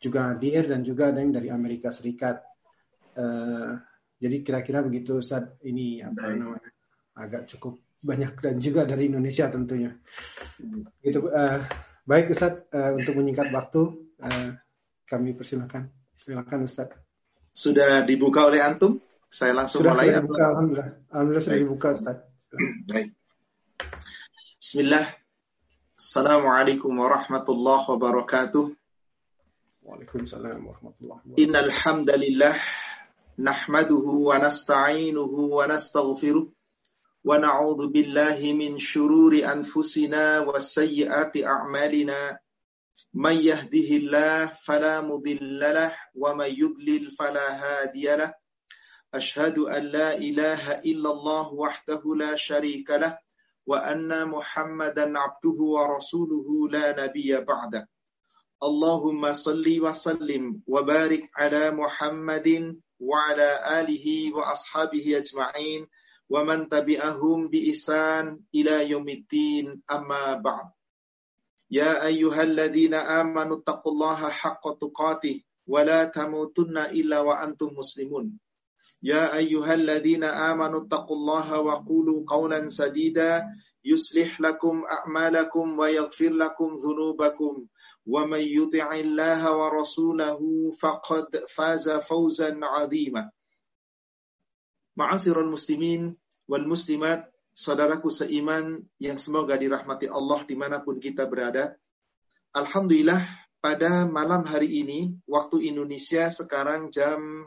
juga hadir dan juga ada yang dari Amerika Serikat. Jadi kira-kira begitu Ustaz, ini namanya agak cukup banyak dan juga dari Indonesia tentunya. Gitu, baik Ustaz, untuk menyingkat waktu kami persilakan. Silakan Ustaz. Sudah dibuka oleh antum? Saya langsung sudah mulai dibuka, atau? Alhamdulillah sudah dibuka Ustaz. Baik. Bismillah. Assalamualaikum warahmatullahi wabarakatuh. Waalaikumsalam warahmatullahi wabarakatuh. Innal hamdalillah nahmaduhu wa nasta'inuhu wa nastaghfiruh wa na'udzu billahi min shururi anfusina wa sayyiati a'malina. Man yahdihillahu fala mudilla lahu wa may yudlil fala hadiya lahu. Ashhadu an la ilaha illallah wahdahu la syarika lahu wa anna Muhammadan abduhu wa rasuluhu la nabiyya ba'da. Allahumma salli wa sallim wa barik ala Muhammadin wa ala alihi wa ashabihi ajma'in wa man tabi'ahum bi ihsan ila yaumiddin, amma ba'd. Ya ayyuhalladzina amanu taqullaha haqqa tuqatih wa la tamutunna illa wa antum muslimun. Ya ayyuhalladzina amanu taqullaha wa qulu qawlan sadida yuslih lakum a'malakum wa yaghfir lakum dhunubakum wa may yuti'illaha wa rasulahu faqad faza fawzan 'azima. Ma'asyiral muslimin wal muslimat, saudaraku seiman yang semoga dirahmati Allah dimanapun kita berada. Alhamdulillah, pada malam hari ini waktu Indonesia sekarang jam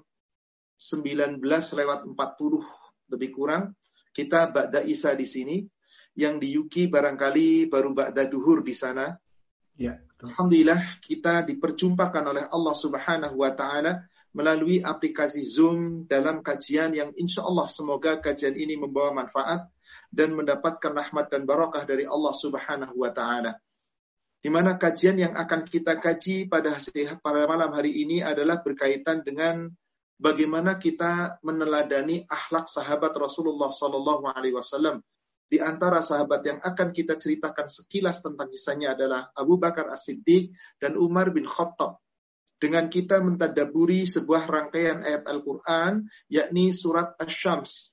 19:40 lebih kurang, kita ba'da Isya di sini. Yang di UK barangkali baru ba'da duhur di sana. Ya, betul. Alhamdulillah kita diperjumpakan oleh Allah Subhanahu wa taala melalui aplikasi Zoom dalam kajian yang insya Allah semoga kajian ini membawa manfaat dan mendapatkan rahmat dan barakah dari Allah Subhanahu wa taala. Di mana kajian yang akan kita kaji pada malam hari ini adalah berkaitan dengan bagaimana kita meneladani akhlak sahabat Rasulullah sallallahu alaihi wasallam. Di antara sahabat yang akan kita ceritakan sekilas tentang kisahnya adalah Abu Bakar As-Siddiq dan Umar bin Khattab. Dengan kita mentadabburi sebuah rangkaian ayat Al-Quran, yakni surat Asy-Syams.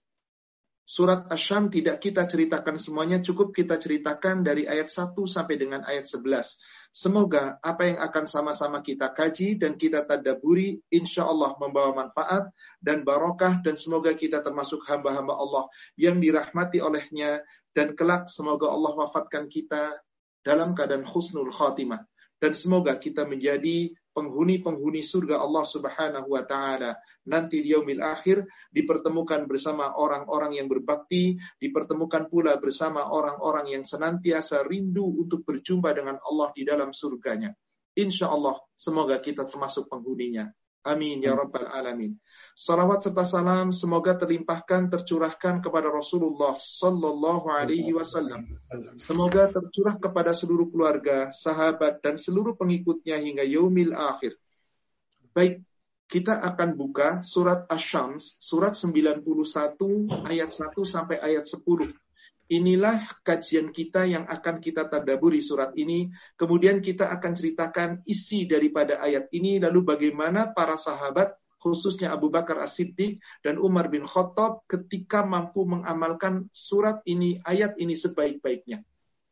Surat Asy-Syams tidak kita ceritakan semuanya, cukup kita ceritakan dari ayat 1 sampai dengan ayat 11. Semoga apa yang akan sama-sama kita kaji dan kita tadabburi insya Allah membawa manfaat dan barokah, dan semoga kita termasuk hamba-hamba Allah yang dirahmati olehnya, dan kelak semoga Allah wafatkan kita dalam keadaan husnul khatimah, dan semoga kita menjadi penghuni-penghuni surga Allah Subhanahu wa taala nanti di yaumil akhir, dipertemukan bersama orang-orang yang berbakti, dipertemukan pula bersama orang-orang yang senantiasa rindu untuk berjumpa dengan Allah di dalam surganya. Insya Allah semoga kita termasuk penghuninya. Amin ya rabbal alamin. Salawat serta salam semoga terlimpahkan, tercurahkan kepada Rasulullah sallallahu alaihi wasallam. Semoga tercurah kepada seluruh keluarga, sahabat, dan seluruh pengikutnya hingga yaumil akhir. Baik, kita akan buka surat Asy-Syams, surat 91 ayat 1 sampai ayat 10. Inilah kajian kita yang akan kita tadabburi surat ini. Kemudian kita akan ceritakan isi daripada ayat ini, lalu bagaimana para sahabat, khususnya Abu Bakar As-Siddiq dan Umar bin Khattab ketika mampu mengamalkan surat ini, ayat ini sebaik-baiknya.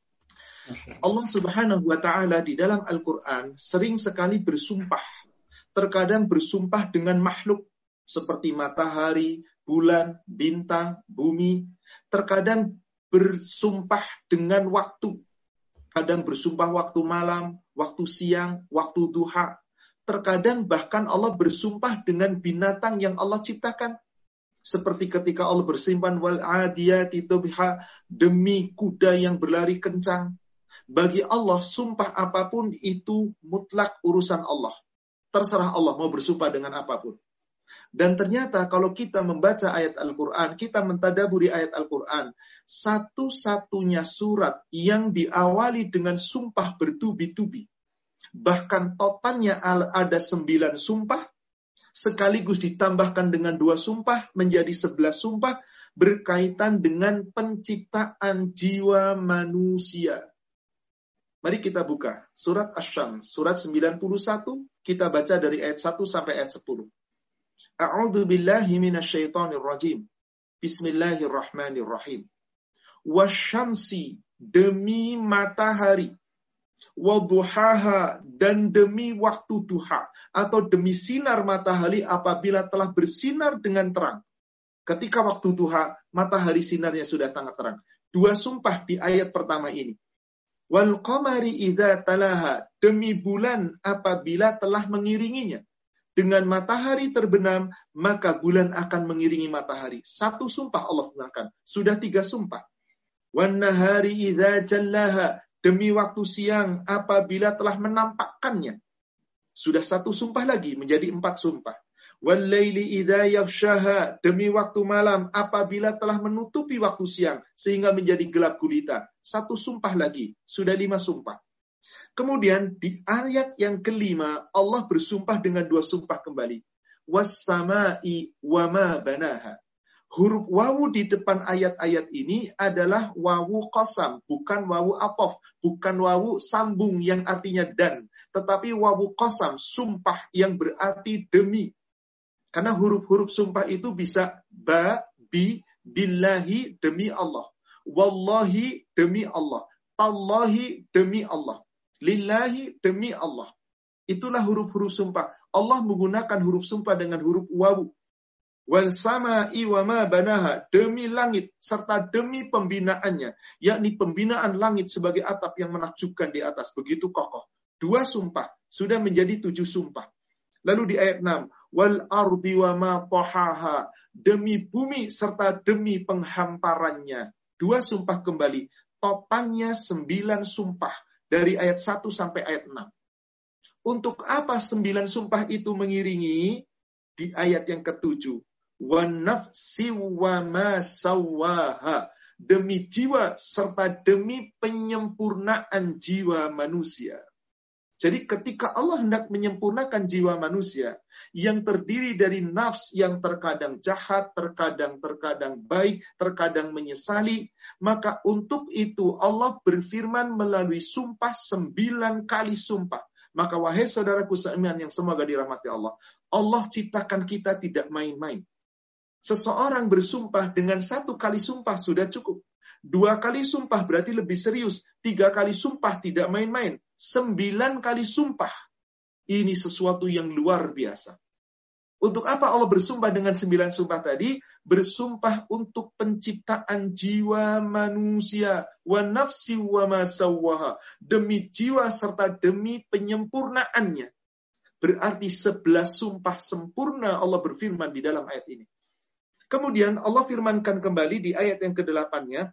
Allah Subhanahu wa taala di dalam Al-Qur'an sering sekali bersumpah. Terkadang bersumpah dengan makhluk seperti matahari, bulan, bintang, bumi. Terkadang bersumpah dengan waktu. Kadang bersumpah waktu malam, waktu siang, waktu duha. Terkadang bahkan Allah bersumpah dengan binatang yang Allah ciptakan. Seperti ketika Allah bersimpan wal adiyati dhabha, demi kuda yang berlari kencang. Bagi Allah sumpah apapun itu mutlak urusan Allah. Terserah Allah mau bersumpah dengan apapun. Dan ternyata kalau kita membaca ayat Al-Quran, kita mentadaburi ayat Al-Quran, satu-satunya surat yang diawali dengan sumpah bertubi-tubi. Bahkan totalnya ada 9 sumpah, sekaligus ditambahkan dengan 2 sumpah, menjadi 11 sumpah, berkaitan dengan penciptaan jiwa manusia. Mari kita buka surat Asy-Syams, surat 91, kita baca dari ayat 1 sampai ayat 10. A'udzu billahi minasyaitonir rajim. Bismillahirrahmanirrahim. Wasyamsi, demi matahari, waduhaha, dan demi waktu duha, atau demi sinar matahari apabila telah bersinar dengan terang. Ketika waktu duha, matahari sinarnya sudah sangat terang. Dua sumpah di ayat pertama ini. Wal qamari idza talaha, demi bulan apabila telah mengiringinya. Dengan matahari terbenam, maka bulan akan mengiringi matahari. Satu sumpah Allah gunakan. Sudah 3 sumpah. Wan nahari idza jallaha, demi waktu siang apabila telah menampakkannya. Sudah 1 sumpah lagi, menjadi 4 sumpah. Wal laili idza yaghshaha, demi waktu malam apabila telah menutupi waktu siang sehingga menjadi gelap gulita. 1 sumpah lagi, sudah 5 sumpah. Kemudian di ayat yang kelima Allah bersumpah dengan 2 sumpah kembali. Was-sama'i wa ma banaha. Huruf wawu di depan ayat-ayat ini adalah wawu qasam, bukan wawu ataf, bukan wawu sambung yang artinya dan, tetapi wawu qasam, sumpah yang berarti demi. Karena huruf-huruf sumpah itu bisa ba, bi, billahi, demi Allah. Wallahi, demi Allah. Tallahi, demi Allah. Lillahi, demi Allah. Itulah huruf-huruf sumpah. Allah menggunakan huruf sumpah dengan huruf wawu. Wal sama'i wa ma banaha, demi langit serta demi pembinaannya, yakni pembinaan langit sebagai atap yang menakjubkan di atas, begitu kokoh. 2 sumpah, sudah menjadi 7 sumpah. Lalu di ayat 6, wal ardi wa ma tahaha, demi bumi serta demi penghamparannya. 2 sumpah kembali, totalnya 9 sumpah dari ayat 1 sampai ayat 6. Untuk apa 9 sumpah itu mengiringi? Di ayat yang ke-7, wan nafsi wa ma sawwaha, demi jiwa serta demi penyempurnaan jiwa manusia. Jadi ketika Allah hendak menyempurnakan jiwa manusia yang terdiri dari nafs yang terkadang jahat, terkadang baik, terkadang menyesali, maka untuk itu Allah berfirman melalui sumpah 9 kali sumpah. Maka wahai saudaraku seiman yang semoga dirahmati Allah, Allah ciptakan kita tidak main-main. Seseorang bersumpah dengan 1 kali sumpah sudah cukup. 2 kali sumpah berarti lebih serius. 3 kali sumpah tidak main-main. 9 kali sumpah. Ini sesuatu yang luar biasa. Untuk apa Allah bersumpah dengan 9 sumpah tadi? Bersumpah untuk penciptaan jiwa manusia. Wa nafsi wa ma sawwaha. Demi jiwa serta demi penyempurnaannya. Berarti 11 sumpah sempurna Allah berfirman di dalam ayat ini. Kemudian Allah firmankan kembali di ayat yang ke-8-nya,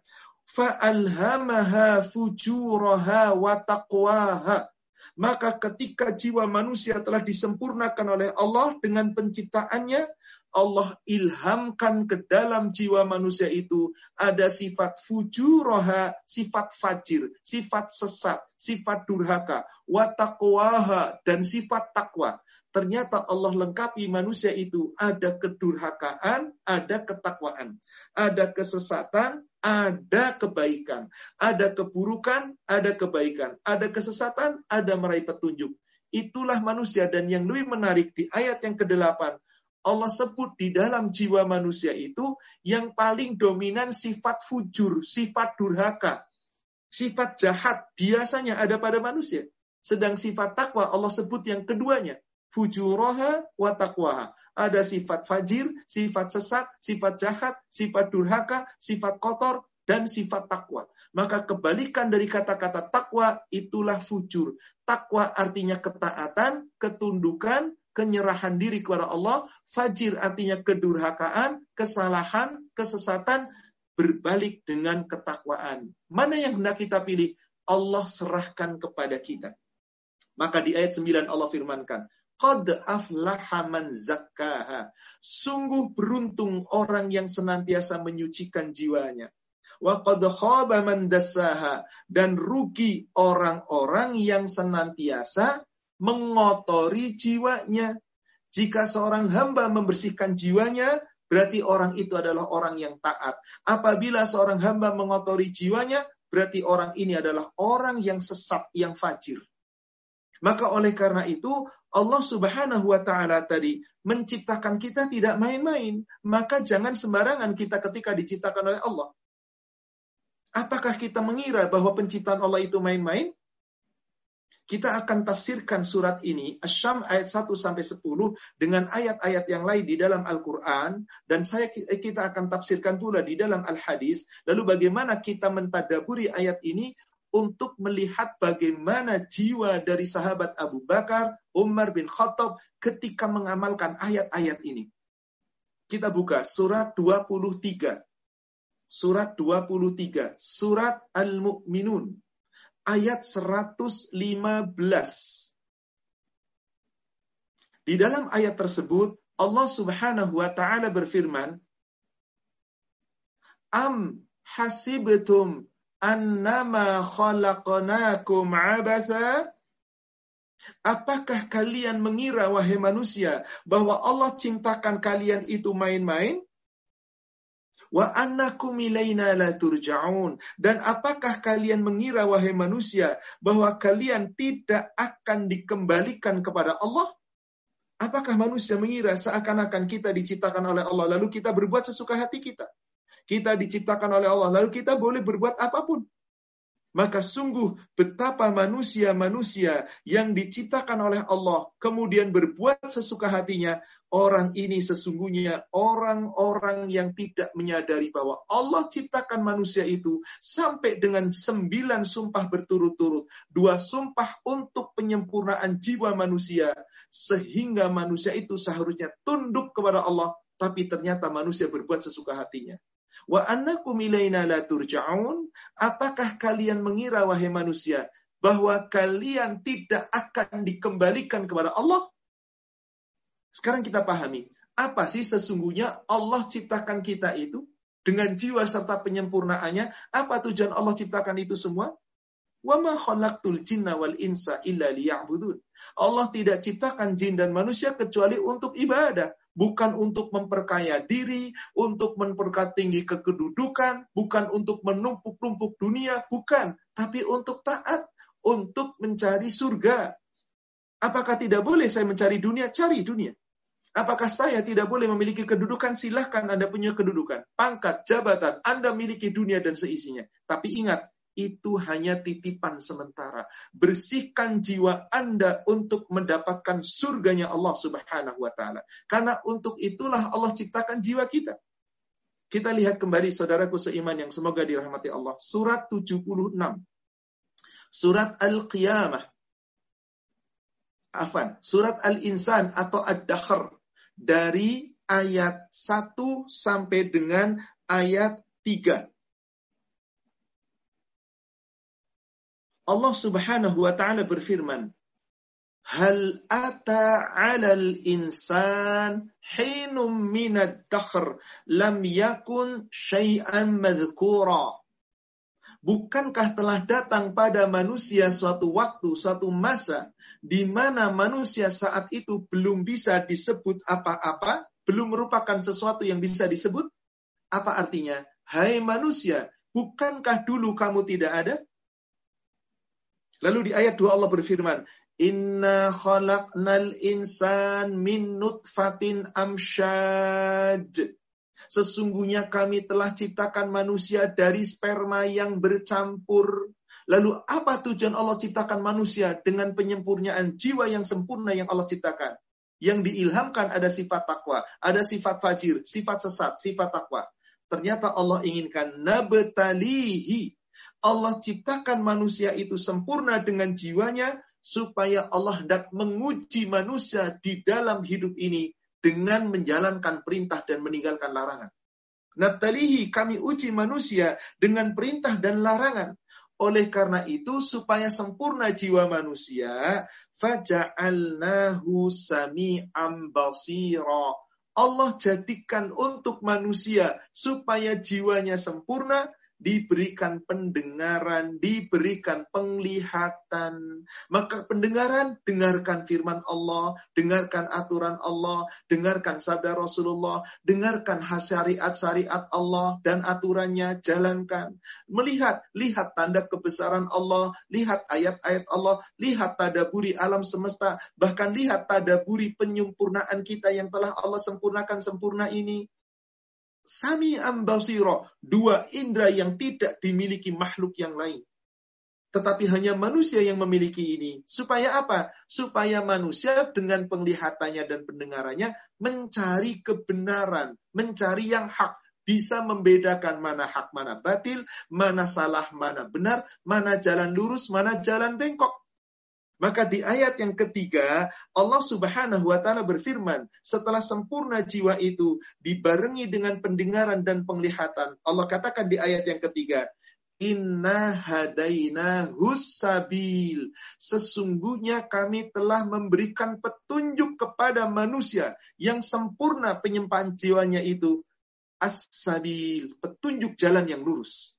fa'alhamaha fujuraha wa taqwaha. Maka ketika jiwa manusia telah disempurnakan oleh Allah dengan penciptaannya, Allah ilhamkan ke dalam jiwa manusia itu ada sifat fujuraha, sifat fajir, sifat sesat, sifat durhaka, wa taqwaha, dan sifat takwa. Ternyata Allah lengkapi manusia itu, ada kedurhakaan, ada ketakwaan, ada kesesatan, ada kebaikan, ada keburukan, ada kebaikan, ada kesesatan, ada meraih petunjuk. Itulah manusia. Dan yang lebih menarik di ayat yang ke-8, Allah sebut di dalam jiwa manusia itu yang paling dominan sifat fujur, sifat durhaka, sifat jahat biasanya ada pada manusia. Sedang sifat takwa Allah sebut yang keduanya. Fujuraha wa taqwaha. Ada sifat fajir, sifat sesat, sifat jahat, sifat durhaka, sifat kotor, dan sifat takwa. Maka kebalikan dari kata-kata takwa itulah fujur. Takwa artinya ketaatan, ketundukan, penyerahan diri kepada Allah. Fajir artinya kedurhakaan, kesalahan, kesesatan, berbalik dengan ketakwaan. Mana yang hendak kita pilih? Allah serahkan kepada kita. Maka di ayat 9 Allah firmankan, qad aflaha man zakkaha. Sungguh beruntung orang yang senantiasa menyucikan jiwanya. Wa qad khaba man dassaha. Dan rugi orang-orang yang senantiasa mengotori jiwanya. Jika seorang hamba membersihkan jiwanya, berarti orang itu adalah orang yang taat. Apabila seorang hamba mengotori jiwanya, berarti orang ini adalah orang yang sesat, yang fajir. Maka oleh karena itu, Allah Subhanahu wa Ta'ala tadi menciptakan kita tidak main-main. Maka jangan sembarangan kita ketika diciptakan oleh Allah. Apakah kita mengira bahwa penciptaan Allah itu main-main? Kita akan tafsirkan surat ini, Asy-Syams ayat 1-10 dengan ayat-ayat yang lain di dalam Al-Quran, dan kita akan tafsirkan pula di dalam Al-Hadis. Lalu bagaimana kita mentadaburi ayat ini untuk melihat bagaimana jiwa dari sahabat Abu Bakar, Umar bin Khattab ketika mengamalkan ayat-ayat ini. Kita buka surat 23. Surat 23, surat Al-Mu'minun. Ayat 115. Di dalam ayat tersebut, Allah Subhanahu wa Ta'ala berfirman, Am hasibtum annama khalaqnakum abatha? Apakah kalian mengira, wahai manusia, bahwa Allah ciptakan kalian itu main-main? Wa annakum ilaina la turja'un. Dan apakah kalian mengira, wahai manusia, bahwa kalian tidak akan dikembalikan kepada Allah? Apakah manusia mengira seakan-akan kita diciptakan oleh Allah, lalu kita berbuat sesuka hati kita? Kita diciptakan oleh Allah, lalu kita boleh berbuat apapun. Maka sungguh betapa manusia-manusia yang diciptakan oleh Allah kemudian berbuat sesuka hatinya, orang ini sesungguhnya orang-orang yang tidak menyadari bahwa Allah ciptakan manusia itu sampai dengan 9 sumpah berturut-turut. 2 sumpah untuk penyempurnaan jiwa manusia, sehingga manusia itu seharusnya tunduk kepada Allah, tapi ternyata manusia berbuat sesuka hatinya. Wa annakum ilaina la turja'un. Apakah kalian mengira, wahai manusia, bahwa kalian tidak akan dikembalikan kepada Allah? Sekarang kita pahami, apa sih sesungguhnya Allah ciptakan kita itu dengan jiwa serta penyempurnaannya? Apa tujuan Allah ciptakan itu semua? Wa ma khalaqtul jinna wal insa illa liya'budun. Allah tidak ciptakan jin dan manusia kecuali untuk ibadah. Bukan untuk memperkaya diri, untuk mempertinggi kedudukan, bukan untuk menumpuk-numpuk dunia, bukan. Tapi untuk taat, untuk mencari surga. Apakah tidak boleh saya mencari dunia? Cari dunia. Apakah saya tidak boleh memiliki kedudukan? Silahkan Anda punya kedudukan. Pangkat, jabatan, Anda miliki dunia dan seisinya. Tapi ingat, itu hanya titipan sementara. Bersihkan jiwa Anda untuk mendapatkan surganya Allah Subhanahu wa Ta'ala. Karena untuk itulah Allah ciptakan jiwa kita. Kita lihat kembali saudaraku seiman yang semoga dirahmati Allah. Surat 76. Surat Al-Qiyamah. Surat Al-Insan atau Ad-Dakhr. Dari ayat 1 sampai dengan ayat 3. Allah Subhanahu wa Ta'ala berfirman, Hal ata 'alal insan hinum minad dakhr lam yakun syai'an madhkura. Bukankah telah datang pada manusia suatu waktu, suatu masa, di mana manusia saat itu belum bisa disebut apa-apa, belum merupakan sesuatu yang bisa disebut? Apa artinya? Hai manusia, bukankah dulu kamu tidak ada? Lalu di ayat 2 Allah berfirman, Inna khalaqnal insan min nutfatin amsyaj. Sesungguhnya kami telah ciptakan manusia dari sperma yang bercampur. Lalu apa tujuan Allah ciptakan manusia dengan penyempurnaan jiwa yang sempurna yang Allah ciptakan? Yang diilhamkan ada sifat takwa, ada sifat fajir, sifat sesat, sifat takwa. Ternyata Allah inginkan nabtalihi. Allah ciptakan manusia itu sempurna dengan jiwanya supaya Allah hendak menguji manusia di dalam hidup ini dengan menjalankan perintah dan meninggalkan larangan. Nabtalihi, kami uji manusia dengan perintah dan larangan. Oleh karena itu, supaya sempurna jiwa manusia, faja'alnahu sami'an basira. Allah jadikan untuk manusia supaya jiwanya sempurna, diberikan pendengaran, diberikan penglihatan. Maka pendengaran, dengarkan firman Allah, dengarkan aturan Allah, dengarkan sabda Rasulullah, dengarkan syariat-syariat Allah dan aturannya, jalankan. Melihat, lihat tanda kebesaran Allah, lihat ayat-ayat Allah, lihat tadaburi alam semesta, bahkan lihat tadaburi penyempurnaan kita yang telah Allah sempurnakan sempurna ini. Sami'an basira, dua indera yang tidak dimiliki makhluk yang lain. Tetapi hanya manusia yang memiliki ini. Supaya apa? Supaya manusia dengan penglihatannya dan pendengarannya mencari kebenaran, mencari yang hak, bisa membedakan mana hak, mana batil, mana salah, mana benar, mana jalan lurus, mana jalan bengkok. Maka di ayat yang ketiga, Allah Subhanahu wa Ta'ala berfirman, setelah sempurna jiwa itu dibarengi dengan pendengaran dan penglihatan. Allah katakan di ayat yang ketiga, Inna hadaina hussabil. Sesungguhnya kami telah memberikan petunjuk kepada manusia yang sempurna penyembahan jiwanya itu. As-sabil, petunjuk jalan yang lurus.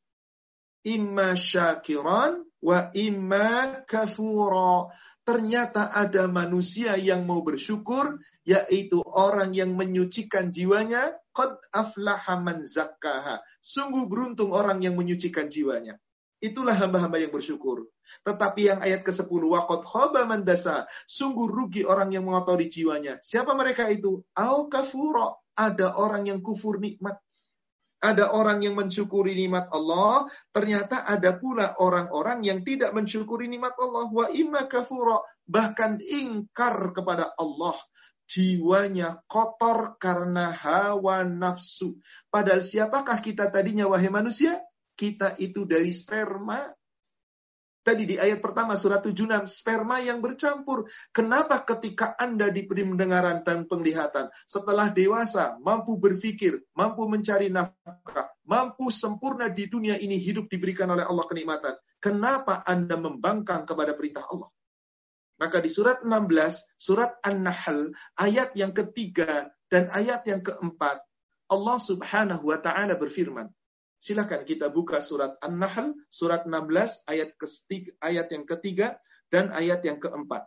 Imma syakiran wa imma kafura. Ternyata ada manusia yang mau bersyukur, yaitu orang yang menyucikan jiwanya. Qad aflaha man zakkaha. Sungguh beruntung orang yang menyucikan jiwanya. Itulah hamba-hamba yang bersyukur. Tetapi yang ayat ke-10, waqad khaba man dasa. Sungguh rugi orang yang mengotori jiwanya. Siapa mereka itu? Au kafura. Ada orang yang kufur nikmat. Ada orang yang mensyukuri nikmat Allah, ternyata ada pula orang-orang yang tidak mensyukuri nikmat Allah. Wa imma kafura, bahkan ingkar kepada Allah. Jiwanya kotor karena hawa nafsu. Padahal siapakah kita tadinya, wahai manusia? Kita itu dari sperma. Tadi di ayat pertama surat 76, sperma yang bercampur. Kenapa ketika Anda diberi pendengaran dan penglihatan, setelah dewasa, mampu berpikir, mampu mencari nafkah, mampu sempurna di dunia ini, hidup diberikan oleh Allah kenikmatan. Kenapa Anda membangkang kepada perintah Allah? Maka di surat 16, surat An-Nahl, ayat yang ketiga dan ayat yang keempat, Allah Subhanahu wa Ta'ala berfirman. Silakan kita buka surat An-Nahl, surat 16, ayat yang ketiga dan ayat yang keempat.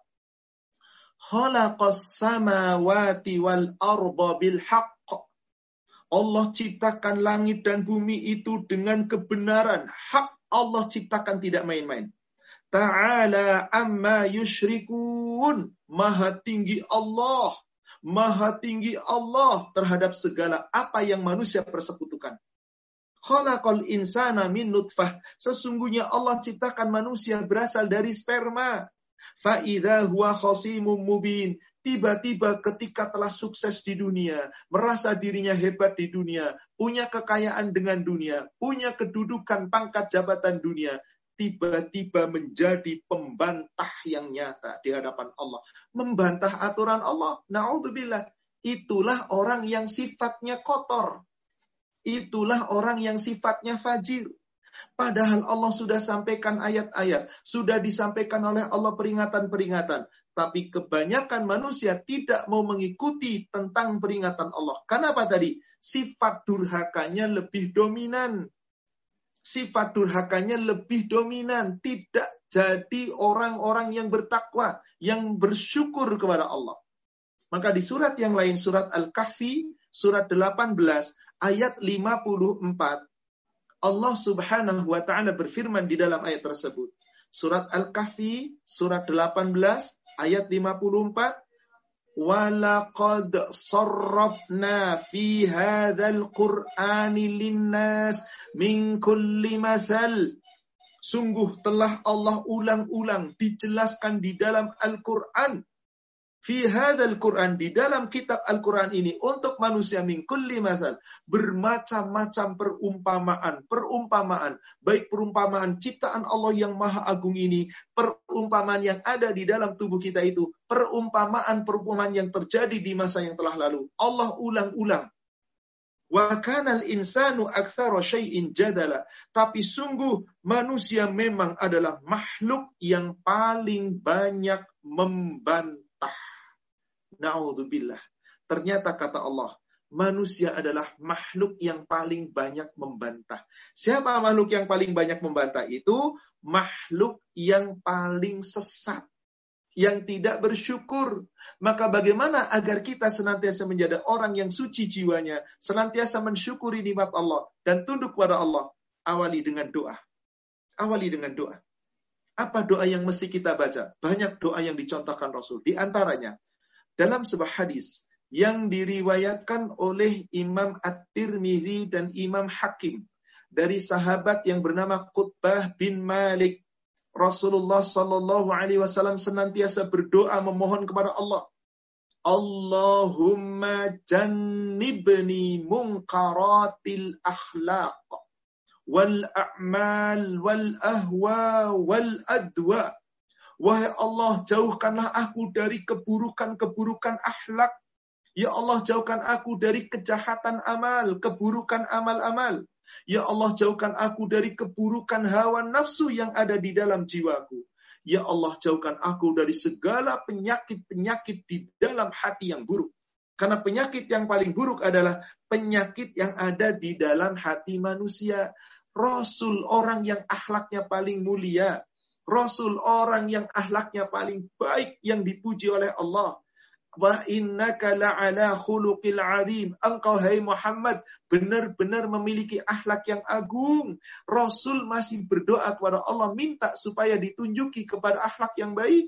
Khalaqas samawati wal arda bil haqq. Allah ciptakan langit dan bumi itu dengan kebenaran. Hak Allah ciptakan, tidak main-main. Ta'ala amma yushrikun. Maha tinggi Allah. Maha tinggi Allah terhadap segala apa yang manusia persekutukan. Khalaqal insana min nutfah. Sesungguhnya Allah ciptakan manusia berasal dari sperma. Fa idza huwa khasimun mubin. Tiba-tiba ketika telah sukses di dunia, merasa dirinya hebat di dunia, punya kekayaan dengan dunia, punya kedudukan pangkat jabatan dunia, tiba-tiba menjadi pembantah yang nyata di hadapan Allah. Membantah aturan Allah. Na'udzubillah. Itulah orang yang sifatnya kotor. Itulah orang yang sifatnya fajir. Padahal Allah sudah sampaikan ayat-ayat, sudah disampaikan oleh Allah peringatan-peringatan. Tapi kebanyakan manusia tidak mau mengikuti tentang peringatan Allah. Kenapa tadi? Sifat durhakanya lebih dominan. Sifat durhakanya lebih dominan. Tidak jadi orang-orang yang bertakwa, yang bersyukur kepada Allah. Maka di surat yang lain, surat Al-Kahfi, surat 18, ayat 54, Allah Subhanahu wa Ta'ala berfirman di dalam ayat tersebut. Surat Al-Kahfi, surat 18, ayat 54, وَلَقَدْ صَرَّفْنَا فِي هَذَا الْقُرْآنِ لِلنَّاسِ مِنْ كُلِّ مَثَلٍ. Sungguh telah Allah ulang-ulang dijelaskan di dalam Al-Quran. Fi hadzal Quran, di dalam kitab Al-Quran ini, untuk manusia min kulli mathal, bermacam-macam perumpamaan, baik perumpamaan ciptaan Allah yang maha agung ini, perumpamaan yang ada di dalam tubuh kita itu, perumpamaan yang terjadi di masa yang telah lalu. Allah ulang-ulang. Wa kanal insanu aktsara syai'in jadala. Tapi sungguh manusia memang adalah makhluk yang paling banyak membantah. Na'udzubillah. Ternyata kata Allah, manusia adalah makhluk yang paling banyak membantah. Siapa makhluk yang paling banyak membantah? Itu makhluk yang paling sesat, yang tidak bersyukur. Maka bagaimana agar kita senantiasa menjadi orang yang suci jiwanya, senantiasa mensyukuri nikmat Allah dan tunduk kepada Allah? Awali dengan doa. Awali dengan doa. Apa doa yang mesti kita baca? Banyak doa yang dicontohkan Rasul. Di antaranya, dalam sebuah hadis yang diriwayatkan oleh Imam At-Tirmidzi dan Imam Hakim dari sahabat yang bernama Qutbah bin Malik, Rasulullah sallallahu alaihi wasallam senantiasa berdoa memohon kepada Allah, Allahumma jannibni munkaratil akhlaq wal a'mal wal ahwa wal adwa. Wahai Allah, jauhkanlah aku dari keburukan-keburukan akhlak. Ya Allah, jauhkan aku dari kejahatan amal, keburukan amal-amal. Ya Allah, jauhkan aku dari keburukan hawa nafsu yang ada di dalam jiwaku. Ya Allah, jauhkan aku dari segala penyakit-penyakit di dalam hati yang buruk. Karena penyakit yang paling buruk adalah penyakit yang ada di dalam hati manusia. Rasul orang yang akhlaknya paling mulia. Rasul orang yang akhlaknya paling baik yang dipuji oleh Allah. Wa innaka la'ala khuluqil 'adzim. Engkau hai Muhammad benar-benar memiliki akhlak yang agung. Rasul masih berdoa kepada Allah minta supaya ditunjuki kepada akhlak yang baik.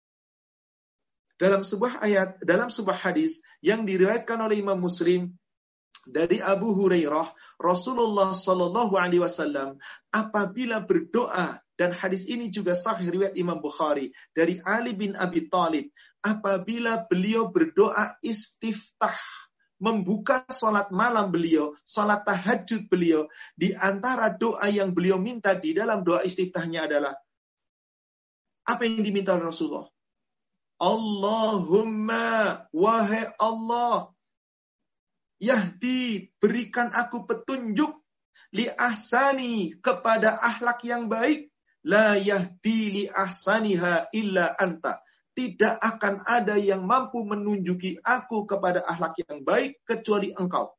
Dalam sebuah ayat, dalam sebuah hadis yang diriwayatkan oleh Imam Muslim dari Abu Hurairah, Rasulullah sallallahu alaihi wasallam apabila berdoa, dan hadis ini juga sahih riwayat Imam Bukhari dari Ali bin Abi Thalib, apabila beliau berdoa istiftah, membuka salat malam beliau, salat tahajud beliau, di antara doa yang beliau minta di dalam doa istiftahnya adalah apa yang diminta oleh Rasulullah? Allahumma, wahai Allah, yahdi, berikan aku petunjuk, li ahsani, kepada akhlak yang baik, la yahdi li ahsaniha illa anta. Tidak akan ada yang mampu menunjuki aku kepada akhlak yang baik kecuali engkau.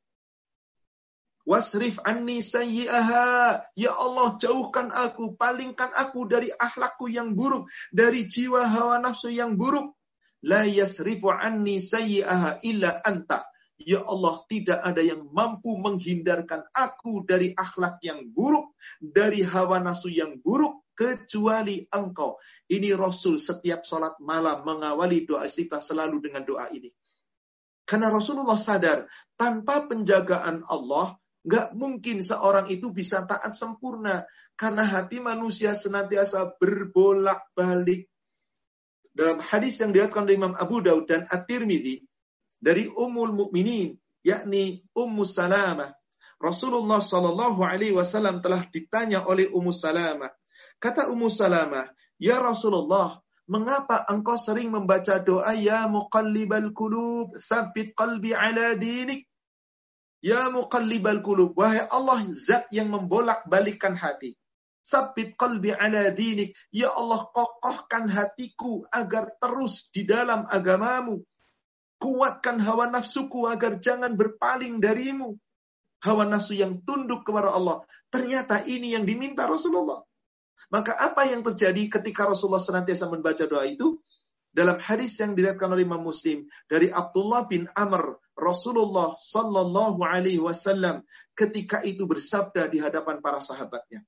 Wasrif anni sayyi'aha, ya Allah jauhkan aku, palingkan aku dari akhlakku yang buruk, dari jiwa hawa nafsu yang buruk. La yasrifu anni sayyi'aha illa anta. Ya Allah, tidak ada yang mampu menghindarkan aku dari akhlak yang buruk, dari hawa nafsu yang buruk, kecuali engkau. Ini Rasul setiap salat malam mengawali doa istiftah selalu dengan doa ini. Karena Rasulullah sadar, tanpa penjagaan Allah, nggak mungkin seorang itu bisa taat sempurna. Karena hati manusia senantiasa berbolak-balik. Dalam hadis yang diriwayatkan oleh Imam Abu Daud dan At-Tirmidzi, dari Ummul Mukminin, yakni Ummu Salamah, Rasulullah sallallahu alaihi wasallam telah ditanya oleh Ummu Salamah. Kata Ummu Salamah, "Ya Rasulullah, mengapa engkau sering membaca doa ya muqallibal qulub, tsabbit qalbi ala dinik?" Ya muqallibal qulub, wahai Allah zat yang membolak-balikkan hati. Tsabbit qalbi ala dinik, ya Allah kokohkan hatiku agar terus di dalam agamamu. Kuatkan hawa nafsuku agar jangan berpaling darimu. Hawa nafsu yang tunduk kepada Allah. Ternyata ini yang diminta Rasulullah. Maka apa yang terjadi ketika Rasulullah senantiasa membaca doa itu? Dalam hadis yang diriwayatkan oleh Imam Muslim dari Abdullah bin Amr, Rasulullah sallallahu alaihi wasallam ketika itu bersabda di hadapan para sahabatnya,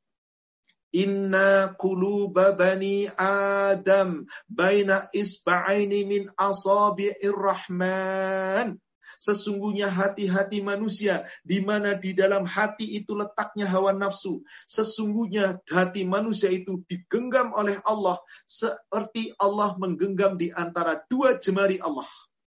Inna quluba bani Adam baina isba'aini min asabi'ir rahman. Sesungguhnya hati-hati manusia, di mana di dalam hati itu letaknya hawa nafsu. Sesungguhnya hati manusia itu digenggam oleh Allah, seperti Allah menggenggam di antara dua jemari Allah.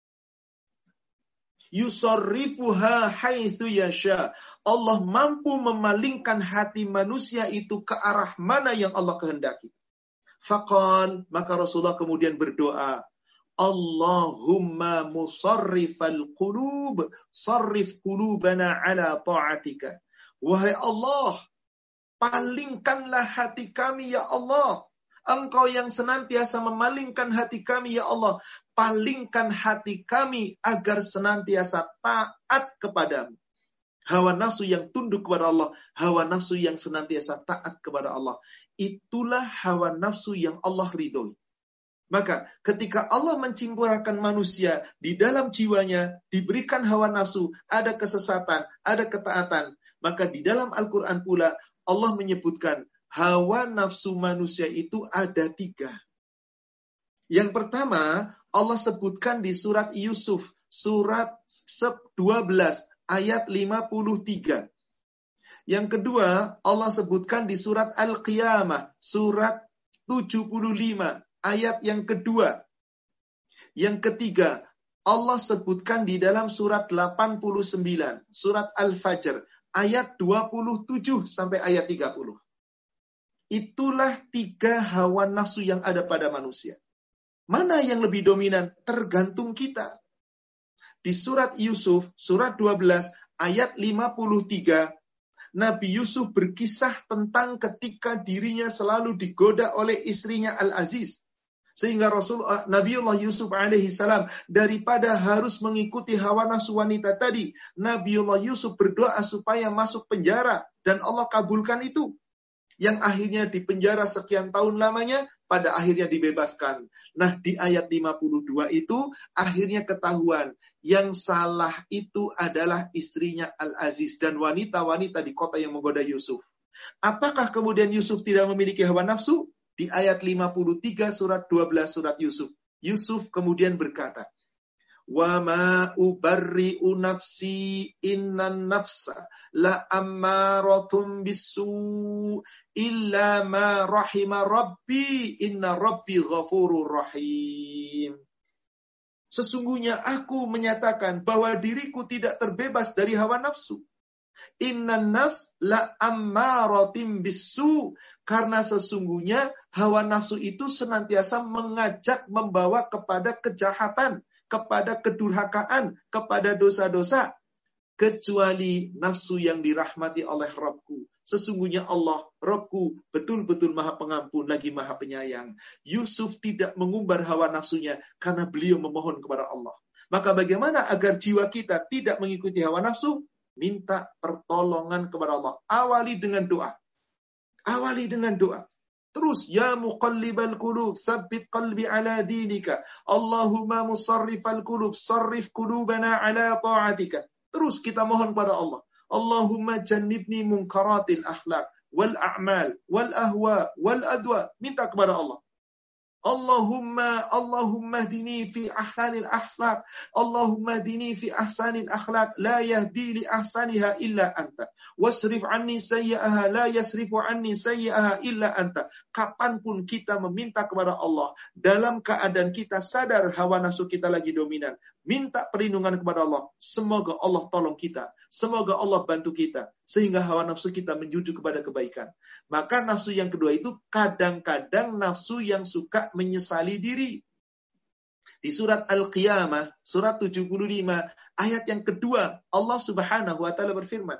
Yusarrifuha haitsu yasha. Allah mampu memalingkan hati manusia itu ke arah mana yang Allah kehendaki. Faqal, maka Rasulullah kemudian berdoa, Allahumma musarrifal qulub, sarrif qulubana ala ta'atika. Wahai Allah, palingkanlah hati kami ya Allah. Engkau yang senantiasa memalingkan hati kami ya Allah. palingkan hati kami agar senantiasa taat kepadamu. Hawa nafsu yang tunduk kepada Allah, hawa nafsu yang senantiasa taat kepada Allah. Itulah hawa nafsu yang Allah ridhoi. Maka ketika Allah menciptakan manusia, di dalam jiwanya diberikan hawa nafsu, ada kesesatan, ada ketaatan. Maka di dalam Al-Quran pula Allah menyebutkan hawa nafsu manusia itu ada 3. Yang pertama Allah sebutkan di surat Yusuf, surat 12 ayat 53. Yang kedua Allah sebutkan di surat Al-Qiyamah, surat 75 ayat yang kedua. Yang ketiga Allah sebutkan di dalam surat 89, surat Al-Fajr, ayat 27 sampai ayat 30. Itulah 3 hawa nafsu yang ada pada manusia. Mana yang lebih dominan? Tergantung kita. Di surat Yusuf, surat 12, ayat 53, Nabi Yusuf berkisah tentang ketika dirinya selalu digoda oleh istrinya Al-Aziz. Sehingga Nabiullah Yusuf alaihissalam daripada harus mengikuti hawa nafsu wanita tadi, Nabiullah Yusuf berdoa supaya masuk penjara dan Allah kabulkan itu. Yang akhirnya dipenjara sekian tahun lamanya, pada akhirnya dibebaskan. Nah, di ayat 52 itu akhirnya ketahuan yang salah itu adalah istrinya Al-Aziz dan wanita-wanita di kota yang menggoda Yusuf. Apakah kemudian Yusuf tidak memiliki hawa nafsu? Di ayat 53 surat 12 surat Yusuf. Yusuf kemudian berkata, "Wa ma ubarri'u nafsi innan nafsa la ammaratum bisu illa ma rahima rabbi inna rabbi ghafurur rahim." Sesungguhnya aku menyatakan bahwa diriku tidak terbebas dari hawa nafsu. Innan nafs la ammaratim bisu, karena sesungguhnya hawa nafsu itu senantiasa mengajak membawa kepada kejahatan, kepada kedurhakaan, kepada dosa-dosa, kecuali nafsu yang dirahmati oleh Rabbku. Sesungguhnya Allah, Rabbku, betul-betul maha pengampun lagi maha penyayang. Yusuf tidak mengumbar hawa nafsunya karena beliau memohon kepada Allah. Maka bagaimana agar jiwa kita tidak mengikuti hawa nafsu? Minta pertolongan kepada Allah. Awali dengan doa. Awali dengan doa. Terus, ya muqallibal qulub, tsabbit qalbi ala dinika. Allahumma musarrifal qulub, sarrif qulubana ala ta'atika. Terus kita mohon pada Allah. Allahumma jannibni munkaratil akhlaq, wal a'mal, wal ahwa, wal adwa. Minta kepada Allah. Allahumma hdini fi ahsanil akhlaq. Allahumma hdini fi ahsanil akhlaq. La yahdi li ahsaniha illa anta. Wasrif anni sayyi'aha. La yasrifu anni sayyi'aha illa anta. Kapanpun kita meminta kepada Allah, dalam keadaan kita sadar hawa nafsu kita lagi dominan, minta perlindungan kepada Allah. Semoga Allah tolong kita. Semoga Allah bantu kita. Sehingga hawa nafsu kita menuju kepada kebaikan. Maka nafsu yang kedua itu kadang-kadang nafsu yang suka menyesali diri. Di surat Al-Qiyamah, surat 75, ayat yang kedua, Allah Subhanahu wa Ta'ala berfirman,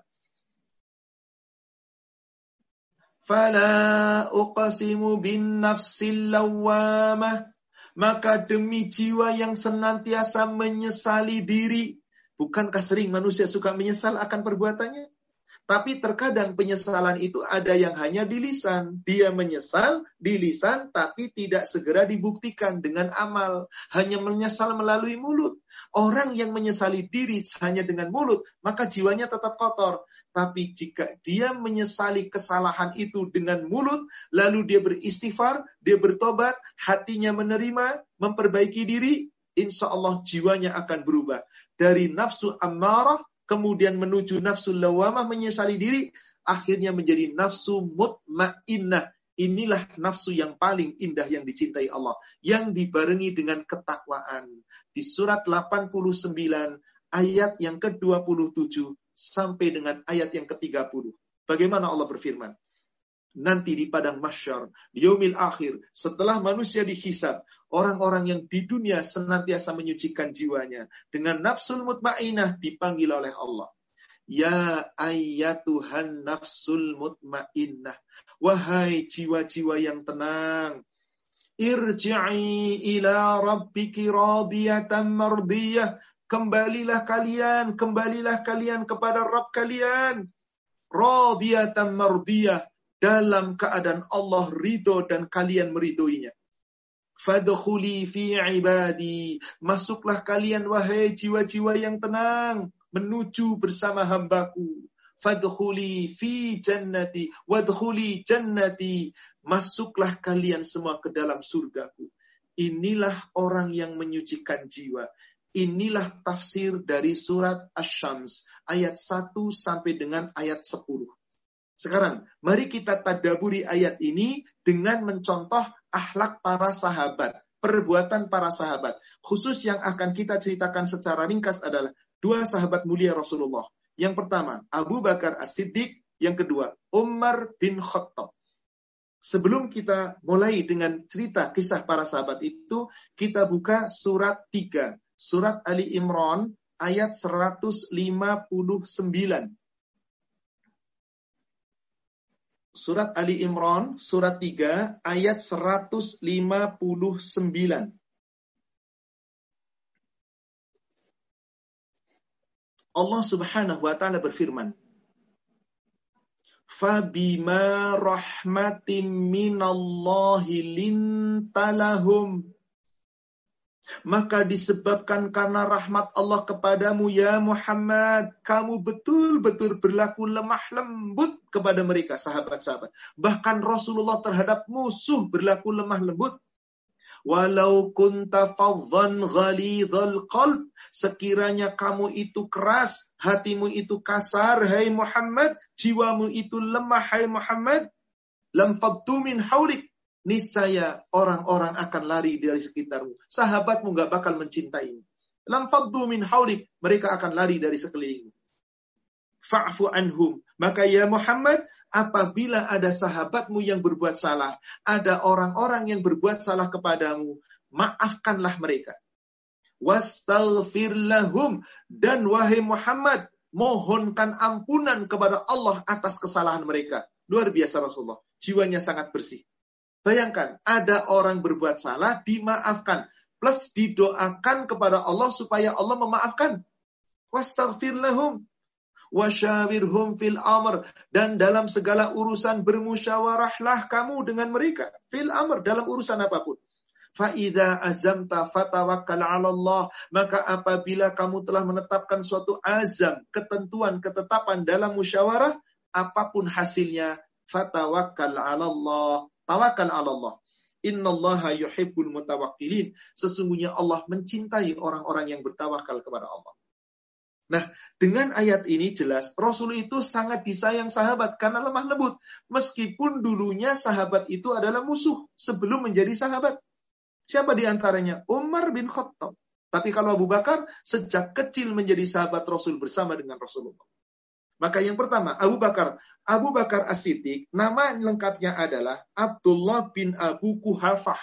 "Fala uqsimu bin nafsil lawwamah." Maka demi jiwa yang senantiasa menyesali diri. Bukankah sering manusia suka menyesal akan perbuatannya? Tapi terkadang penyesalan itu ada yang hanya di lisan. Dia menyesal di lisan, tapi tidak segera dibuktikan dengan amal. Hanya menyesal melalui mulut. Orang yang menyesali diri hanya dengan mulut, maka jiwanya tetap kotor. Tapi jika dia menyesali kesalahan itu dengan mulut, lalu dia beristighfar, dia bertobat, hatinya menerima, memperbaiki diri, insya Allah jiwanya akan berubah. Dari nafsu ammarah, kemudian menuju nafsu lawamah menyesali diri, akhirnya menjadi nafsu mutmainnah. Inilah nafsu yang paling indah yang dicintai Allah, yang dibarengi dengan ketakwaan. Di surat 89 ayat yang ke-27 sampai dengan ayat yang ke-30. Bagaimana Allah berfirman? Nanti di padang mahsyar, di yaumil akhir, setelah manusia dihisab, orang-orang yang di dunia senantiasa menyucikan jiwanya dengan nafsul mutmainnah dipanggil oleh Allah. Ya ayyatuhan nafsul mutmainnah. Wahai jiwa-jiwa yang tenang. Irji'i ila rabbiki radiyatan mardiyah. Kembalilah kalian kepada Rabb kalian. Radiyatan mardiyah. Dalam keadaan Allah ridho dan kalian meridhoinya. Fadkhuli fi ibadi. Masuklah kalian wahai jiwa-jiwa yang tenang. Menuju bersama hambaku. Fadkhuli fi jannati. Wadkhuli jannati. Masuklah kalian semua ke dalam surgaku. Inilah orang yang menyucikan jiwa. Inilah tafsir dari surat Asy-Syams. Ayat 1 sampai dengan ayat 10. Sekarang, mari kita tadaburi ayat ini dengan mencontoh akhlak para sahabat. Perbuatan para sahabat. Khusus yang akan kita ceritakan secara ringkas adalah 2 sahabat mulia Rasulullah. Yang pertama, Abu Bakar As-Siddiq. Yang kedua, Umar bin Khattab. Sebelum kita mulai dengan cerita kisah para sahabat itu, kita buka surat 3. Surat Ali Imran ayat 159. Surat Ali Imran, surat 3, ayat 159. Allah Subhanahu wa ta'ala berfirman, Fabima rahmatin minallahi lintalahum. Maka disebabkan karena rahmat Allah kepadamu ya Muhammad, kamu betul-betul berlaku lemah lembut kepada mereka, sahabat-sahabat. Bahkan Rasulullah terhadap musuh berlaku lemah lembut. Walau kunta fadhan ghalidhal qalb, sekiranya kamu itu keras, hatimu itu kasar, hai Muhammad, jiwamu itu lemah, hai Muhammad, lam faddu min haulik, niscaya orang-orang akan lari dari sekitarmu. Sahabatmu gak bakal mencintaimu. Lam faddu min haulik, mereka akan lari dari sekelilingmu. Fa'fu anhum. Maka ya Muhammad, apabila ada sahabatmu yang berbuat salah, ada orang-orang yang berbuat salah kepadamu, maafkanlah mereka. Wastaghfir lahum. Dan wahai Muhammad, mohonkan ampunan kepada Allah atas kesalahan mereka. Luar biasa Rasulullah. Jiwanya sangat bersih. Bayangkan, ada orang berbuat salah, dimaafkan. Plus didoakan kepada Allah supaya Allah memaafkan. Wastaghfir lahum. Wasyawirhum fil amr. Dan dalam segala urusan bermusyawarahlah kamu dengan mereka. Fil amr, dalam urusan apapun. Fa'idha azamta fatawakkal 'ala Allah. Maka apabila kamu telah menetapkan suatu azam, ketentuan, ketetapan dalam musyawarah, apapun hasilnya, fatawakkal 'ala Allah. Tawakal 'ala Allah. Innallaha yuhibbul mutawakkilin. Sesungguhnya Allah mencintai orang-orang yang bertawakal kepada Allah. Nah, dengan ayat ini jelas Rasul itu sangat disayang sahabat karena lemah lembut. Meskipun dulunya sahabat itu adalah musuh sebelum menjadi sahabat. Siapa di antaranya? Umar bin Khattab. Tapi kalau Abu Bakar sejak kecil menjadi sahabat Rasul bersama dengan Rasulullah. Maka yang pertama, Abu Bakar As-Siddiq, nama lengkapnya adalah Abdullah bin Abu Quhafah.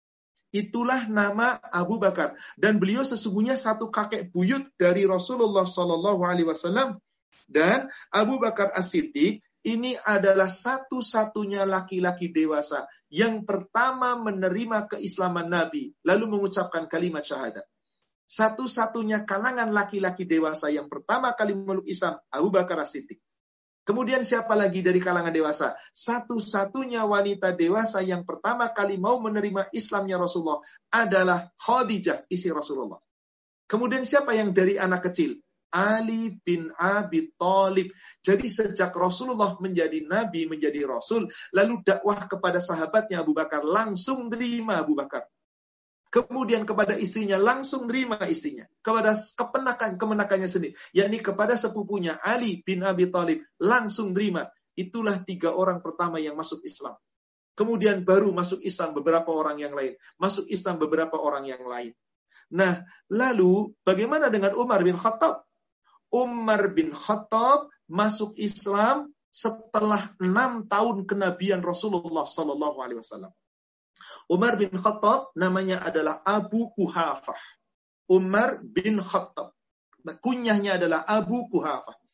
Itulah nama Abu Bakar. Dan beliau sesungguhnya satu kakek buyut dari Rasulullah SAW. Dan Abu Bakar As-Siddiq ini adalah satu-satunya laki-laki dewasa yang pertama menerima keislaman Nabi, lalu mengucapkan kalimat syahadat. Satu-satunya kalangan laki-laki dewasa yang pertama kali memeluk Islam, Abu Bakar As-Siddiq. Kemudian siapa lagi dari kalangan dewasa? Satu-satunya wanita dewasa yang pertama kali mau menerima Islamnya Rasulullah adalah Khadijah, istri Rasulullah. Kemudian siapa yang dari anak kecil? Ali bin Abi Thalib. Jadi sejak Rasulullah menjadi Nabi, menjadi Rasul, lalu dakwah kepada sahabatnya Abu Bakar, langsung terima Abu Bakar. Kemudian kepada istrinya, langsung terima istrinya. Kepada kemenakannya sendiri, yakni kepada sepupunya Ali bin Abi Thalib, langsung terima. Itulah 3 orang pertama yang masuk Islam. Kemudian baru masuk Islam beberapa orang yang lain. Masuk Islam beberapa orang yang lain. Nah, lalu bagaimana dengan Umar bin Khattab? Umar bin Khattab masuk Islam setelah 6 tahun kenabian Rasulullah SAW. Umar bin Khattab namanya adalah Abu Quhafah. Umar bin Khattab. Kunyahnya adalah Abu Quhafah.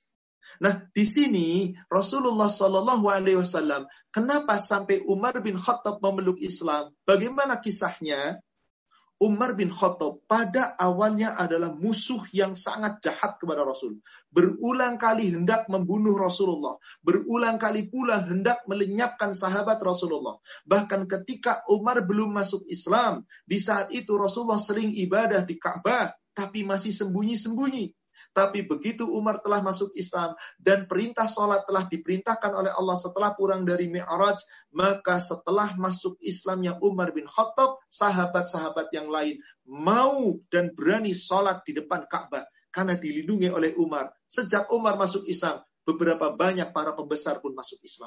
Nah, di sini Rasulullah Shallallahu Alaihi Wasallam kenapa sampai Umar bin Khattab memeluk Islam? Bagaimana kisahnya? Umar bin Khattab pada awalnya adalah musuh yang sangat jahat kepada Rasul. Berulang kali hendak membunuh Rasulullah. Berulang kali pula hendak melenyapkan sahabat Rasulullah. Bahkan ketika Umar belum masuk Islam, di saat itu Rasulullah sering ibadah di Ka'bah, tapi masih sembunyi-sembunyi. Tapi begitu Umar telah masuk Islam dan perintah sholat telah diperintahkan oleh Allah setelah pulang dari Mi'raj, maka setelah masuk Islamnya Umar bin Khattab, sahabat-sahabat yang lain mau dan berani sholat di depan Ka'bah karena dilindungi oleh Umar. Sejak Umar masuk Islam, beberapa banyak para pembesar pun masuk Islam.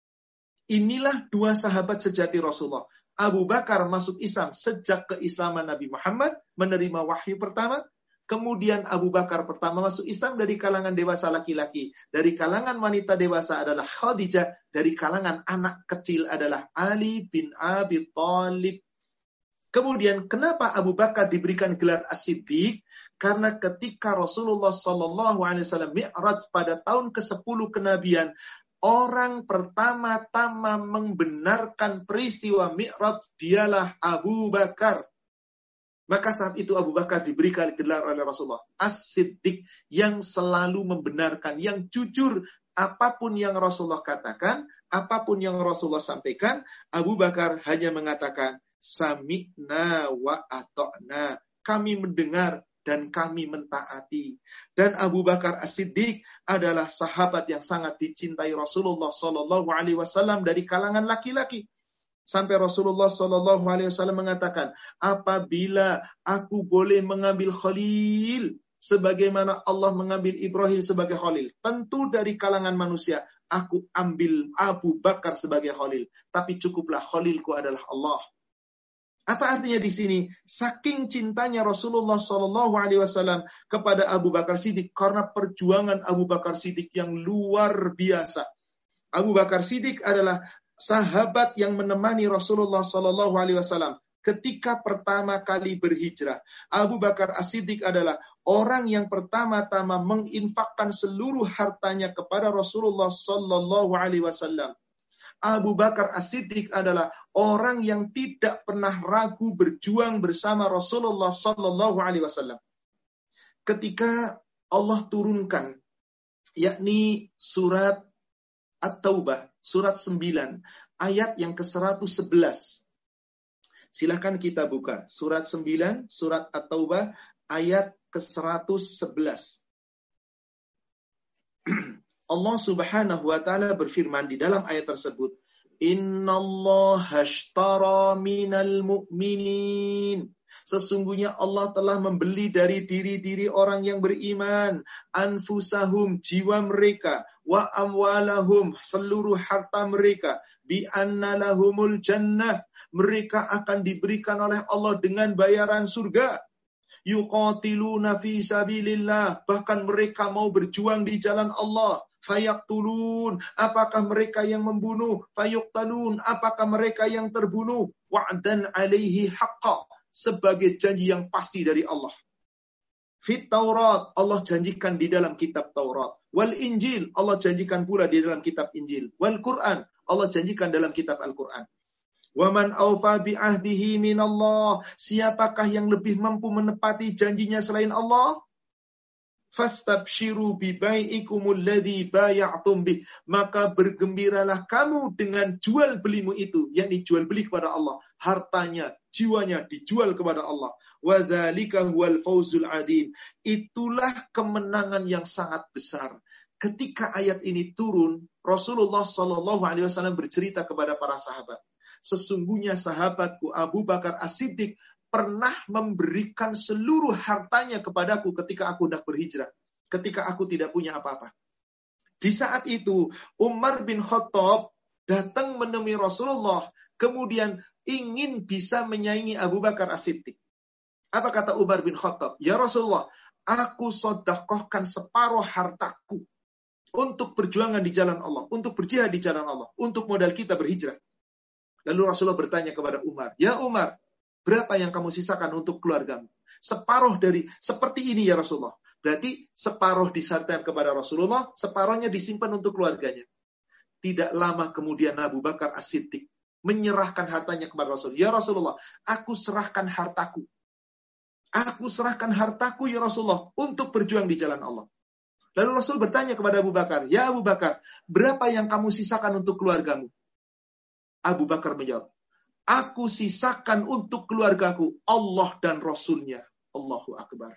Inilah dua sahabat sejati Rasulullah. Abu Bakar masuk Islam sejak keislaman Nabi Muhammad, menerima wahyu pertama. Kemudian Abu Bakar pertama masuk Islam dari kalangan dewasa laki-laki. Dari kalangan wanita dewasa adalah Khadijah. Dari kalangan anak kecil adalah Ali bin Abi Thalib. Kemudian kenapa Abu Bakar diberikan gelar As-Siddiq? Karena ketika Rasulullah SAW Mi'raj pada tahun ke-10 kenabian, orang pertama-tama membenarkan peristiwa Mi'raj dialah Abu Bakar. Maka saat itu Abu Bakar diberikan gelar oleh Rasulullah As-Siddiq, yang selalu membenarkan, yang jujur. Apapun yang Rasulullah katakan, apapun yang Rasulullah sampaikan, Abu Bakar hanya mengatakan sami'na wa ata'na. Kami mendengar dan kami mentaati. Dan Abu Bakar As-Siddiq adalah sahabat yang sangat dicintai Rasulullah SAW dari kalangan laki-laki. Sampai Rasulullah SAW mengatakan, apabila aku boleh mengambil Khalil, sebagaimana Allah mengambil Ibrahim sebagai Khalil, tentu dari kalangan manusia, aku ambil Abu Bakar sebagai Khalil. Tapi cukuplah Khalilku adalah Allah. Apa artinya di sini? Saking cintanya Rasulullah SAW kepada Abu Bakar Siddiq, karena perjuangan Abu Bakar Siddiq yang luar biasa. Abu Bakar Siddiq adalah sahabat yang menemani Rasulullah SAW ketika pertama kali berhijrah. Abu Bakar As-Siddiq adalah orang yang pertama-tama menginfakkan seluruh hartanya kepada Rasulullah SAW. Abu Bakar As-Siddiq adalah orang yang tidak pernah ragu berjuang bersama Rasulullah SAW. Ketika Allah turunkan, yakni surat At-Taubah, surat 9, ayat yang ke-111. Silahkan kita buka. Surat 9, surat At-Taubah, ayat ke-111. Allah Subhanahu wa Ta'ala berfirman di dalam ayat tersebut, Innallaha ashtara minal mu'minin. Sesungguhnya Allah telah membeli dari diri-diri orang yang beriman, anfusahum, jiwa mereka, wa amwalahum, seluruh harta mereka, bi anna lahumul jannah, mereka akan diberikan oleh Allah dengan bayaran surga. Yuqatiluna fi sabilillah, bahkan mereka mau berjuang di jalan Allah. Fayaktulun, apakah mereka yang membunuh? Fayuqtalun, apakah mereka yang terbunuh? Wa'dan alaihi haqqa, sebagai janji yang pasti dari Allah. Fit Taurat, Allah janjikan di dalam kitab Taurat. Wal Injil, Allah janjikan pula di dalam kitab Injil. Wal Quran, Allah janjikan dalam kitab Al-Quran. Wa man awfa bi ahdihi minallah, siapakah yang lebih mampu menepati janjinya selain Allah? Fastabshiru bi bai'ikumul ladzi bay'atum bih, maka bergembiralah kamu dengan jual belimu itu, yakni jual beli kepada Allah, hartanya, jiwanya dijual kepada Allah. Wa dzalika huwal fawzul adzim, itulah kemenangan yang sangat besar. Ketika ayat ini turun, Rasulullah SAW bercerita kepada para sahabat, sesungguhnya sahabatku Abu Bakar As-Siddiq pernah memberikan seluruh hartanya kepadaku ketika aku hendak berhijrah, ketika aku tidak punya apa-apa. Di saat itu, Umar bin Khattab datang menemui Rasulullah, kemudian ingin bisa menyaingi Abu Bakar As-Siddiq. Apa kata Umar bin Khattab? Ya Rasulullah, aku sedekahkan separuh hartaku untuk perjuangan di jalan Allah, untuk berjihad di jalan Allah, untuk modal kita berhijrah. Lalu Rasulullah bertanya kepada Umar, ya Umar, berapa yang kamu sisakan untuk keluargamu? Separuh dari, seperti ini ya Rasulullah. Berarti separuh diserahkan kepada Rasulullah, separuhnya disimpan untuk keluarganya. Tidak lama kemudian Abu Bakar As-Siddiq menyerahkan hartanya kepada Rasul. Ya Rasulullah, aku serahkan hartaku. Aku serahkan hartaku ya Rasulullah untuk berjuang di jalan Allah. Lalu Rasul bertanya kepada Abu Bakar, ya Abu Bakar, berapa yang kamu sisakan untuk keluargamu? Abu Bakar menjawab, aku sisakan untuk keluargaku Allah dan Rasulnya. Allahu Akbar.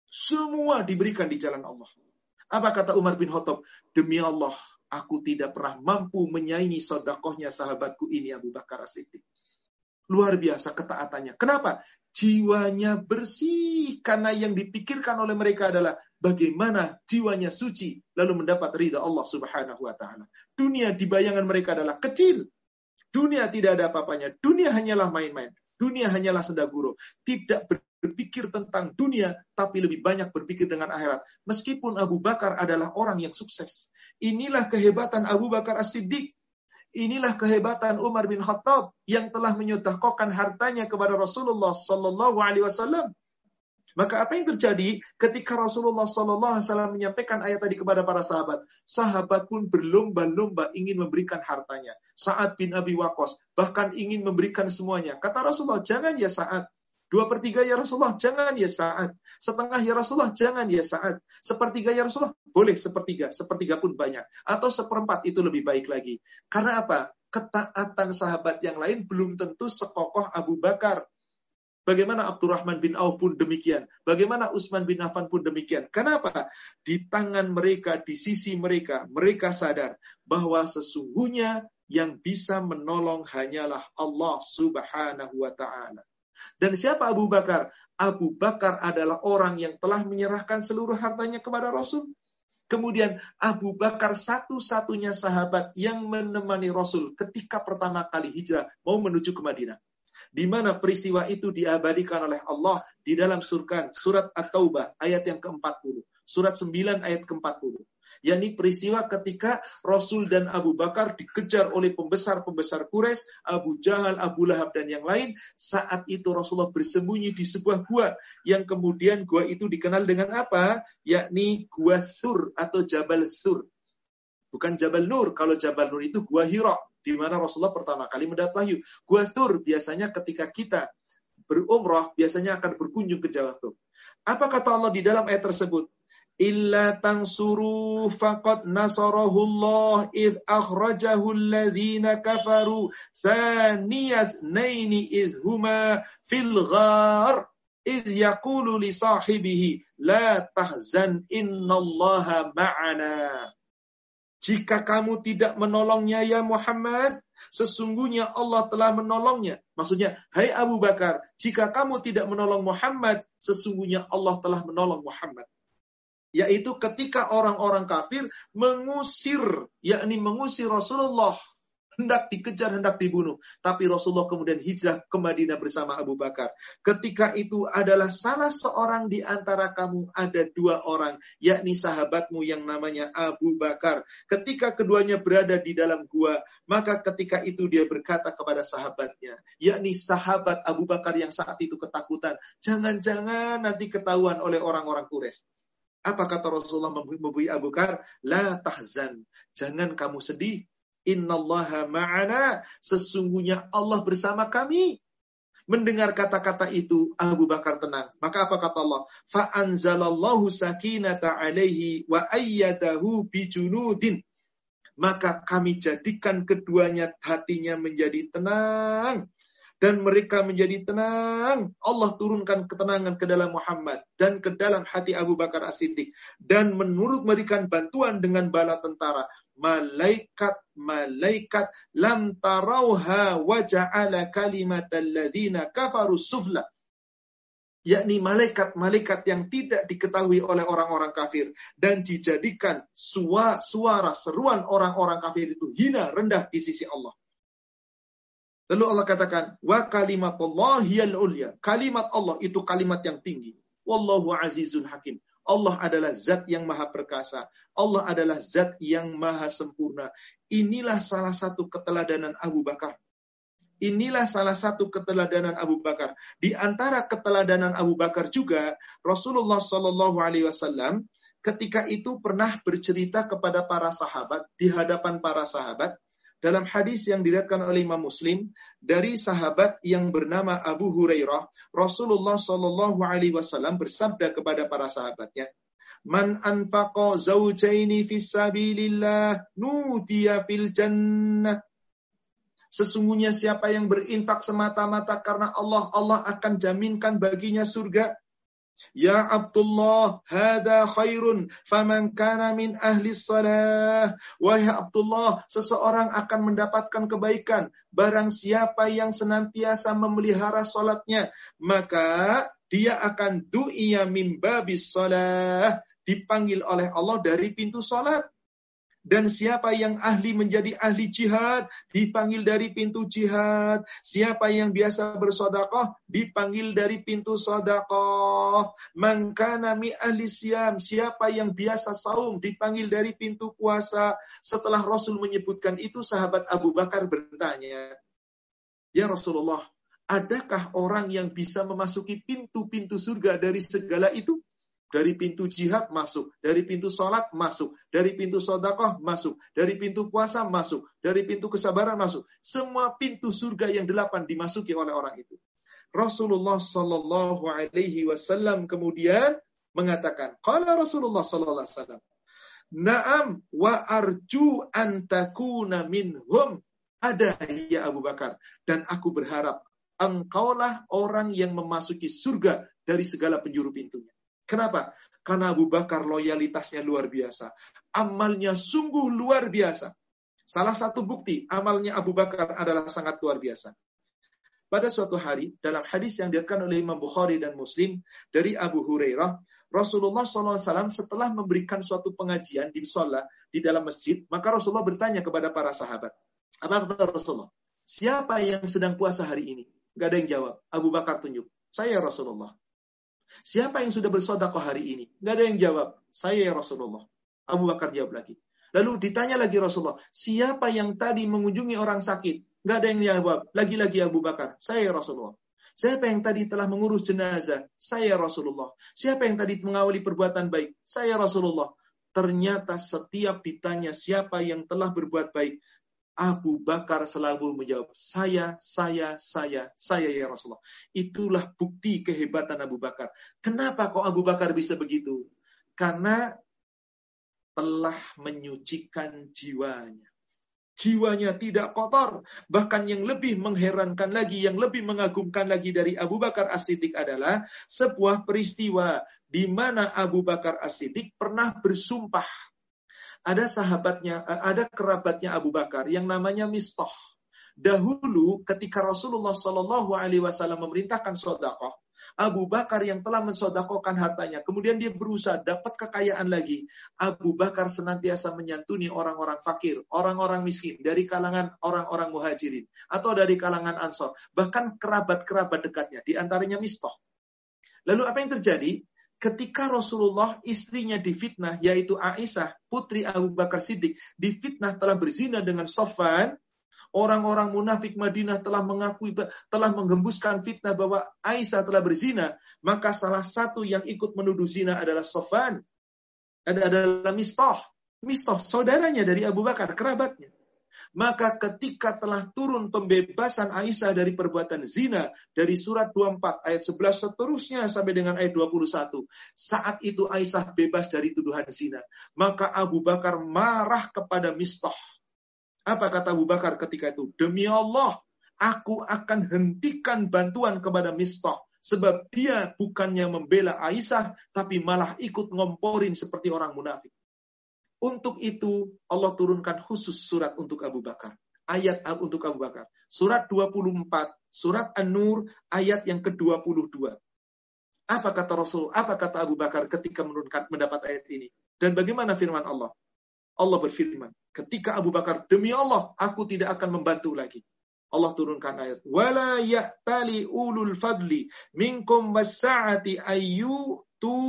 Semua diberikan di jalan Allah. Apa kata Umar bin Khattab? Demi Allah, aku tidak pernah mampu menyaingi sedekahnya sahabatku ini Abu Bakar As-Siddiq. Luar biasa ketaatannya. Kenapa? Jiwanya bersih. Karena yang dipikirkan oleh mereka adalah bagaimana jiwanya suci lalu mendapat ridha Allah Subhanahu wa taala. Dunia di bayangan mereka adalah kecil. Dunia tidak ada apa-apanya. Dunia hanyalah main-main. Dunia hanyalah senda gurau. Tidak berpikir tentang dunia, tapi lebih banyak berpikir dengan akhirat. Meskipun Abu Bakar adalah orang yang sukses. Inilah kehebatan Abu Bakar As-Siddiq. Inilah kehebatan Umar bin Khattab yang telah menyedekahkan hartanya kepada Rasulullah sallallahu alaihi wasallam. Maka apa yang terjadi ketika Rasulullah sallallahu alaihi wasallam menyampaikan ayat tadi kepada para sahabat? Sahabat pun berlomba-lomba ingin memberikan hartanya. Sa'ad bin Abi Waqqas bahkan ingin memberikan semuanya. Kata Rasulullah, jangan ya Sa'ad. 2/3 ya Rasulullah, jangan ya Sa'ad. Setengah ya Rasulullah, jangan ya Sa'ad. 1/3 ya Rasulullah, boleh 1/3. 1/3 pun banyak. Atau 1/4 itu lebih baik lagi. Karena apa? Ketaatan sahabat yang lain belum tentu sekokoh Abu Bakar. Bagaimana Abdurrahman bin Auf pun demikian. Bagaimana Utsman bin Affan pun demikian. Kenapa? Di tangan mereka, di sisi mereka, mereka sadar bahwa sesungguhnya yang bisa menolong hanyalah Allah Subhanahu wa ta'ala. Dan siapa Abu Bakar? Abu Bakar adalah orang yang telah menyerahkan seluruh hartanya kepada Rasul. Kemudian Abu Bakar satu-satunya sahabat yang menemani Rasul ketika pertama kali hijrah mau menuju ke Madinah. Di mana peristiwa itu diabadikan oleh Allah di dalam surat At-Taubah ayat yang ke-40. Surat 9 ayat ke-40. yakni peristiwa ketika Rasul dan Abu Bakar dikejar oleh pembesar-pembesar Quraisy, Abu Jahal, Abu Lahab, dan yang lain. Saat itu Rasulullah bersembunyi di sebuah gua, yang kemudian gua itu dikenal dengan apa? Yakni Gua Sur atau Jabal Sur. Bukan Jabal Nur. Kalau Jabal Nur itu Gua Hira, di mana Rasulullah pertama kali mendapat wahyu. Gua Sur biasanya ketika kita berumrah, biasanya akan berkunjung ke Jabal Sur. Apa kata Allah di dalam ayat tersebut? Illa tansuru faqad nasarahullah id akhrajahu alladhina kafaru thaniyasnaini id huma fil ghar id yaqulu li sahibihi la tahzan innallaha ma'ana. Jika kamu tidak menolongnya ya Muhammad, sesungguhnya Allah telah menolongnya. Maksudnya, hai Abu Bakar, jika kamu tidak menolong Muhammad, sesungguhnya Allah telah menolong Muhammad. Yaitu ketika orang-orang kafir mengusir, yakni mengusir Rasulullah, hendak dikejar, hendak dibunuh. Tapi Rasulullah kemudian hijrah ke Madinah bersama Abu Bakar. Ketika itu adalah salah seorang di antara kamu, ada dua orang, yakni sahabatmu yang namanya Abu Bakar. Ketika keduanya berada di dalam gua, maka ketika itu dia berkata kepada sahabatnya, yakni sahabat Abu Bakar yang saat itu ketakutan, jangan-jangan nanti ketahuan oleh orang-orang Quraisy. Apa kata Rasulullah membui Abu Bakar? La tahzan. Jangan kamu sedih. Innallaha ma'ana. Sesungguhnya Allah bersama kami. Mendengar kata-kata itu, Abu Bakar tenang. Maka apa kata Allah? Fa'anzalallahu sakinata alaihi wa ayyadahu bijunudin. Maka kami jadikan keduanya hatinya menjadi tenang. Dan mereka menjadi tenang. Allah turunkan ketenangan ke dalam Muhammad dan ke dalam hati Abu Bakar As-Siddiq. Dan menurut memberikan bantuan dengan bala tentara. Malaikat lam tarauha wa ja'ala kalimatal ladzina kafaru sufla. Yakni malaikat-malaikat yang tidak diketahui oleh orang-orang kafir. Dan dijadikan suara seruan orang-orang kafir itu hina, rendah di sisi Allah. Lalu Allah katakan, wa kalimatullahiyal ulya. Kalimat Allah itu kalimat yang tinggi. Wallahu azizun hakim. Allah adalah zat yang maha perkasa. Allah adalah zat yang maha sempurna. Inilah salah satu keteladanan Abu Bakar. Inilah salah satu keteladanan Abu Bakar. Di antara keteladanan Abu Bakar juga, Rasulullah Shallallahu Alaihi Wasallam ketika itu pernah bercerita kepada para sahabat di hadapan para sahabat dalam hadis yang diriwayatkan oleh Imam Muslim dari sahabat yang bernama Abu Hurairah. Rasulullah Shallallahu Alaihi Wasallam bersabda kepada para sahabatnya, "Man anfaqa zawjaini fis sabilillah nudiya fil jannah." Sesungguhnya siapa yang berinfak semata-mata karena Allah, Allah akan jaminkan baginya surga. Ya Abdullah, hada khairun, faman kana min ahli salah. Wahai Abdullah, seseorang akan mendapatkan kebaikan. Barang siapa yang senantiasa memelihara salatnya, maka dia akan du'iya min babis salah, dipanggil oleh Allah dari pintu salat. Dan siapa yang ahli menjadi ahli jihad, dipanggil dari pintu jihad. Siapa yang biasa bersedekah, dipanggil dari pintu sedekah. Man kana mi ahli siyam, siapa yang biasa saum, dipanggil dari pintu puasa. Setelah Rasul menyebutkan itu, sahabat Abu Bakar bertanya, "Ya Rasulullah, adakah orang yang bisa memasuki pintu-pintu surga dari segala itu?" Dari pintu jihad masuk, dari pintu sholat masuk, dari pintu sedekah masuk, dari pintu puasa masuk, dari pintu kesabaran masuk. Semua pintu surga yang 8 dimasuki oleh orang itu. Rasulullah Sallallahu Alaihi Wasallam kemudian mengatakan, qala Rasulullah Sallallahu Alaihi Wasallam, "Na'am wa arju an takuna minhum." Ada ya Abu Bakar, dan aku berharap engkaulah orang yang memasuki surga dari segala penjuru pintunya. Kenapa? Karena Abu Bakar loyalitasnya luar biasa. Amalnya sungguh luar biasa. Salah satu bukti amalnya Abu Bakar adalah sangat luar biasa. Pada suatu hari, dalam hadis yang diriwayatkan oleh Imam Bukhari dan Muslim, dari Abu Hurairah, Rasulullah SAW setelah memberikan suatu pengajian di sholat di dalam masjid, maka Rasulullah bertanya kepada para sahabat. Apa kata Rasulullah? Siapa yang sedang puasa hari ini? Gak ada yang jawab. Abu Bakar tunjuk. Saya Rasulullah. Siapa yang sudah bersedekah hari ini? Gak ada yang jawab. Saya ya Rasulullah. Abu Bakar jawab lagi. Lalu ditanya lagi Rasulullah. Siapa yang tadi mengunjungi orang sakit? Gak ada yang jawab. Lagi-lagi Abu Bakar. Saya ya Rasulullah. Siapa yang tadi telah mengurus jenazah? Saya ya Rasulullah. Siapa yang tadi mengawali perbuatan baik? Saya ya Rasulullah. Ternyata setiap ditanya siapa yang telah berbuat baik, Abu Bakar selalu menjawab, saya ya Rasulullah. Itulah bukti kehebatan Abu Bakar. Kenapa kok Abu Bakar bisa begitu? Karena telah menyucikan jiwanya. Jiwanya tidak kotor. Bahkan yang lebih mengherankan lagi, yang lebih mengagumkan lagi dari Abu Bakar As-Siddiq adalah sebuah peristiwa di mana Abu Bakar As-Siddiq pernah bersumpah. Ada sahabatnya, ada kerabatnya Abu Bakar yang namanya Mistah. Dahulu ketika Rasulullah Shallallahu Alaihi Wasallam memerintahkan sedekah, Abu Bakar yang telah mensedekahkan hartanya, kemudian dia berusaha dapat kekayaan lagi. Abu Bakar senantiasa menyantuni orang-orang fakir, orang-orang miskin dari kalangan orang-orang muhajirin atau dari kalangan ansor, bahkan kerabat-kerabat dekatnya, di antaranya Mistah. Lalu apa yang terjadi? Ketika Rasulullah istrinya difitnah, yaitu Aisyah, putri Abu Bakar Siddiq, difitnah telah berzina dengan Safwan, orang-orang munafik Madinah telah mengakui, telah menggembuskan fitnah bahwa Aisyah telah berzina, maka salah satu yang ikut menuduh zina adalah Safwan, adalah Mistah. Mistah, saudaranya dari Abu Bakar, kerabatnya. Maka ketika telah turun pembebasan Aisyah dari perbuatan zina dari surat 24 ayat 11 seterusnya sampai dengan ayat 21, saat itu Aisyah bebas dari tuduhan zina, maka Abu Bakar marah kepada Mistah. Apa kata Abu Bakar ketika itu? Demi Allah, aku akan hentikan bantuan kepada Mistah, sebab dia bukannya membela Aisyah tapi malah ikut ngomporin seperti orang munafik. Untuk itu Allah turunkan khusus surat untuk Abu Bakar. Ayat untuk Abu Bakar. Surat 24, surat An-Nur, ayat yang ke-22. Apa kata Rasul? Apa kata Abu Bakar ketika mendapat ayat ini? Dan bagaimana firman Allah? Allah berfirman, ketika Abu Bakar, demi Allah, aku tidak akan membantu lagi. Allah turunkan ayat, wala ya'tali ulul fadli minkum was-sa'ati ayyu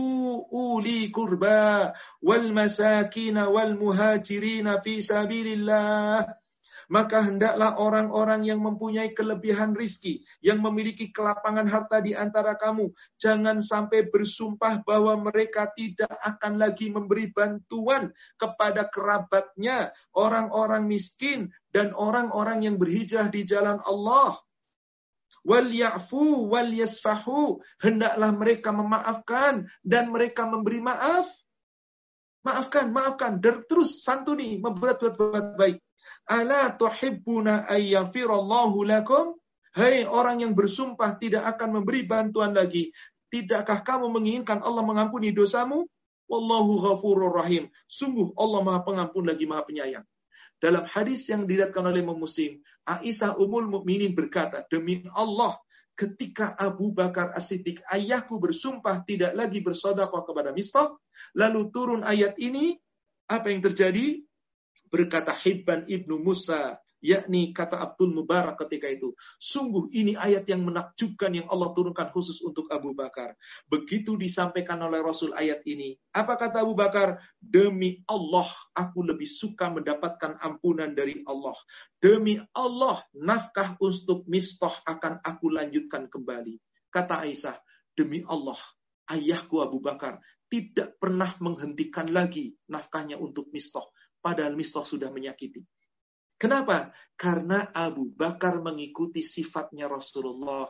uli kurba wal masakin wal muhajirin fi sabilillah Maka hendaklah orang-orang yang mempunyai kelebihan rizki, yang memiliki kelapangan harta di antara kamu, jangan sampai bersumpah bahwa mereka tidak akan lagi memberi bantuan kepada kerabatnya, orang-orang miskin, dan orang-orang yang berhijrah di jalan Allah. Wal ya'fu wal yasfahu, hendaklah mereka memaafkan dan mereka memberi maaf. Maafkan, dan terus santuni, berbuat baik. Ala tuhibbuna ayyafirallahu lakum? Hai orang yang bersumpah tidak akan memberi bantuan lagi, tidakkah kamu menginginkan Allah mengampuni dosamu? Wallahu ghafurur rahim. Sungguh Allah Maha Pengampun lagi Maha Penyayang. Dalam hadis yang diriwayatkan oleh Imam Muslim, Aisyah Ummul Mukminin berkata, demi Allah, ketika Abu Bakar As-Siddiq, ayahku, bersumpah tidak lagi bersedekah kepada Mistah, lalu turun ayat ini, apa yang terjadi? Berkata Hibban ibnu Musa, yakni kata Abdul Mubarak ketika itu, sungguh ini ayat yang menakjubkan yang Allah turunkan khusus untuk Abu Bakar. Begitu disampaikan oleh Rasul ayat ini, apa kata Abu Bakar? Demi Allah, aku lebih suka mendapatkan ampunan dari Allah. Demi Allah, nafkah untuk Mistah akan aku lanjutkan kembali. Kata Aisyah, demi Allah, ayahku Abu Bakar tidak pernah menghentikan lagi nafkahnya untuk Mistah. Padahal Mistah sudah menyakiti. Kenapa? Karena Abu Bakar mengikuti sifatnya Rasulullah,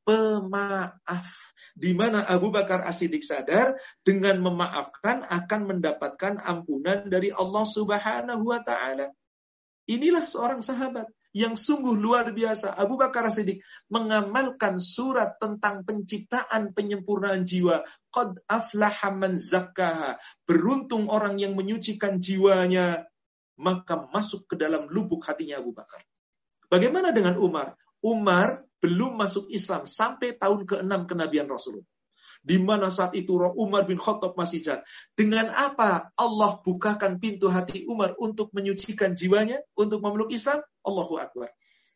pemaaf. Di mana Abu Bakar As-Siddiq sadar dengan memaafkan akan mendapatkan ampunan dari Allah Subhanahu wa taala. Inilah seorang sahabat yang sungguh luar biasa. Abu Bakar As-Siddiq mengamalkan surat tentang penciptaan penyempurnaan jiwa. Qad aflaha man zakkaha. Beruntung orang yang menyucikan jiwanya, maka masuk ke dalam lubuk hatinya Abu Bakar. Bagaimana dengan Umar? Umar belum masuk Islam sampai tahun ke-6 kenabian Rasulullah. Di mana saat itu Umar bin Khattab masih jahat. Dengan apa Allah bukakan pintu hati Umar untuk menyucikan jiwanya, untuk memeluk Islam? Allahu Akbar.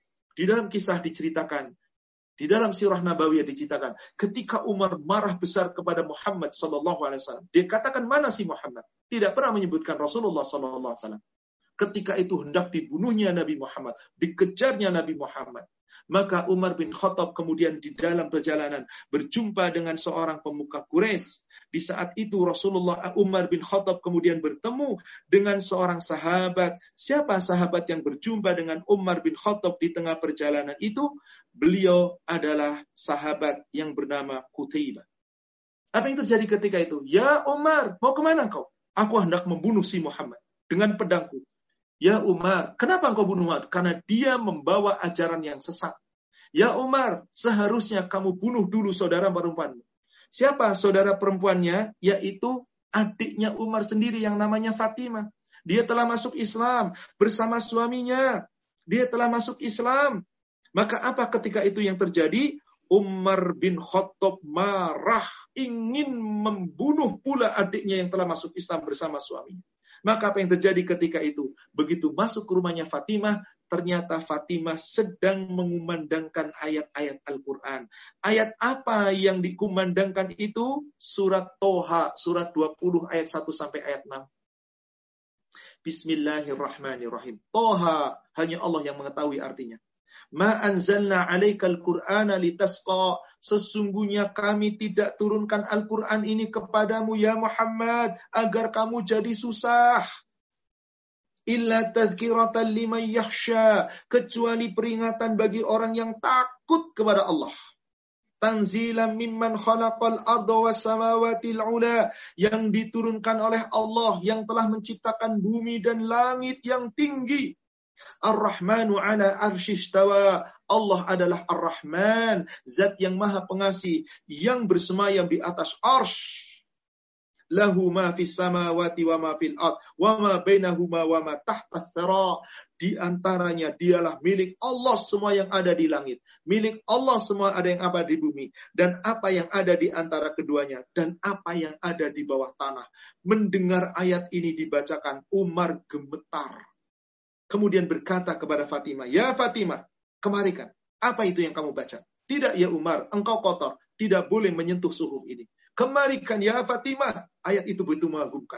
Di dalam kisah diceritakan, di dalam sirah Nabawiyah diceritakan, ketika Umar marah besar kepada Muhammad SAW, dia katakan, mana si Muhammad? Tidak pernah menyebutkan Rasulullah SAW. Ketika itu hendak dibunuhnya Nabi Muhammad, dikejarnya Nabi Muhammad. Maka Umar bin Khattab kemudian di dalam perjalanan berjumpa dengan seorang pemuka Quraisy. Di saat itu Umar bin Khattab kemudian bertemu dengan seorang sahabat. Siapa sahabat yang berjumpa dengan Umar bin Khattab di tengah perjalanan itu? Beliau adalah sahabat yang bernama Qutaibah. Apa yang terjadi ketika itu? Ya Umar, mau kemana kau? Aku hendak membunuh si Muhammad dengan pedangku. Ya Umar, kenapa engkau bunuh Muhammad? Karena dia membawa ajaran yang sesat. Ya Umar, seharusnya kamu bunuh dulu saudara perempuanmu. Siapa saudara perempuannya? Yaitu adiknya Umar sendiri yang namanya Fatimah. Dia telah masuk Islam bersama suaminya. Dia telah masuk Islam. Maka apa ketika itu yang terjadi? Umar bin Khattab marah, ingin membunuh pula adiknya yang telah masuk Islam bersama suaminya. Maka apa yang terjadi ketika itu? Begitu masuk ke rumahnya Fatimah, ternyata Fatimah sedang mengumandangkan ayat-ayat Al-Quran. Ayat apa yang dikumandangkan itu? Surat Toha, surat 20 ayat 1 sampai ayat 6. Bismillahirrahmanirrahim. Toha, hanya Allah yang mengetahui artinya. Ma anzalna 'alaikal Qur'ana litasqa. Sesungguhnya kami tidak turunkan Al-Qur'an ini kepadamu ya Muhammad agar kamu jadi susah. Illa tadhkiratan liman yakhsha, kecuali peringatan bagi orang yang takut kepada Allah. Tanzilan mimman khalaqal arda was samawati al-'ula, yang diturunkan oleh Allah yang telah menciptakan bumi dan langit yang tinggi. Ar-Rahmanu ala arsyistawa. Allah adalah Ar-Rahman, zat yang maha pengasih, yang bersemayam di atas arsy. Lahu ma fis samawati wa ma fil ard wa ma bainahuma wa ma tahta tsara. Di antaranya dialah milik Allah semua yang ada di langit, milik Allah semua ada yang ada di bumi, dan apa yang ada di antara keduanya, dan apa yang ada di bawah tanah. Mendengar ayat ini dibacakan, Umar gemetar. Kemudian berkata kepada Fatimah, ya Fatimah, kemarikan. Apa itu yang kamu baca? Tidak ya Umar, engkau kotor. Tidak boleh menyentuh suhuf ini. Kemarikan ya Fatimah. Ayat itu begitu mengagumkan.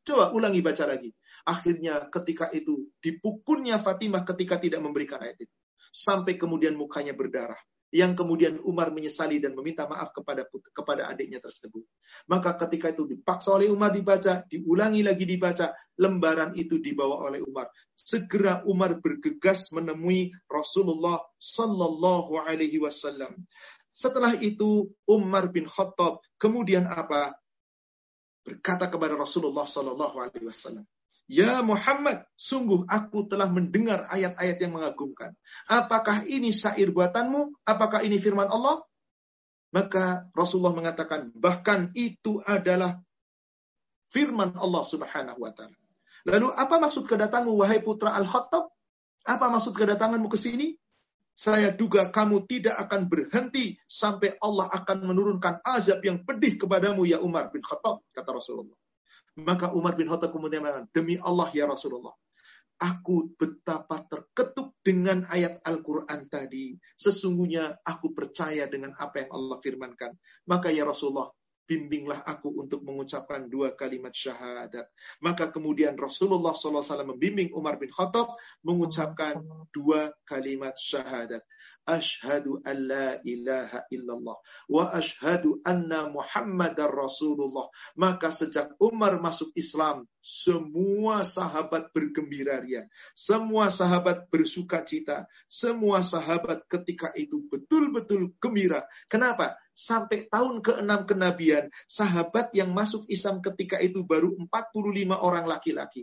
Coba ulangi baca lagi. Akhirnya ketika itu dipukulnya Fatimah ketika tidak memberikan ayat itu. Sampai kemudian mukanya berdarah. Yang kemudian Umar menyesali dan meminta maaf kepada adiknya tersebut. Maka ketika itu dipaksa oleh Umar dibaca, diulangi lagi dibaca, lembaran itu dibawa oleh Umar. Segera Umar bergegas menemui Rasulullah Sallallahu Alaihi Wasallam. Setelah itu Umar bin Khattab kemudian apa? Berkata kepada Rasulullah Sallallahu Alaihi Wasallam, Ya Muhammad, sungguh aku telah mendengar ayat-ayat yang mengagumkan. Apakah ini syair buatanmu? Apakah ini firman Allah? Maka Rasulullah mengatakan, bahkan itu adalah firman Allah Subhanahu wa Ta'ala. Lalu apa maksud kedatanganmu, wahai putra Al-Khattab? Apa maksud kedatanganmu ke sini? Saya duga kamu tidak akan berhenti sampai Allah akan menurunkan azab yang pedih kepadamu, ya Umar bin Khattab, kata Rasulullah. Maka Umar bin Khattab kemudian mengatakan, demi Allah ya Rasulullah, aku betapa terketuk dengan ayat Al-Quran tadi. Sesungguhnya aku percaya dengan apa yang Allah firmankan. Maka ya Rasulullah, bimbinglah aku untuk mengucapkan 2 kalimat syahadat. Maka kemudian Rasulullah SAW membimbing Umar bin Khattab mengucapkan 2 kalimat syahadat. Ashhadu an la ilaha illallah wa ashhadu anna Muhammadar Rasulullah. Maka sejak Umar masuk Islam, semua sahabat bergembira ria. Semua sahabat bersuka cita. Semua sahabat ketika itu betul-betul gembira. Kenapa? Sampai tahun ke-6 kenabian, sahabat yang masuk Islam ketika itu baru 45 orang laki-laki.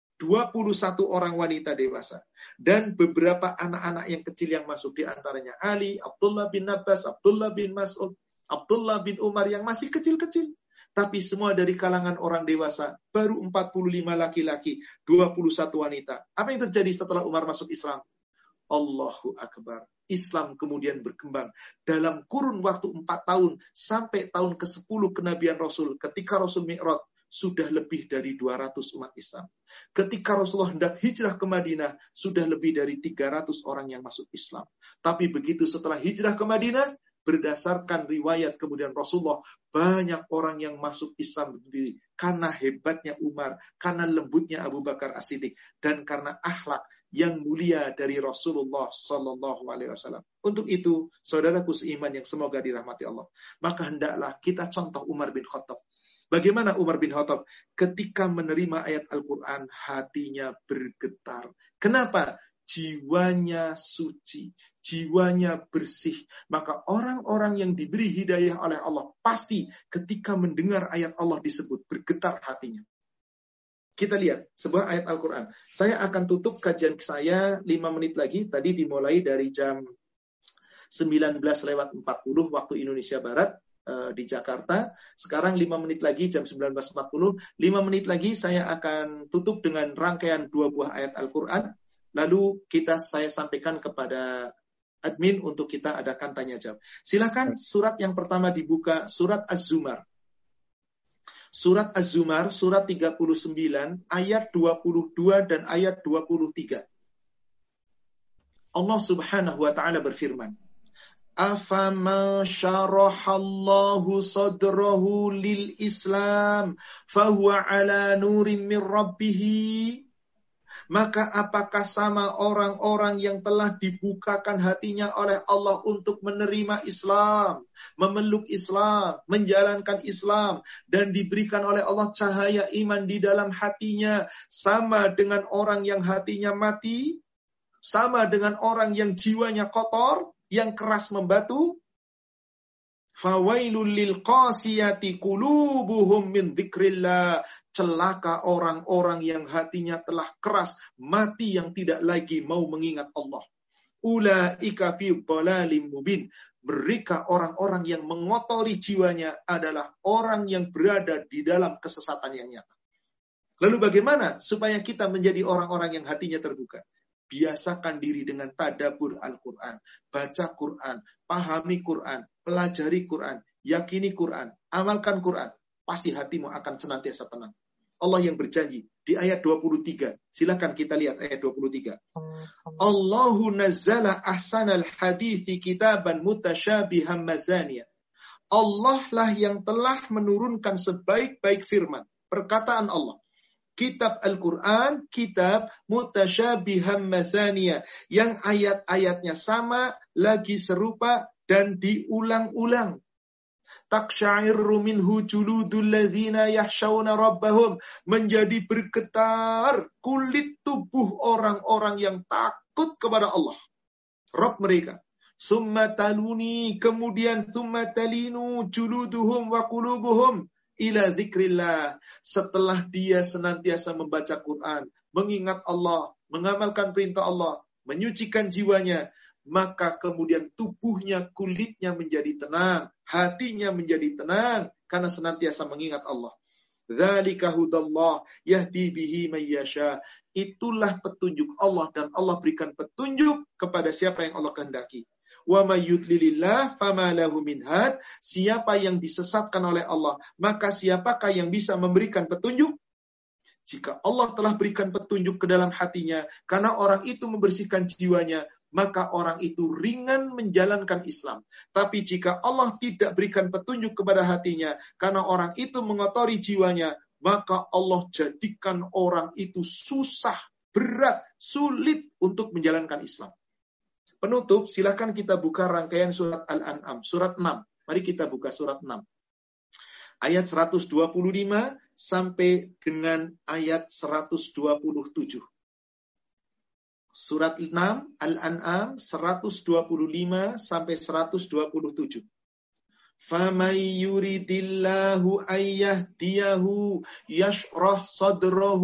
21 orang wanita dewasa. Dan beberapa anak-anak yang kecil yang masuk, di antaranya Ali, Abdullah bin Abbas, Abdullah bin Mas'ud, Abdullah bin Umar yang masih kecil-kecil. Tapi semua dari kalangan orang dewasa, baru 45 laki-laki, 21 wanita. Apa yang terjadi setelah Umar masuk Islam? Allahu Akbar. Islam kemudian berkembang. Dalam kurun waktu 4 tahun, sampai tahun ke-10 kenabian Rasul, ketika Rasul Mi'raj, sudah lebih dari 200 umat Islam. Ketika Rasulullah hendak hijrah ke Madinah, sudah lebih dari 300 orang yang masuk Islam. Tapi begitu setelah hijrah ke Madinah, berdasarkan riwayat kemudian Rasulullah, banyak orang yang masuk Islam berdiri. Karena hebatnya Umar, karena lembutnya Abu Bakar As-Siddiq, dan karena akhlak yang mulia dari Rasulullah Sallallahu Alaihi Wasallam. Untuk itu, saudaraku seiman yang semoga dirahmati Allah, maka hendaklah kita contoh Umar bin Khattab. Bagaimana Umar bin Khattab ketika menerima ayat Al-Quran, hatinya bergetar. Kenapa? Jiwanya suci, jiwanya bersih. Maka orang-orang yang diberi hidayah oleh Allah, pasti ketika mendengar ayat Allah disebut, bergetar hatinya. Kita lihat sebuah ayat Al-Quran. Saya akan tutup kajian saya 5 menit lagi. Tadi dimulai dari jam 19:40 waktu Indonesia Barat. Di Jakarta. Sekarang 5 menit lagi jam 19.40. 5 menit lagi saya akan tutup dengan rangkaian 2 buah ayat Al-Quran. Lalu saya sampaikan kepada admin untuk kita adakan tanya jawab. Silakan surat yang pertama dibuka, surat Az-Zumar. Surat Az-Zumar, surat 39, ayat 22 dan ayat 23. Allah Subhanahu wa Ta'ala berfirman, Afama syarahallahu sadrahu lil Islam fahuwa ala nurim min rabbihi. Maka apakah sama orang-orang yang telah dibukakan hatinya oleh Allah untuk menerima Islam, memeluk Islam, menjalankan Islam, dan diberikan oleh Allah cahaya iman di dalam hatinya, sama dengan orang yang hatinya mati, sama dengan orang yang jiwanya kotor, yang keras membatu. Fawailul lil qasiyati qulubuhum min dzikrillah. Celaka orang-orang yang hatinya telah keras, mati yang tidak lagi mau mengingat Allah. Ulaika fi dhalalim mubin. Mereka orang-orang yang mengotori jiwanya adalah orang yang berada di dalam kesesatan yang nyata. Lalu bagaimana supaya kita menjadi orang-orang yang hatinya terbuka? Biasakan diri dengan tadabbur Al-Quran. Baca Quran, pahami Quran, pelajari Quran, yakini Quran, amalkan Quran. Pasti hatimu akan senantiasa tenang. Allah yang berjanji di ayat 23. Silakan kita lihat ayat 23. Allahu nazzala ahsanal hadithi kitaban mutasyabihan mazaniya. Allah lah yang telah menurunkan sebaik-baik firman. Perkataan Allah. Kitab Al-Quran, kitab mutasyabihan mathaniya, yang ayat-ayatnya sama, lagi serupa, dan diulang-ulang. Taqsya'irru minhu juludul ladzina yakhshawna rabbahum, menjadi bergetar kulit tubuh orang-orang yang takut kepada Allah, Rabb mereka. Summa taluni, kemudian summa talinu juluduhum wa qulubuhum ila dzikrillah. Setelah dia senantiasa membaca Quran, mengingat Allah, mengamalkan perintah Allah, menyucikan jiwanya, maka kemudian tubuhnya, kulitnya menjadi tenang, hatinya menjadi tenang karena senantiasa mengingat Allah. Dzalika hudallah yahdi bihi may yasha. Itulah petunjuk Allah, dan Allah berikan petunjuk kepada siapa yang Allah kehendaki. Wa may yudlilillah fama lahu min had. Siapa yang disesatkan oleh Allah, maka siapakah yang bisa memberikan petunjuk? Jika Allah telah berikan petunjuk ke dalam hatinya, karena orang itu membersihkan jiwanya, maka orang itu ringan menjalankan Islam. Tapi jika Allah tidak berikan petunjuk kepada hatinya, karena orang itu mengotori jiwanya, maka Allah jadikan orang itu susah, berat, sulit untuk menjalankan Islam. Penutup, silakan kita buka rangkaian surat Al-An'am, surat 6. Mari kita buka surat 6. Ayat 125 sampai dengan ayat 127. Surat 6 Al-An'am 125 sampai 127. فَمَنْ يُرِدِ اللَّهُ أَنْ يَهْدِيَهُ يَشْرَحْ صَدْرَهُ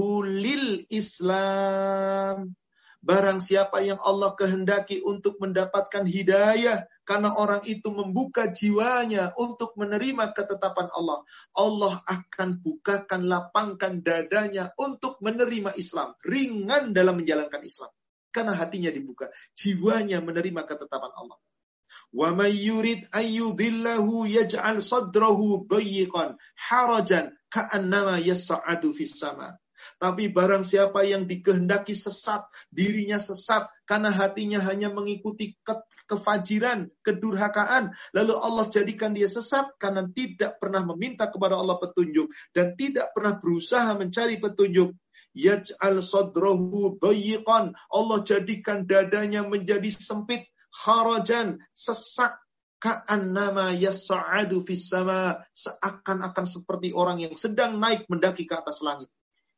لِلْإِسْلَامِ. Barang siapa yang Allah kehendaki untuk mendapatkan hidayah, karena orang itu membuka jiwanya untuk menerima ketetapan Allah, Allah akan bukakan, lapangkan dadanya untuk menerima Islam, ringan dalam menjalankan Islam. Karena hatinya dibuka, jiwanya menerima ketetapan Allah. Wa may yurid ayyudillahu yaj'al sadrahu dayyiqan harajan ka'annama yas'adu fis sama. Tapi barang siapa yang dikehendaki sesat, dirinya sesat karena hatinya hanya mengikuti kefajiran, kedurhakaan, lalu Allah jadikan dia sesat karena tidak pernah meminta kepada Allah petunjuk dan tidak pernah berusaha mencari petunjuk. Yaj'al sadrahu dayyiqan, Allah jadikan dadanya menjadi sempit, harajan, sesak, ka'annama yas'adu fis sama, seakan-akan seperti orang yang sedang naik mendaki ke atas langit.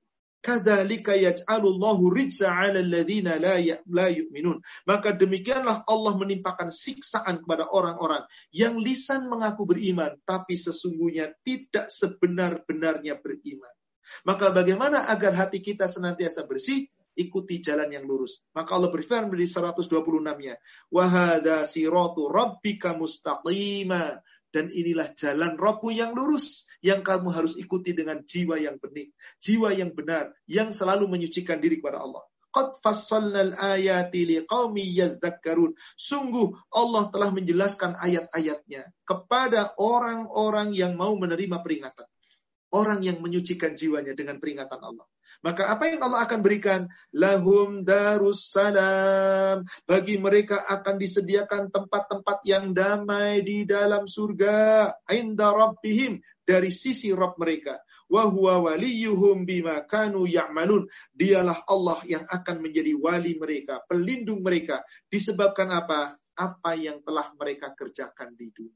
Kadzalika yaj'alullahu rijsa 'alal ladzina la yu'minun. Maka demikianlah Allah menimpakan siksaan kepada orang-orang yang lisan mengaku beriman tapi sesungguhnya tidak sebenar-benarnya beriman. Maka bagaimana agar hati kita senantiasa bersih? Ikuti jalan yang lurus. Maka Allah berfirman di 126-nya, wa hadza siratu rabbika mustaqima. Dan inilah jalan Rabbmu yang lurus, yang kamu harus ikuti dengan jiwa yang bening, jiwa yang benar, yang selalu menyucikan diri kepada Allah. Qad fassalnal ayati liqaumin yadhakkarun. Sungguh Allah telah menjelaskan ayat-ayatnya kepada orang-orang yang mau menerima peringatan. Orang yang menyucikan jiwanya dengan peringatan Allah. Maka apa yang Allah akan berikan? Lahum darus salam. Bagi mereka akan disediakan tempat-tempat yang damai di dalam surga. Inda rabbihim, dari sisi Rabb mereka. Wa huwa waliyuhum bima kanu ya'malun. Dialah Allah yang akan menjadi wali mereka, pelindung mereka. Disebabkan apa? Apa yang telah mereka kerjakan di dunia.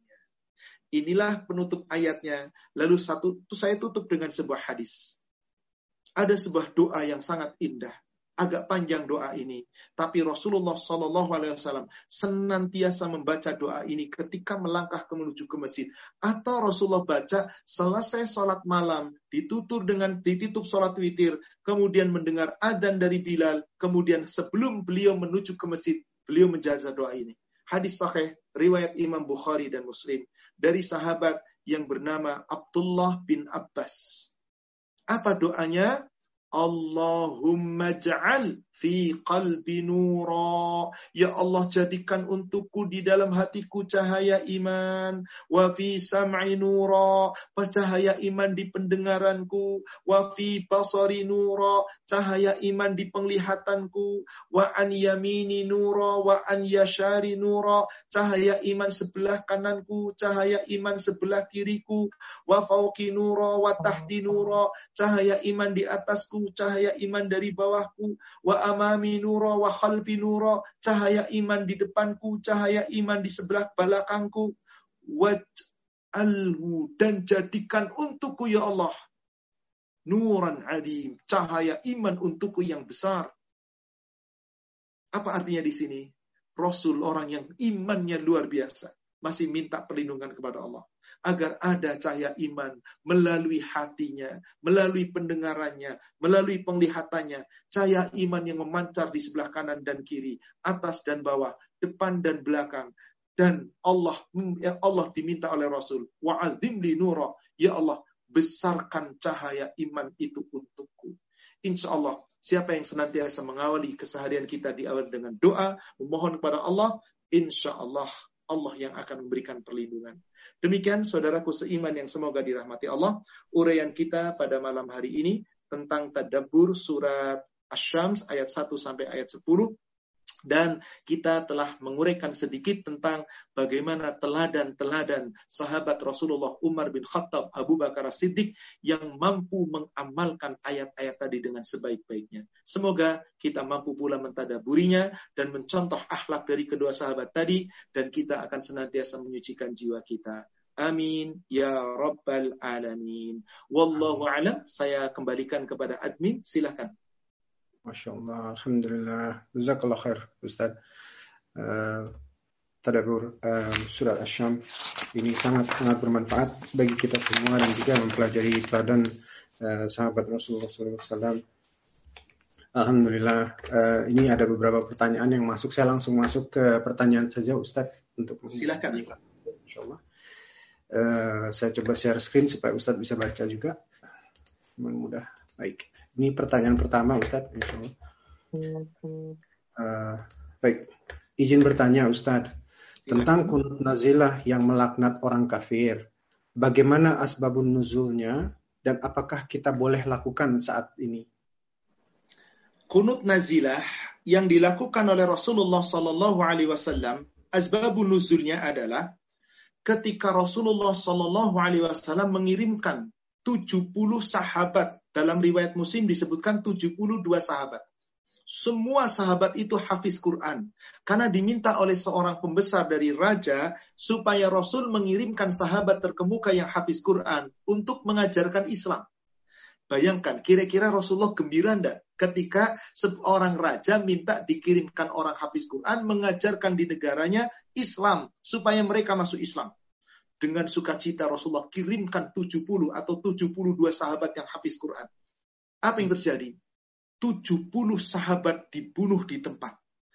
Inilah penutup ayatnya. Lalu saya tutup dengan sebuah hadis. Ada sebuah doa yang sangat indah. Agak panjang doa ini. Tapi Rasulullah SAW senantiasa membaca doa ini ketika melangkah menuju ke masjid. Atau Rasulullah baca selesai sholat malam, ditutup sholat witir, kemudian mendengar adzan dari Bilal, kemudian sebelum beliau menuju ke masjid, beliau menjaga doa ini. Hadis sahih, riwayat Imam Bukhari dan Muslim. Dari sahabat yang bernama Abdullah bin Abbas. Apa doanya? Allahumma ja'al fi qalbi nura. Ya Allah, jadikan untukku di dalam hatiku cahaya iman. Wa fi sam'i nura, cahaya iman di pendengaranku. Wa fi basari nura, cahaya iman di penglihatanku. Wa an yamini nura wa an yashari nura, cahaya iman sebelah kananku, cahaya iman sebelah kiriku. Wa fauqi nura wa tahti nura, cahaya iman di atasku, cahaya iman dari bawahku. Wa amami nura wa khalfi nura, cahaya iman di depanku, cahaya iman di sebelah belakangku. Waj'alhu, dan jadikan untukku ya Allah nuran adim, cahaya iman untukku yang besar. Apa artinya di sini? Rasul, orang yang imannya luar biasa, masih minta perlindungan kepada Allah agar ada cahaya iman melalui hatinya, melalui pendengarannya, melalui penglihatannya, cahaya iman yang memancar di sebelah kanan dan kiri, atas dan bawah, depan dan belakang. Dan Allah diminta oleh Rasul, wa'azim li nura, ya Allah, besarkan cahaya iman itu untukku. Insya Allah, siapa yang senantiasa mengawali keseharian kita diawali dengan doa, memohon kepada Allah, insya Allah, Allah yang akan memberikan perlindungan. Demikian saudaraku seiman yang semoga dirahmati Allah, uraian kita pada malam hari ini tentang tadabbur surat Asy-Syams ayat 1 sampai ayat 10. Dan kita telah menguraikan sedikit tentang bagaimana teladan-teladan sahabat Rasulullah Umar bin Khattab, Abu Bakar As-Siddiq yang mampu mengamalkan ayat-ayat tadi dengan sebaik-baiknya. Semoga kita mampu pula mentadaburinya dan mencontoh akhlak dari kedua sahabat tadi, dan kita akan senantiasa menyucikan jiwa kita. Amin ya rabbal alamin. Wallahu a'lam. Saya kembalikan kepada admin, silakan. Masya Allah, Alhamdulillah, Jazakallah khair Ustaz. Tadabbur surat Asy-Syams ini sangat bermanfaat bagi kita semua dan juga mempelajari teladan sahabat Rasulullah SAW. Alhamdulillah, ini ada beberapa pertanyaan yang masuk. Saya langsung masuk ke pertanyaan saja Ustaz untuk silakan. Insyaallah. Saya coba share screen supaya Ustaz bisa baca juga. Mudah. Baik. Ini pertanyaan pertama Ustaz, insyaallah. Baik, izin bertanya Ustaz tentang kunut nazilah yang melaknat orang kafir. Bagaimana asbabun nuzulnya dan apakah kita boleh lakukan saat ini? Kunut nazilah yang dilakukan oleh Rasulullah Sallallahu Alaihi Wasallam, asbabun nuzulnya adalah ketika Rasulullah Sallallahu Alaihi Wasallam mengirimkan 70 sahabat. Dalam riwayat Muslim disebutkan 72 sahabat. Semua sahabat itu hafiz Quran. Karena diminta oleh seorang pembesar dari raja supaya Rasul mengirimkan sahabat terkemuka yang hafiz Quran untuk mengajarkan Islam. Bayangkan, kira-kira Rasulullah gembira enggak ketika seorang raja minta dikirimkan orang hafiz Quran mengajarkan di negaranya Islam supaya mereka masuk Islam. Dengan sukacita Rasulullah kirimkan 70 atau 72 sahabat yang hafiz Quran. Apa yang terjadi? 70 sahabat dibunuh di tempat.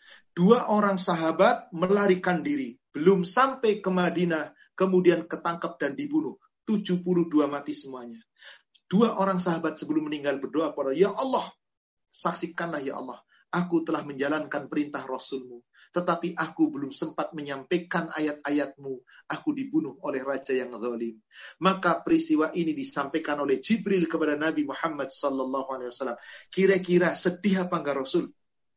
2 orang sahabat melarikan diri. Belum sampai ke Madinah, kemudian ketangkap dan dibunuh. 72 mati semuanya. 2 orang sahabat sebelum meninggal berdoa kepada Ya Allah, saksikanlah ya Allah, aku telah menjalankan perintah Rasul-Mu, tetapi aku belum sempat menyampaikan ayat-ayat-Mu. Aku dibunuh oleh raja yang zalim. Maka peristiwa ini disampaikan oleh Jibril kepada Nabi Muhammad sallallahu alaihi wasallam. Kira-kira sedih apa enggak Rasul?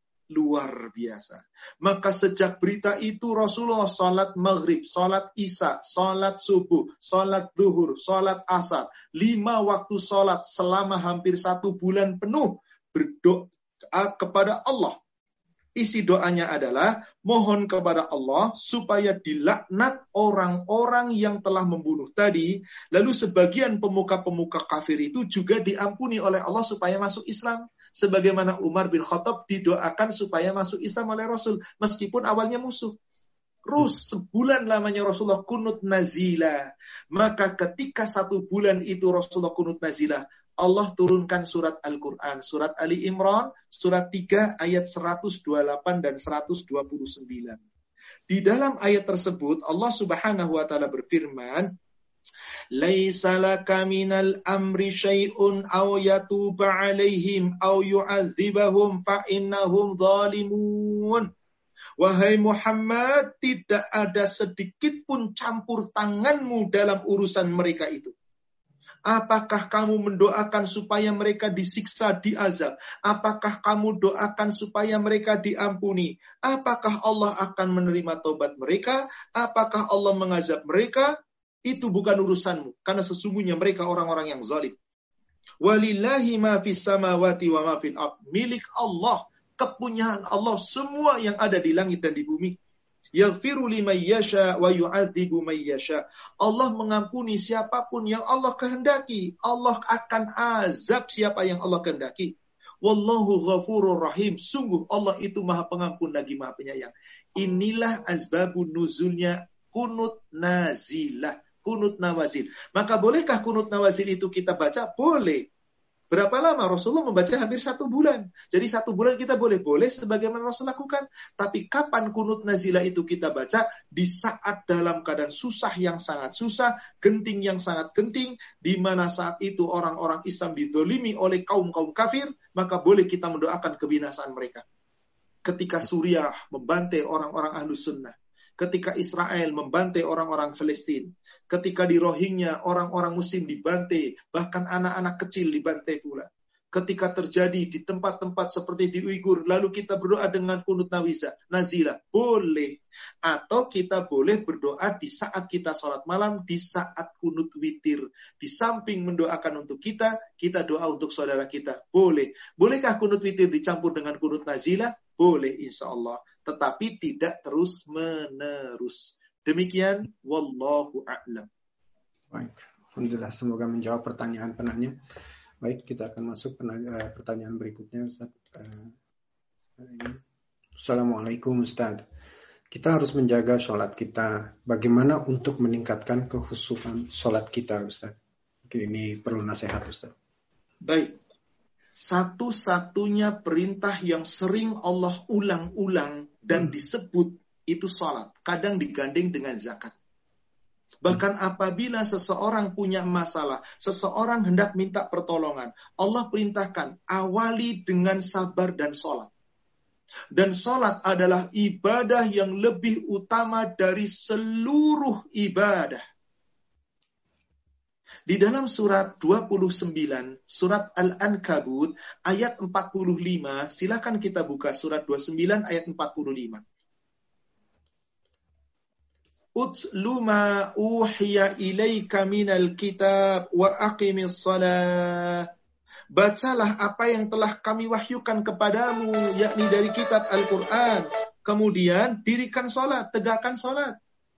Luar biasa. Maka sejak berita itu Rasulullah salat maghrib, salat isya, salat subuh, salat zuhur, salat asar, 5 waktu salat selama hampir 1 bulan penuh berdoa kepada Allah. Isi doanya adalah mohon kepada Allah supaya dilaknat orang-orang yang telah membunuh tadi. Lalu sebagian pemuka-pemuka kafir itu juga diampuni oleh Allah supaya masuk Islam. Sebagaimana Umar bin Khattab didoakan supaya masuk Islam oleh Rasul. Meskipun awalnya musuh. Terus sebulan lamanya Rasulullah kunut nazilah. Maka ketika 1 bulan itu Rasulullah kunut nazilah, Allah turunkan surat Al-Quran, surat Ali Imran, surat 3 ayat 128 dan 129. Di dalam ayat tersebut Allah Subhanahu wa taala berfirman, Laisa laka minal amri syai'un aw yatuba 'alaihim aw yu'adzibahum fa innahum zalimun. Wahai Muhammad, tidak ada sedikit pun campur tanganmu dalam urusan mereka itu. Apakah kamu mendoakan supaya mereka disiksa, diazab? Apakah kamu doakan supaya mereka diampuni? Apakah Allah akan menerima taubat mereka? Apakah Allah mengazab mereka? Itu bukan urusanmu, karena sesungguhnya mereka orang-orang yang zalim. Walillahi ma fis samawati wa ma fil ardh. Milik Allah, kepunyaan Allah semua yang ada di langit dan di bumi. Yaghfiru liman yasha wa yu'adzibu man yasha. Allah mengampuni siapapun yang Allah kehendaki. Allah akan azab siapa yang Allah kehendaki. Wallahu ghafurur rahim. Sungguh Allah itu Maha Pengampun lagi Maha Penyayang. Inilah asbabun nuzulnya kunut nazilah, kunut nawazil. Maka bolehkah kunut nawazil itu kita baca? Boleh. Berapa lama? Rasulullah membaca hampir 1 bulan. Jadi 1 bulan kita boleh sebagaimana Rasul lakukan. Tapi kapan kunut nazilah itu kita baca? Di saat dalam keadaan susah yang sangat susah, genting yang sangat genting, di mana saat itu orang-orang Islam didolimi oleh kaum-kaum kafir, maka boleh kita mendoakan kebinasaan mereka. Ketika Suriah membantai orang-orang Ahlus Sunnah, ketika Israel membantai orang-orang Palestina, ketika di Rohingya orang-orang Muslim dibantai, bahkan anak-anak kecil dibantai pula. Ketika terjadi di tempat-tempat seperti di Uighur, lalu kita berdoa dengan kunut nazilah, boleh. Atau kita boleh berdoa di saat kita sholat malam, di saat kunut witir. Di samping mendoakan untuk kita doa untuk saudara kita, boleh. Bolehkah kunut witir dicampur dengan kunut nazilah? Boleh insya Allah. Tetapi tidak terus-menerus. Demikian, wallahu a'lam. Baik, alhamdulillah, semoga menjawab pertanyaan penanya. Baik, kita akan masuk pertanyaan berikutnya, Ustaz. Assalamualaikum, Ustaz. Kita harus menjaga sholat kita. Bagaimana untuk meningkatkan kekhusyukan sholat kita, Ustaz? Mungkin ini perlu nasihat, Ustaz. Baik. Satu-satunya perintah yang sering Allah ulang-ulang dan disebut itu sholat. Kadang digandeng dengan zakat. Bahkan apabila seseorang punya masalah, seseorang hendak minta pertolongan, Allah perintahkan, awali dengan sabar dan sholat. Dan sholat adalah ibadah yang lebih utama dari seluruh ibadah. Di dalam surat 29, surat Al-Ankabut, ayat 45, silakan kita buka surat 29 ayat 45. Utlu ma uhiya ilaika minal kitab wa aqimis salah. Bacalah apa yang telah kami wahyukan kepadamu, yakni dari kitab Al-Quran. Kemudian dirikan salat, tegakkan salat.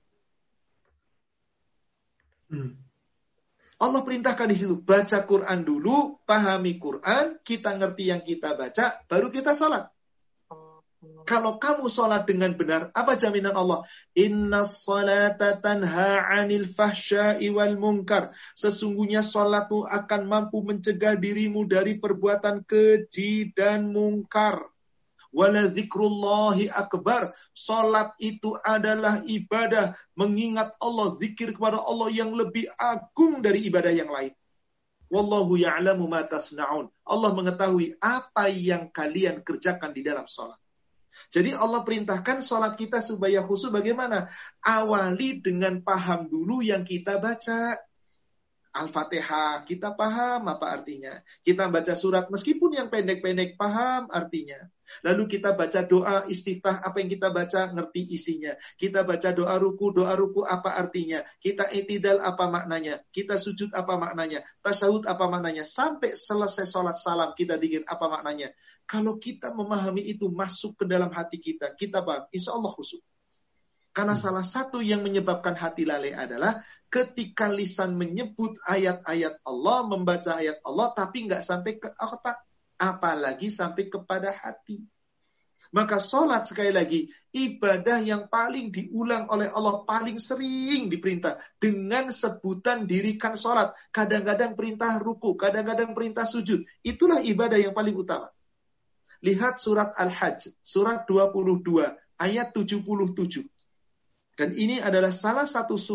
Allah perintahkan di situ, baca Quran dulu, pahami Quran, kita ngerti yang kita baca, baru kita salat. Kalau kamu sholat dengan benar, apa jaminan Allah? Inna sholata tanha 'anil fahsya'i wal munkar. Sesungguhnya sholatmu akan mampu mencegah dirimu dari perbuatan keji dan mungkar. Wala dzikrullahi akbar. Sholat itu adalah ibadah mengingat Allah, zikir kepada Allah yang lebih agung dari ibadah yang lain. Wallahu ya'lamu ma tasna'un. Allah mengetahui apa yang kalian kerjakan di dalam sholat. Jadi Allah perintahkan sholat kita supaya khusyuk bagaimana? Awali dengan paham dulu yang kita baca. Al-Fatihah, kita paham apa artinya. Kita baca surat, meskipun yang pendek-pendek, paham artinya. Lalu kita baca doa istiftah, apa yang kita baca, ngerti isinya. Kita baca doa ruku apa artinya. Kita i'tidal apa maknanya. Kita sujud apa maknanya. Tasyahud apa maknanya. Sampai selesai sholat salam, kita zikir apa maknanya. Kalau kita memahami itu masuk ke dalam hati kita, kita paham, insya Allah khusyuk. Karena salah satu yang menyebabkan hati lalai adalah ketika lisan menyebut ayat-ayat Allah, membaca ayat Allah, tapi nggak sampai ke otak, apalagi sampai kepada hati. Maka sholat sekali lagi, ibadah yang paling diulang oleh Allah, paling sering diperintah dengan sebutan dirikan sholat. Kadang-kadang perintah ruku, kadang-kadang perintah sujud. Itulah ibadah yang paling utama. Lihat surat Al-Hajj, surat 22, ayat 77. Dan ini adalah salah satu surat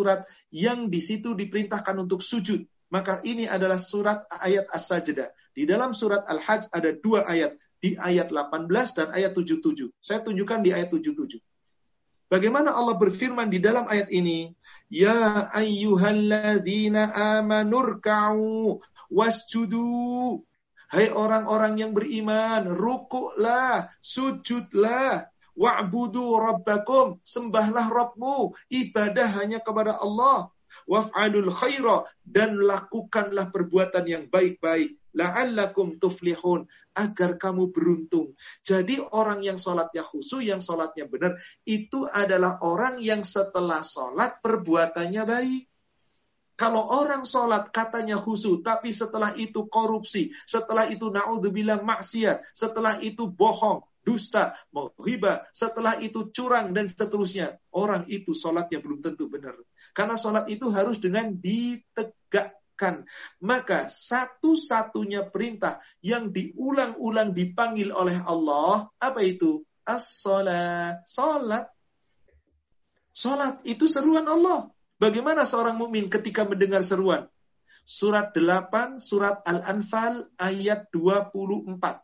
yang di situ diperintahkan untuk sujud. Maka ini adalah surat ayat As-Sajdah. Di dalam surat Al-Hajj ada 2 ayat. Di ayat 18 dan ayat 77. Saya tunjukkan di ayat 77. Bagaimana Allah berfirman di dalam ayat ini? Ya ayyuhalladzina amanurka'u wasjudu. Hai orang-orang yang beriman, rukuklah, sujudlah. Wa'budu rabbakum, sembahlah Rabbmu, ibadah hanya kepada Allah. Waf'alul khaira, dan lakukanlah perbuatan yang baik-baik. La'allakum tuflihun, agar kamu beruntung. Jadi orang yang sholatnya khusyuk, yang sholatnya benar, itu adalah orang yang setelah sholat perbuatannya baik. Kalau orang sholat katanya khusyuk, tapi setelah itu korupsi, setelah itu na'udzubillah maksiat, setelah itu bohong, dusta, ghibah, setelah itu curang dan seterusnya. Orang itu sholatnya belum tentu benar. Karena sholat itu harus dengan ditegakkan. Maka satu-satunya perintah yang diulang-ulang dipanggil oleh Allah, apa itu? As-sholat. Sholat. Sholat itu seruan Allah. Bagaimana seorang mukmin ketika mendengar seruan? Surat 8, surat Al-Anfal, ayat 24.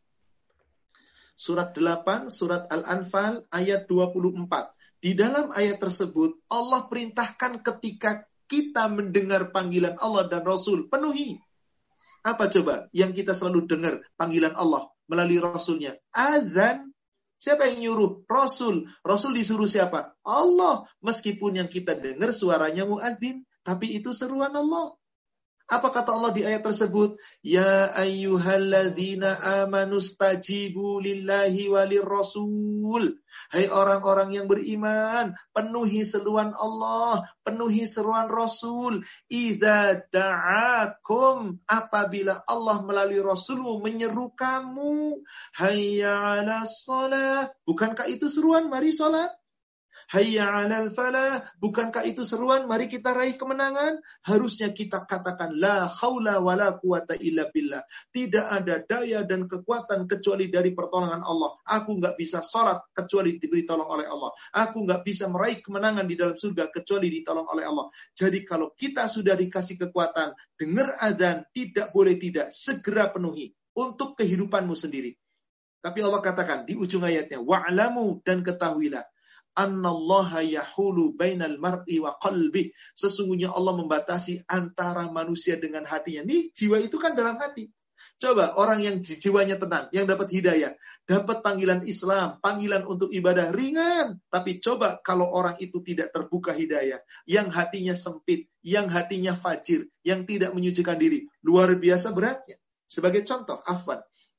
Surat 8, surat Al-Anfal, ayat 24. Di dalam ayat tersebut, Allah perintahkan ketika kita mendengar panggilan Allah dan Rasul, penuhi. Apa coba yang kita selalu dengar panggilan Allah melalui Rasulnya? Azan. Siapa yang nyuruh? Rasul. Rasul disuruh siapa? Allah. Meskipun yang kita dengar suaranya muadzin, tapi itu seruan Allah. Apa kata Allah di ayat tersebut? Ya ayyuhalladzina amanu stajibu lillahi walir rasul. Hai orang-orang yang beriman, penuhi seruan Allah, penuhi seruan Rasul. Idza da'akum, apabila Allah melalui Rasulmu menyeru kamu. Hayya 'alas shalah. Bukankah itu seruan? Mari salat. Hayya 'alal falah, bukankah itu seruan? Mari kita raih kemenangan. Harusnya kita katakan la haula wala quwata illa billah. Tidak ada daya dan kekuatan kecuali dari pertolongan Allah. Aku enggak bisa salat kecuali diberi tolong oleh Allah. Aku enggak bisa meraih kemenangan di dalam surga kecuali ditolong oleh Allah. Jadi kalau kita sudah dikasih kekuatan, dengar azan, tidak boleh tidak, segera penuhi untuk kehidupanmu sendiri. Tapi Allah katakan di ujung ayatnya, wa'lamu, dan ketahuilah, annallaha yahulu bainal mar'i wa qalbih. Sesungguhnya Allah membatasi antara manusia dengan hatinya. Nih, jiwa itu kan dalam hati. Coba orang yang jiwanya tenang, yang dapat hidayah, dapat panggilan Islam, panggilan untuk ibadah ringan. Tapi coba kalau orang itu tidak terbuka hidayah, yang hatinya sempit, yang hatinya fajir, yang tidak menyucikan diri, luar biasa beratnya. Sebagai contoh, afwan.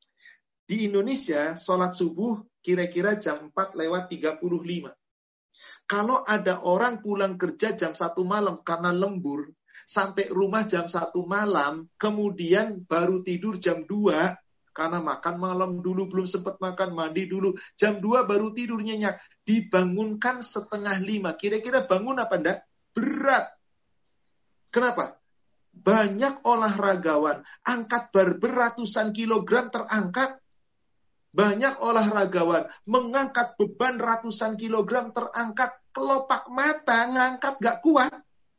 Di Indonesia, sholat subuh kira-kira jam 4:35. Kalau ada orang pulang kerja jam 1 malam karena lembur, sampai rumah jam 1 malam, kemudian baru tidur jam 2, karena makan malam dulu, belum sempat makan, mandi dulu, jam 2 baru tidur nyenyak, dibangunkan 4:30. Kira-kira bangun apa enggak? Berat. Kenapa? Banyak olahragawan, angkat bar beratusan kilogram terangkat. Banyak olahragawan mengangkat beban ratusan kilogram terangkat, kelopak mata ngangkat gak kuat.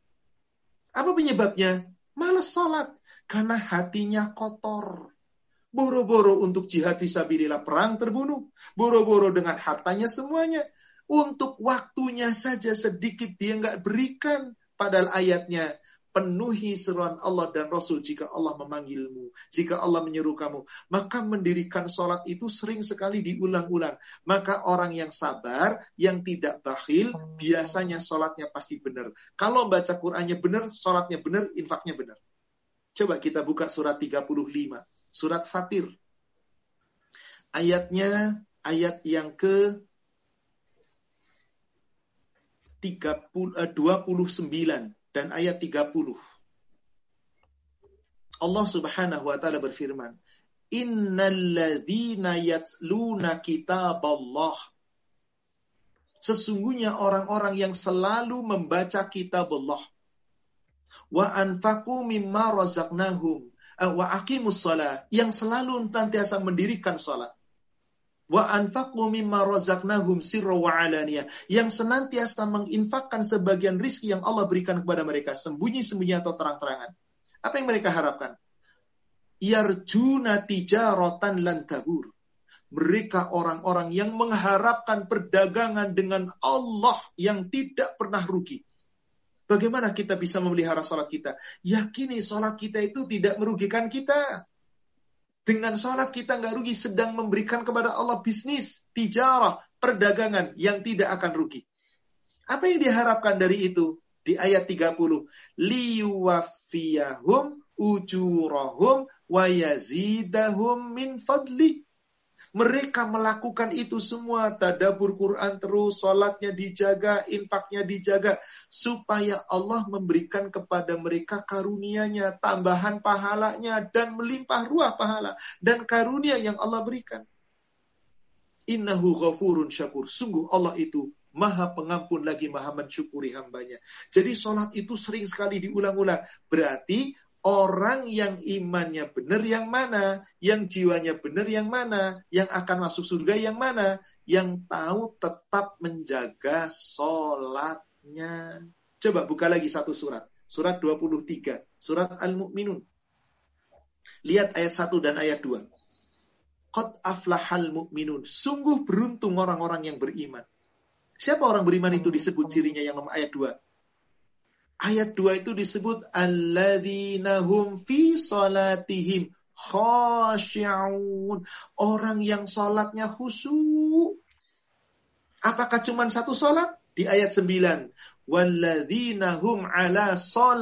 Apa penyebabnya? Malas sholat. Karena hatinya kotor. Boro-boro untuk jihad fisabilillah, perang terbunuh. Boro-boro dengan hartanya semuanya. Untuk waktunya saja sedikit dia gak berikan. Padahal ayatnya, penuhi seruan Allah dan Rasul jika Allah memanggilmu, jika Allah menyeru kamu. Maka mendirikan sholat itu sering sekali diulang-ulang. Maka orang yang sabar, yang tidak bakhil, biasanya sholatnya pasti benar. Kalau baca Qur'annya benar, sholatnya benar, infaknya benar. Coba kita buka surat 35, surat Fatir. Ayatnya, ayat yang ke 29. Dan ayat 30. Allah Subhanahu wa taala berfirman, "Innalladzina yatluna kitaballah." Sesungguhnya orang-orang yang selalu membaca kitab Allah. Wa anfaqu mimma razaqnahum wa aqimus shalah, yang selalu senantiasa mendirikan salat. Wa anfaqu mimma razaqnahum sirra wa alaniyah, yang senantiasa menginfakkan sebagian rizki yang Allah berikan kepada mereka, sembunyi-sembunyi atau terang-terangan. Apa yang mereka harapkan? Yarjuna tijaratan lan tabur. Mereka orang-orang yang mengharapkan perdagangan dengan Allah yang tidak pernah rugi. Bagaimana kita bisa memelihara salat kita? Yakini salat kita itu tidak merugikan kita. Dengan salat kita nggak rugi, sedang memberikan kepada Allah bisnis, tijarah, perdagangan yang tidak akan rugi. Apa yang diharapkan dari itu? Di ayat 30. Liyuwaffiyahum ujurahum wa yazidahum min fadli. Mereka melakukan itu semua, tadabbur Quran terus, salatnya dijaga, infaknya dijaga, supaya Allah memberikan kepada mereka karunia-Nya, tambahan pahalanya, dan melimpah ruah pahala dan karunia yang Allah berikan. Innahu ghafurun syakur. Sungguh Allah itu Maha pengampun lagi Maha mensyukuri hambanya. Jadi salat itu sering sekali diulang-ulang. Berarti orang yang imannya benar yang mana? Yang jiwanya benar yang mana? Yang akan masuk surga yang mana? Yang tahu tetap menjaga sholatnya. Coba buka lagi satu surat. Surat 23. Surat Al-Mu'minun. Lihat ayat 1 dan ayat 2. Qad aflahal mu'minun. Sungguh beruntung orang-orang yang beriman. Siapa orang beriman itu disebut cirinya yang ayat 2? Ayat 2 itu disebut alladzina hum fi salatihim khashi'un. Orang yang salatnya khusyuk. Apakah cuma satu salat? Di ayat 9. Walladzina hum ala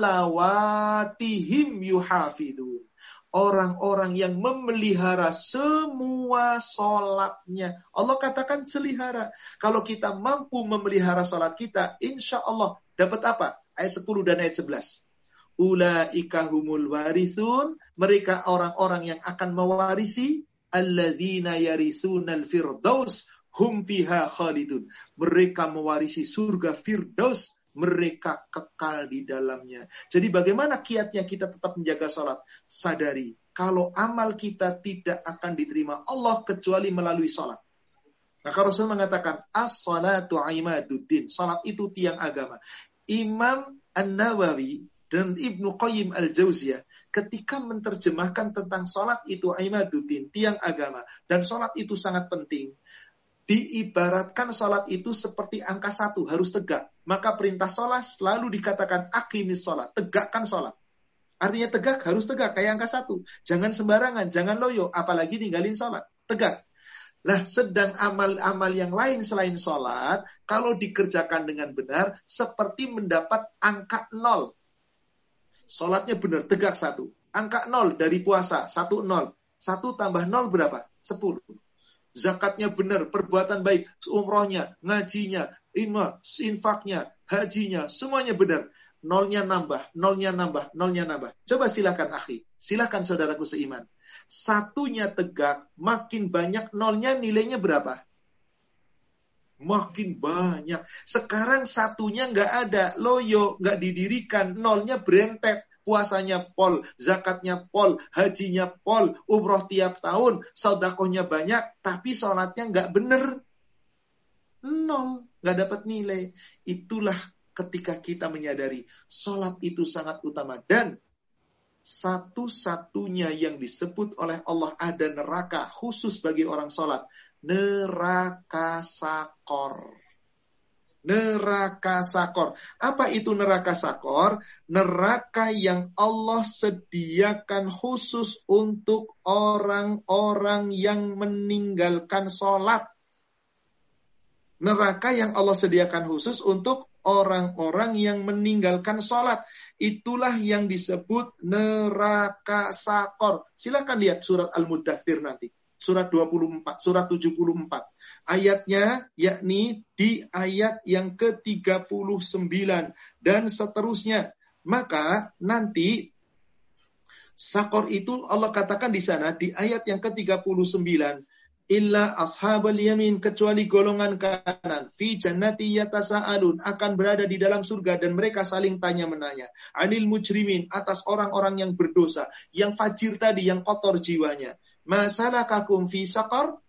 salawatihim yuhafidun. Orang-orang yang memelihara semua salatnya. Allah katakan selihara. Kalau kita mampu memelihara salat kita, insya Allah dapat apa? Ayat 10 dan ayat 11. Ulaika humul warithun. Mereka orang-orang yang akan mewarisi. Alladzina yaritsunal firdaus. Hum fiha khalidun. Mereka mewarisi surga firdaus. Mereka kekal di dalamnya. Jadi bagaimana kiatnya kita tetap menjaga salat? Sadari, kalau amal kita tidak akan diterima Allah kecuali melalui salat. Maka Rasul mengatakan, as-salatu imaduddin. Salat itu tiang agama. Imam An-Nawawi dan Ibnu Qayyim Al-Jauziyah ketika menerjemahkan tentang salat itu imaduddin, tiang agama, dan salat itu sangat penting, diibaratkan salat itu seperti angka 1, harus tegak. Maka perintah salat selalu dikatakan aqimis salat, tegakkan salat. Artinya tegak, harus tegak kayak angka 1. Jangan sembarangan, jangan loyo, apalagi ninggalin salat. Tegak. Lah, sedang amal-amal yang lain selain sholat, kalau dikerjakan dengan benar, seperti mendapat angka 0. Sholatnya benar, tegak 1. Angka 0 dari puasa, 1, 0. 1 tambah 0 berapa? 10. Zakatnya benar, perbuatan baik, umrohnya, ngajinya, infaknya, hajinya, semuanya benar. Nolnya nambah, nolnya nambah, nolnya nambah. Coba silakan akhi, silakan saudaraku seiman. Satunya tegak, makin banyak nolnya, nilainya berapa? Makin banyak. Sekarang satunya nggak ada, loyo, nggak didirikan, nolnya berentet. Puasanya pol, zakatnya pol, hajinya pol, umroh tiap tahun, sedekahnya banyak, tapi sholatnya nggak bener. 0, nggak dapat nilai. Itulah ketika kita menyadari sholat itu sangat utama. Dan satu-satunya yang disebut oleh Allah ada neraka khusus bagi orang sholat. Neraka sakor. Neraka sakor. Apa itu neraka sakor? Neraka yang Allah sediakan khusus untuk orang-orang yang meninggalkan sholat. Neraka yang Allah sediakan khusus untuk orang-orang yang meninggalkan sholat. Itulah yang disebut neraka sakor. Silakan lihat surat Al-Muddathir nanti. Surat 24, surat 74. Ayatnya yakni di ayat yang ke-39 dan seterusnya. Maka nanti sakor itu Allah katakan di sana di ayat yang ke-39. Illa ashabal yamin, kecuali golongan kanan, fi jannati yatasaalun, akan berada di dalam surga dan mereka saling tanya-menanya. Anil mujrimin, atas orang-orang yang berdosa, yang fajir tadi, yang kotor jiwanya. Masalakakum fi saqar?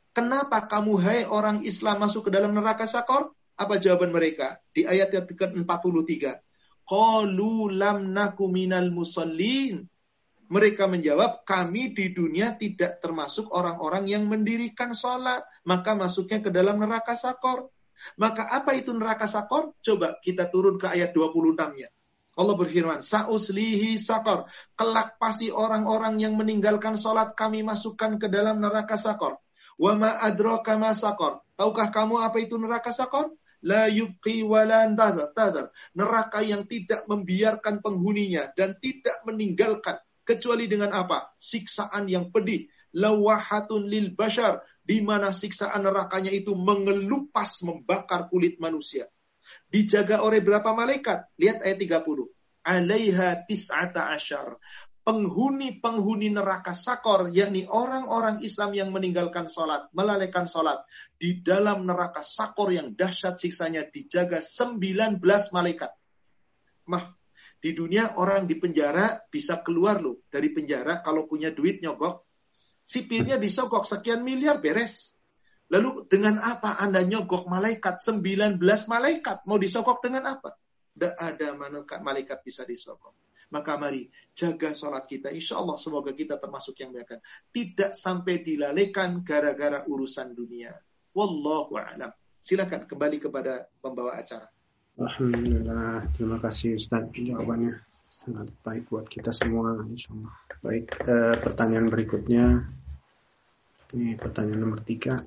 Kenapa kamu hai orang Islam masuk ke dalam neraka sakor? Apa jawaban mereka? Di ayat yang ke-43. Qalu lam naku minal musallin. Mereka menjawab, kami di dunia tidak termasuk orang-orang yang mendirikan sholat. Maka masuknya ke dalam neraka sakor. Maka apa itu neraka sakor? Coba kita turun ke ayat 26-nya. Allah berfirman, Sa'uslihi sakor. Kelak pasti orang-orang yang meninggalkan sholat kami masukkan ke dalam neraka sakor. Wa ma adraka ma sakor. Tahukah kamu apa itu neraka sakor? La yubqi wa la tadhar. Neraka yang tidak membiarkan penghuninya dan tidak meninggalkan. Kecuali dengan apa? Siksaan yang pedih. Lawahatun lil bashar. Di mana siksaan nerakanya itu mengelupas, membakar kulit manusia. Dijaga oleh berapa malaikat? Lihat ayat 30. Alaiha tis'ata asyar. Penghuni-penghuni neraka sakor, yakni orang-orang Islam yang meninggalkan sholat, melalaikan sholat. Di dalam neraka sakor yang dahsyat siksanya dijaga 19 malaikat. Di dunia orang di penjara bisa keluar loh dari penjara kalau punya duit nyogok. Sipirnya disogok sekian miliar beres. Lalu dengan apa Anda nyogok malaikat? 19 malaikat. Mau disogok dengan apa? Tidak ada malaikat bisa disogok. Maka mari jaga sholat kita. Insya Allah semoga kita termasuk yang baik. Tidak sampai dilalaikan gara-gara urusan dunia. Wallahu a'lam. Silakan kembali kepada pembawa acara. Alhamdulillah, terima kasih Ustaz, jawabannya sangat baik buat kita semua, insyaallah. Baik, pertanyaan berikutnya, ini pertanyaan nomor 3.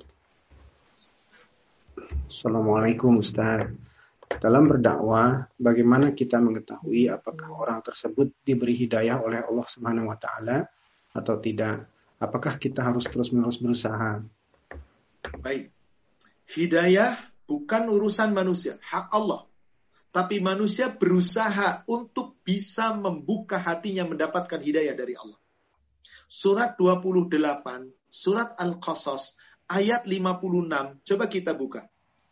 Assalamualaikum Ustaz. Dalam berdakwah, bagaimana kita mengetahui apakah orang tersebut diberi hidayah oleh Allah Subhanahu wa taala atau tidak? Apakah kita harus terus-menerus berusaha? Baik. Hidayah bukan urusan manusia, hak Allah. Tapi manusia berusaha untuk bisa membuka hatinya mendapatkan hidayah dari Allah. Surat 28, surat Al-Qasas, ayat 56. Coba kita buka.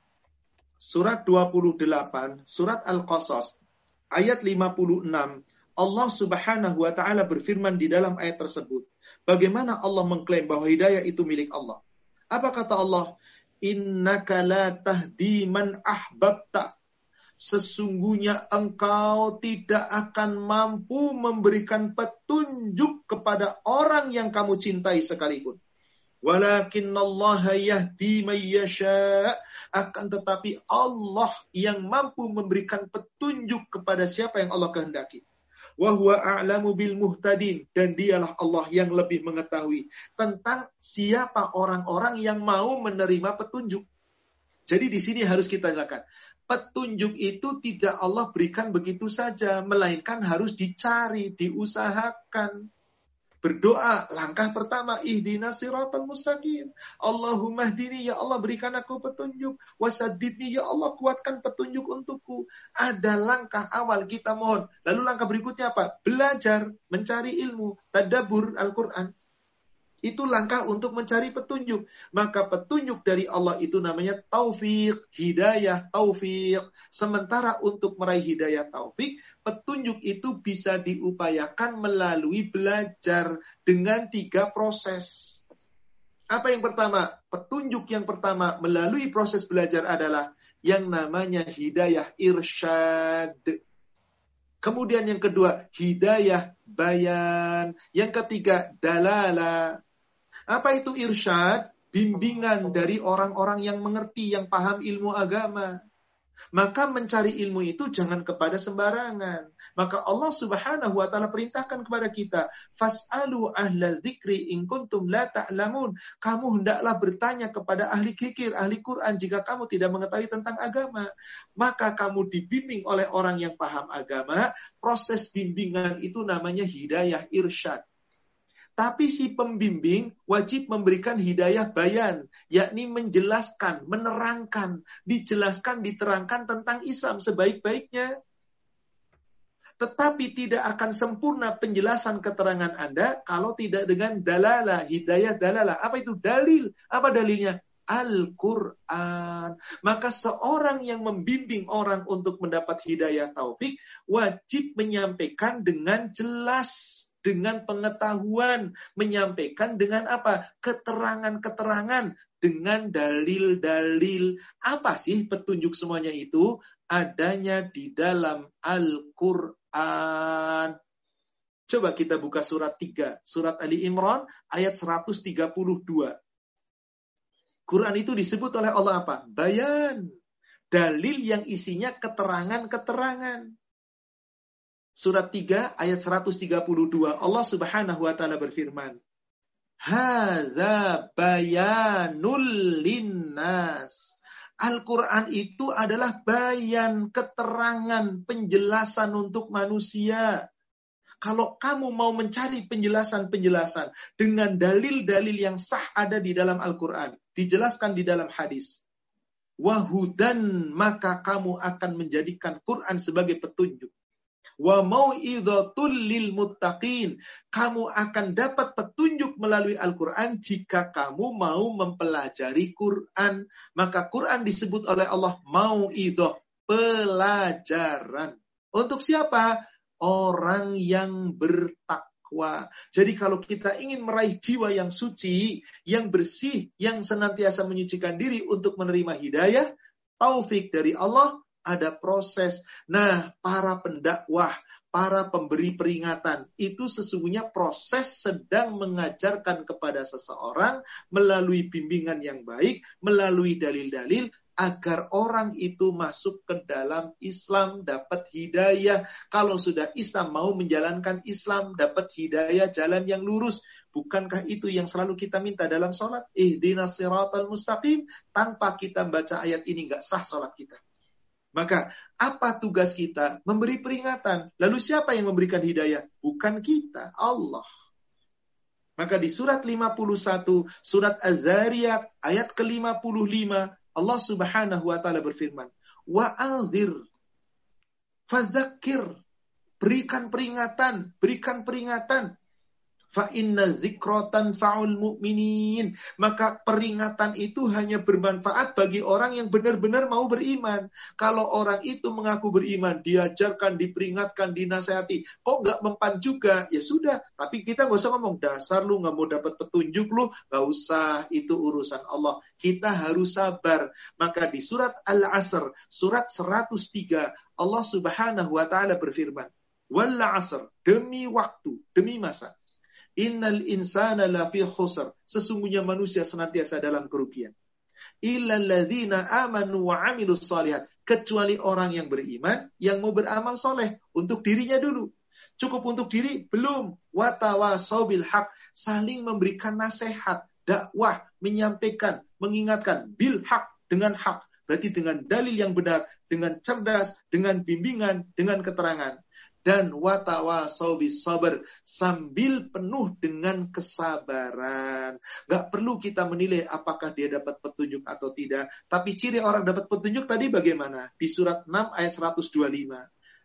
Surat 28, surat Al-Qasas, ayat 56. Allah Subhanahu wa taala berfirman di dalam ayat tersebut. Bagaimana Allah mengklaim bahwa hidayah itu milik Allah? Apa kata Allah? Innaka la tahdi man ahbabta. Sesungguhnya engkau tidak akan mampu memberikan petunjuk kepada orang yang kamu cintai sekalipun. Walakinnallaha yahdi man yasha. Akan tetapi Allah yang mampu memberikan petunjuk kepada siapa yang Allah kehendaki. Wa huwa a'lamu bil muhtadin. Dan dialah Allah yang lebih mengetahui tentang siapa orang-orang yang mau menerima petunjuk. Jadi di sini harus kita jelaskan. Petunjuk itu tidak Allah berikan begitu saja, melainkan harus dicari, diusahakan. Berdoa, langkah pertama, ihdinas siratal mustaqim. Allahumma hdini, ya Allah berikan aku petunjuk. Wasaddidni, ya Allah kuatkan petunjuk untukku. Ada langkah awal kita mohon. Lalu langkah berikutnya apa? Belajar, mencari ilmu, tadabbur Al-Quran. Itu langkah untuk mencari petunjuk. Maka petunjuk dari Allah itu namanya taufik, hidayah taufik. Sementara untuk meraih hidayah taufik, petunjuk itu bisa diupayakan melalui belajar dengan 3 proses. Apa yang pertama? Petunjuk yang pertama melalui proses belajar adalah yang namanya hidayah irsyad. Kemudian yang kedua, hidayah bayan. Yang ketiga, dalalah. Apa itu irsyad? Bimbingan dari orang-orang yang mengerti, yang paham ilmu agama. Maka mencari ilmu itu jangan kepada sembarangan. Maka Allah Subhanahu wa taala perintahkan kepada kita, fas'alu ahla dzikri in kuntum la ta'lamun. Kamu hendaklah bertanya kepada ahli zikir, ahli Quran jika kamu tidak mengetahui tentang agama. Maka kamu dibimbing oleh orang yang paham agama. Proses bimbingan itu namanya hidayah irsyad. Tapi si pembimbing wajib memberikan hidayah bayan, yakni menjelaskan, menerangkan, dijelaskan, diterangkan tentang Islam sebaik-baiknya. Tetapi tidak akan sempurna penjelasan keterangan Anda kalau tidak dengan dalalah, hidayah dalalah. Apa itu dalil? Apa dalilnya? Al-Quran. Maka seorang yang membimbing orang untuk mendapat hidayah taufik wajib menyampaikan dengan jelas. dengan pengetahuan, menyampaikan dengan apa? Keterangan-keterangan, dengan dalil-dalil. Apa sih petunjuk semuanya itu? Adanya di dalam Al-Quran. Coba kita buka surat 3, surat Ali Imran ayat 132. Quran itu disebut oleh Allah apa? Bayan. Dalil yang isinya keterangan-keterangan. Surat 3 ayat 132. Allah Subhanahu wa taala berfirman, Hadza bayanul linnas. Al-Quran itu adalah bayan, keterangan, penjelasan untuk manusia. Kalau kamu mau mencari penjelasan-penjelasan dengan dalil-dalil yang sah ada di dalam Al-Quran, dijelaskan di dalam hadis, wahudan, maka kamu akan menjadikan Quran sebagai petunjuk. Wa mau'idhatul lil muttaqin, kamu akan dapat petunjuk melalui Al-Quran jika kamu mau mempelajari Quran. Maka Quran disebut oleh Allah mau'idhah, pelajaran. Untuk siapa? Orang yang bertakwa. Jadi kalau kita ingin meraih jiwa yang suci, yang bersih, yang senantiasa menyucikan diri untuk menerima hidayah, taufik dari Allah, ada proses. Nah, para pendakwah, para pemberi peringatan, itu sesungguhnya proses sedang mengajarkan kepada seseorang melalui bimbingan yang baik, melalui dalil-dalil, agar orang itu masuk ke dalam Islam, dapat hidayah. Kalau sudah Islam, mau menjalankan Islam, dapat hidayah, jalan yang lurus. Bukankah itu yang selalu kita minta dalam sholat? Ihdinas siratal mustaqim. Tanpa kita baca ayat ini, nggak sah sholat kita. Maka, apa tugas kita? Memberi peringatan. Lalu siapa yang memberikan hidayah? Bukan kita, Allah. Maka di surat 51, surat Az-Zariyat, ayat ke-55, Allah Subhanahu wa taala berfirman, wa alzir, fadzakir, berikan peringatan, fa inna dzikra tanfa'ul mu'minin. Maka peringatan itu hanya bermanfaat bagi orang yang benar-benar mau beriman. Kalau orang itu mengaku beriman, diajarkan, diperingatkan, dinasehati, kok nggak mempan juga? Ya sudah, tapi kita nggak usah ngomong, dasar lu nggak mau dapat petunjuk lu, nggak usah, itu urusan Allah. Kita harus sabar. Maka di surat Al-Asr, surat 103, Allah Subhanahu wa taala berfirman, wal 'asr, demi waktu, demi masa. Innal insana lafi khusr, sesungguhnya manusia senantiasa dalam kerugian. Illal ladzina amanu wa 'amilus shalihat, kecuali orang yang beriman, yang mau beramal soleh untuk dirinya dulu. Cukup untuk diri belum. Wa tawasau bil haq, saling memberikan nasihat, dakwah, menyampaikan, mengingatkan bil haq, dengan hak. Berarti dengan dalil yang benar, dengan cerdas, dengan bimbingan, dengan keterangan. Dan watawasau bis sabr, sambil penuh dengan kesabaran. Gak perlu kita menilai apakah dia dapat petunjuk atau tidak. Tapi ciri orang dapat petunjuk tadi bagaimana? Di surat 6 ayat 125.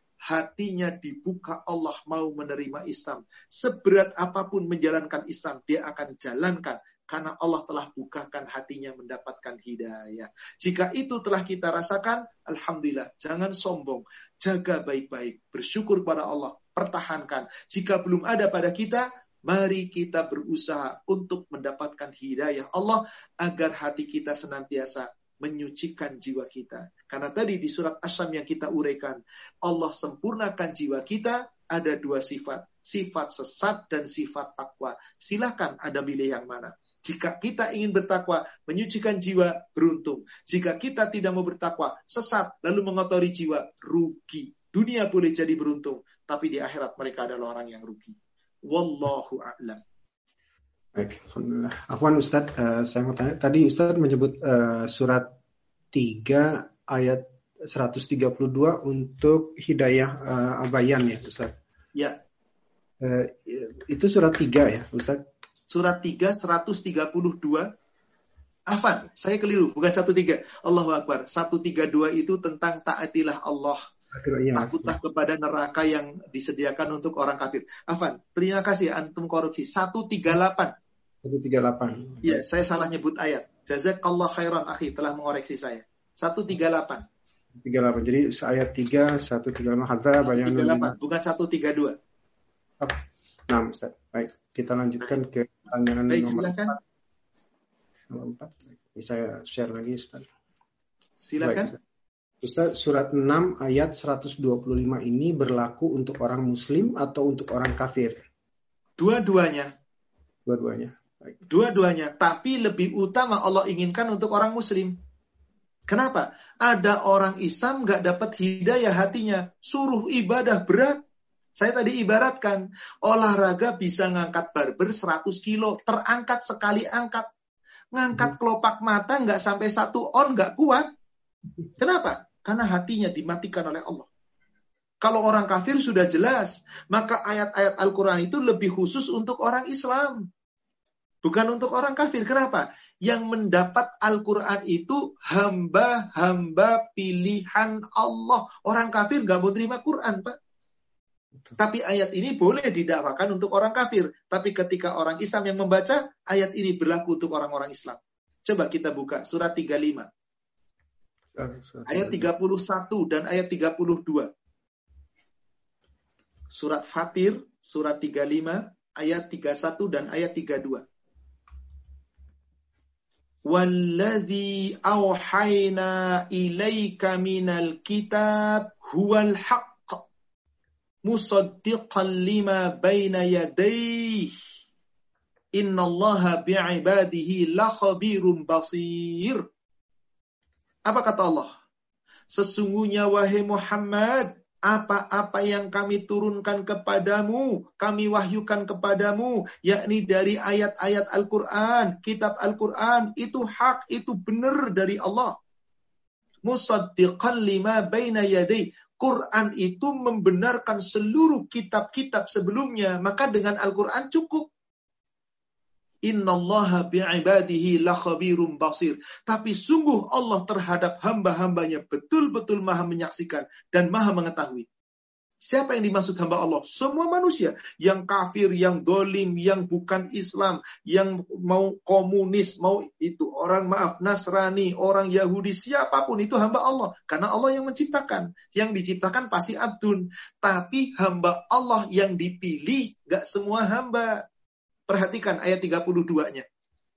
Hatinya dibuka, Allah mau menerima Islam. Seberat apapun menjalankan Islam, dia akan jalankan. Karena Allah telah bukakan hatinya mendapatkan hidayah. Jika itu telah kita rasakan, alhamdulillah, jangan sombong. Jaga baik-baik, bersyukur kepada Allah, pertahankan. Jika belum ada pada kita, mari kita berusaha untuk mendapatkan hidayah Allah, agar hati kita senantiasa menyucikan jiwa kita. Karena tadi di surat Asy-Syam yang kita uraikan, Allah sempurnakan jiwa kita, ada dua sifat. Sifat sesat dan sifat takwa. Silakan Anda pilih yang mana. Jika kita ingin bertakwa, menyucikan jiwa, beruntung. Jika kita tidak mau bertakwa, sesat, lalu mengotori jiwa, rugi. Dunia boleh jadi beruntung, tapi di akhirat mereka adalah orang yang rugi. Wallahu a'lam. Baik, alhamdulillah. Afwan Ustaz, saya mau tanya. Tadi Ustaz menyebut surat 3 ayat 132 untuk hidayah abayan ya Ustaz? Ya. Itu surat 3 ya Ustaz? Surat 3, 132. Afan, saya keliru, bukan 1-3. Allahu Akbar. 132 itu tentang taatilah Allah. Takutlah kepada neraka yang disediakan untuk orang kafir. Afan, terima kasih antum koreksi. 138. 138. Ya, saya salah nyebut ayat. Jazakallah khairan akhi telah mengoreksi saya. 138. 38. Jadi ayat 3, 138 hadza bayanun. 138, bukan 132. Nah, Ustaz. Baik, kita lanjutkan ke pertanyaan Baik, nomor silakan. 4. Saya share lagi, Ustaz. Silakan. Baik, Ustaz, surat 6 ayat 125 ini berlaku untuk orang muslim atau untuk orang kafir? Dua-duanya. Dua-duanya. Baik. Dua-duanya. Tapi lebih utama Allah inginkan untuk orang muslim. Kenapa? Ada orang Islam nggak dapat hidayah hatinya. Suruh ibadah berat. Saya tadi ibaratkan, olahraga bisa ngangkat barber 100 kilo. Terangkat sekali angkat. Ngangkat kelopak mata nggak sampai 1 on, nggak kuat. Kenapa? Karena hatinya dimatikan oleh Allah. Kalau orang kafir sudah jelas. Maka ayat-ayat Al-Quran itu lebih khusus untuk orang Islam. Bukan untuk orang kafir. Kenapa? Yang mendapat Al-Quran itu hamba-hamba pilihan Allah. Orang kafir nggak mau terima Quran, Pak. Tapi ayat ini boleh didakwakan untuk orang kafir. Tapi ketika orang Islam yang membaca, ayat ini berlaku untuk orang-orang Islam. Coba kita buka surat 35. Ayat 31 dan ayat 32. Surat Fatir, surat 35, ayat 31 dan ayat 32. Walladzi awhayna ilaika minal kitab huwal haqq musaddiqan lima baina yadayhi innallaha bi'ibadihi lakhabirum basir. Apa kata Allah? Sesungguhnya wahai Muhammad, apa-apa yang kami turunkan kepadamu, kami wahyukan kepadamu, yakni dari ayat-ayat Al-Quran, kitab Al-Quran, itu hak, itu benar dari Allah. Musaddiqan lima baina yadayhi. Quran itu membenarkan seluruh kitab-kitab sebelumnya, maka dengan Al-Quran cukup. Innallaha bi'ibadihi lakhabirum basir. Tapi sungguh Allah terhadap hamba-hambanya betul-betul maha menyaksikan dan maha mengetahui. Siapa yang dimaksud hamba Allah? Semua manusia. Yang kafir, yang dolim, yang bukan Islam, yang mau komunis, mau itu orang Nasrani, orang Yahudi, siapapun itu hamba Allah. Karena Allah yang menciptakan. Yang diciptakan pasti abdun. Tapi hamba Allah yang dipilih, gak semua hamba. Perhatikan ayat 32-nya.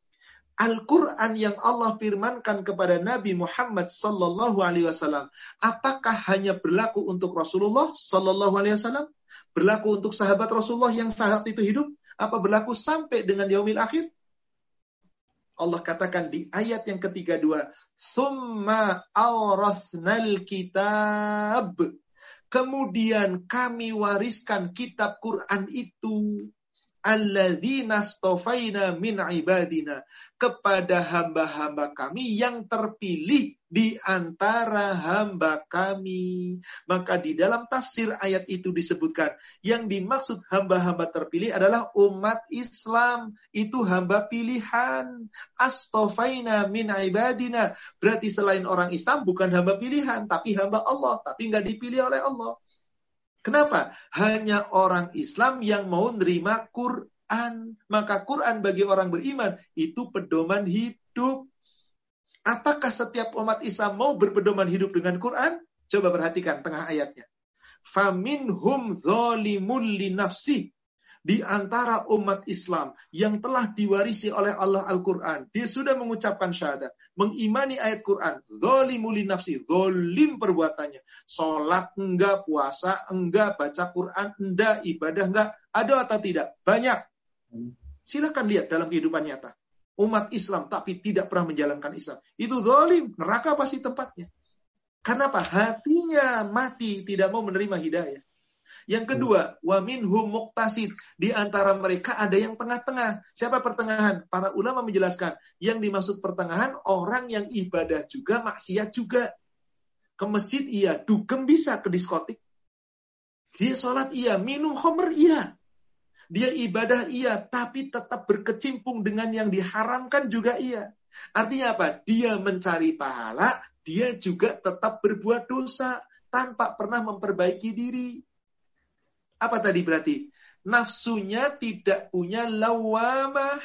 Al-Quran yang Allah firmankan kepada Nabi Muhammad sallallahu alaihi wasallam, apakah hanya berlaku untuk Rasulullah sallallahu alaihi wasallam? Berlaku untuk sahabat Rasulullah yang saat itu hidup? Apa berlaku sampai dengan yaumil akhir? Allah katakan di ayat yang ke-32, "Tsumma awrasnal kitab." Kemudian kami wariskan kitab Quran itu alladzina astafaina min ibadina, kepada hamba-hamba kami yang terpilih di antara hamba kami. Maka di dalam tafsir ayat itu disebutkan yang dimaksud hamba-hamba terpilih adalah umat Islam, itu hamba pilihan. Astafaina min ibadina, berarti selain orang Islam bukan hamba pilihan, tapi hamba Allah, tapi nggak dipilih oleh Allah. Kenapa? Hanya orang Islam yang mau nerima Quran. Maka Quran bagi orang beriman itu pedoman hidup. Apakah setiap umat Islam mau berpedoman hidup dengan Quran? Coba perhatikan tengah ayatnya. Faminhum dzalimun li nafsi. Di antara umat Islam yang telah diwarisi oleh Allah Al-Quran, dia sudah mengucapkan syahadat, mengimani ayat Quran, dzalimun li nafsi, zalim perbuatannya. Salat enggak, puasa enggak, baca Quran enggak, ibadah enggak, ada atau tidak? Banyak. Silakan lihat dalam kehidupan nyata. Umat Islam tapi tidak pernah menjalankan Islam. Itu zalim, neraka pasti tempatnya. Karena apa? Hatinya mati, tidak mau menerima hidayah. Yang kedua, wa minhum muqtasid. Di antara mereka ada yang tengah-tengah. Siapa pertengahan? Para ulama menjelaskan. Yang dimaksud pertengahan, orang yang ibadah juga, maksiat juga. Ke masjid iya, dugem bisa, ke diskotik. Dia sholat iya, minum khamr iya. Dia ibadah iya, tapi tetap berkecimpung dengan yang diharamkan juga iya. Artinya apa? Dia mencari pahala, dia juga tetap berbuat dosa, tanpa pernah memperbaiki diri. Apa tadi berarti? Nafsunya tidak punya lawamah.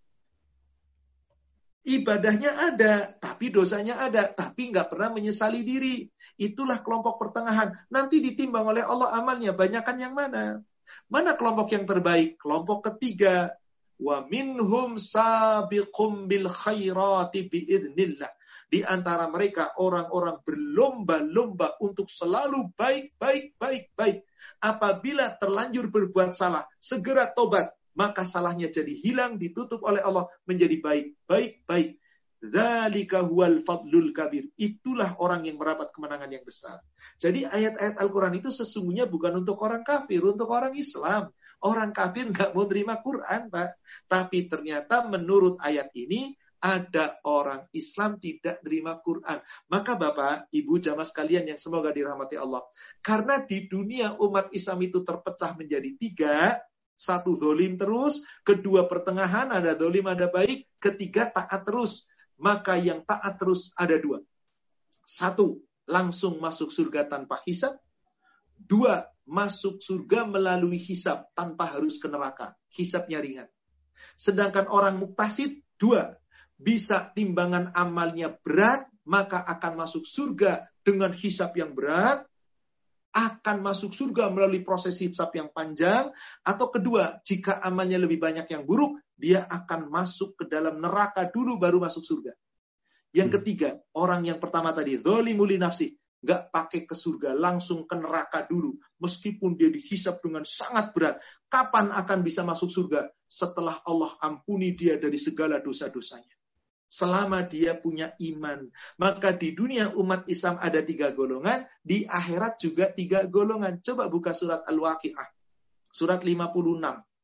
Ibadahnya ada, tapi dosanya ada, tapi nggak pernah menyesali diri. Itulah kelompok pertengahan. Nanti ditimbang oleh Allah amalnya, banyakan yang mana? Mana kelompok yang terbaik? Kelompok ketiga. Wa minhum sabiqum bil khairati biidznillah. Di antara mereka orang-orang berlomba-lomba untuk selalu baik. Apabila terlanjur berbuat salah, segera tobat. Maka salahnya jadi hilang, ditutup oleh Allah menjadi baik. Dzalika huwal fadlul kabir. Itulah orang yang mendapat kemenangan yang besar. Jadi ayat-ayat Al-Quran itu sesungguhnya bukan untuk orang kafir, untuk orang Islam. Orang kafir nggak mau terima Quran, Pak. Tapi ternyata menurut ayat ini, ada orang Islam tidak terima Quran. Maka Bapak, Ibu, jamaah sekalian yang semoga dirahmati Allah. Karena di dunia umat Islam itu terpecah menjadi 3. 1, zalim terus. 2, pertengahan, ada zalim, ada baik. 3, taat terus. Maka yang taat terus ada 2. 1, langsung masuk surga tanpa hisab. 2, masuk surga melalui hisab tanpa harus ke neraka. Hisabnya ringan. Sedangkan orang muktasid, 2, bisa timbangan amalnya berat, maka akan masuk surga dengan hisab yang berat, akan masuk surga melalui proses hisab yang panjang, atau kedua, jika amalnya lebih banyak yang buruk, dia akan masuk ke dalam neraka dulu baru masuk surga. Yang ketiga, orang yang pertama tadi, dzalimu li nafsi, nggak pakai ke surga, langsung ke neraka dulu, meskipun dia dihisab dengan sangat berat. Kapan akan bisa masuk surga? Setelah Allah ampuni dia dari segala dosa-dosanya. Selama dia punya iman. Maka di dunia umat Islam ada 3 golongan. Di akhirat juga 3 golongan. Coba buka surat Al-Waqi'ah. Surat 56.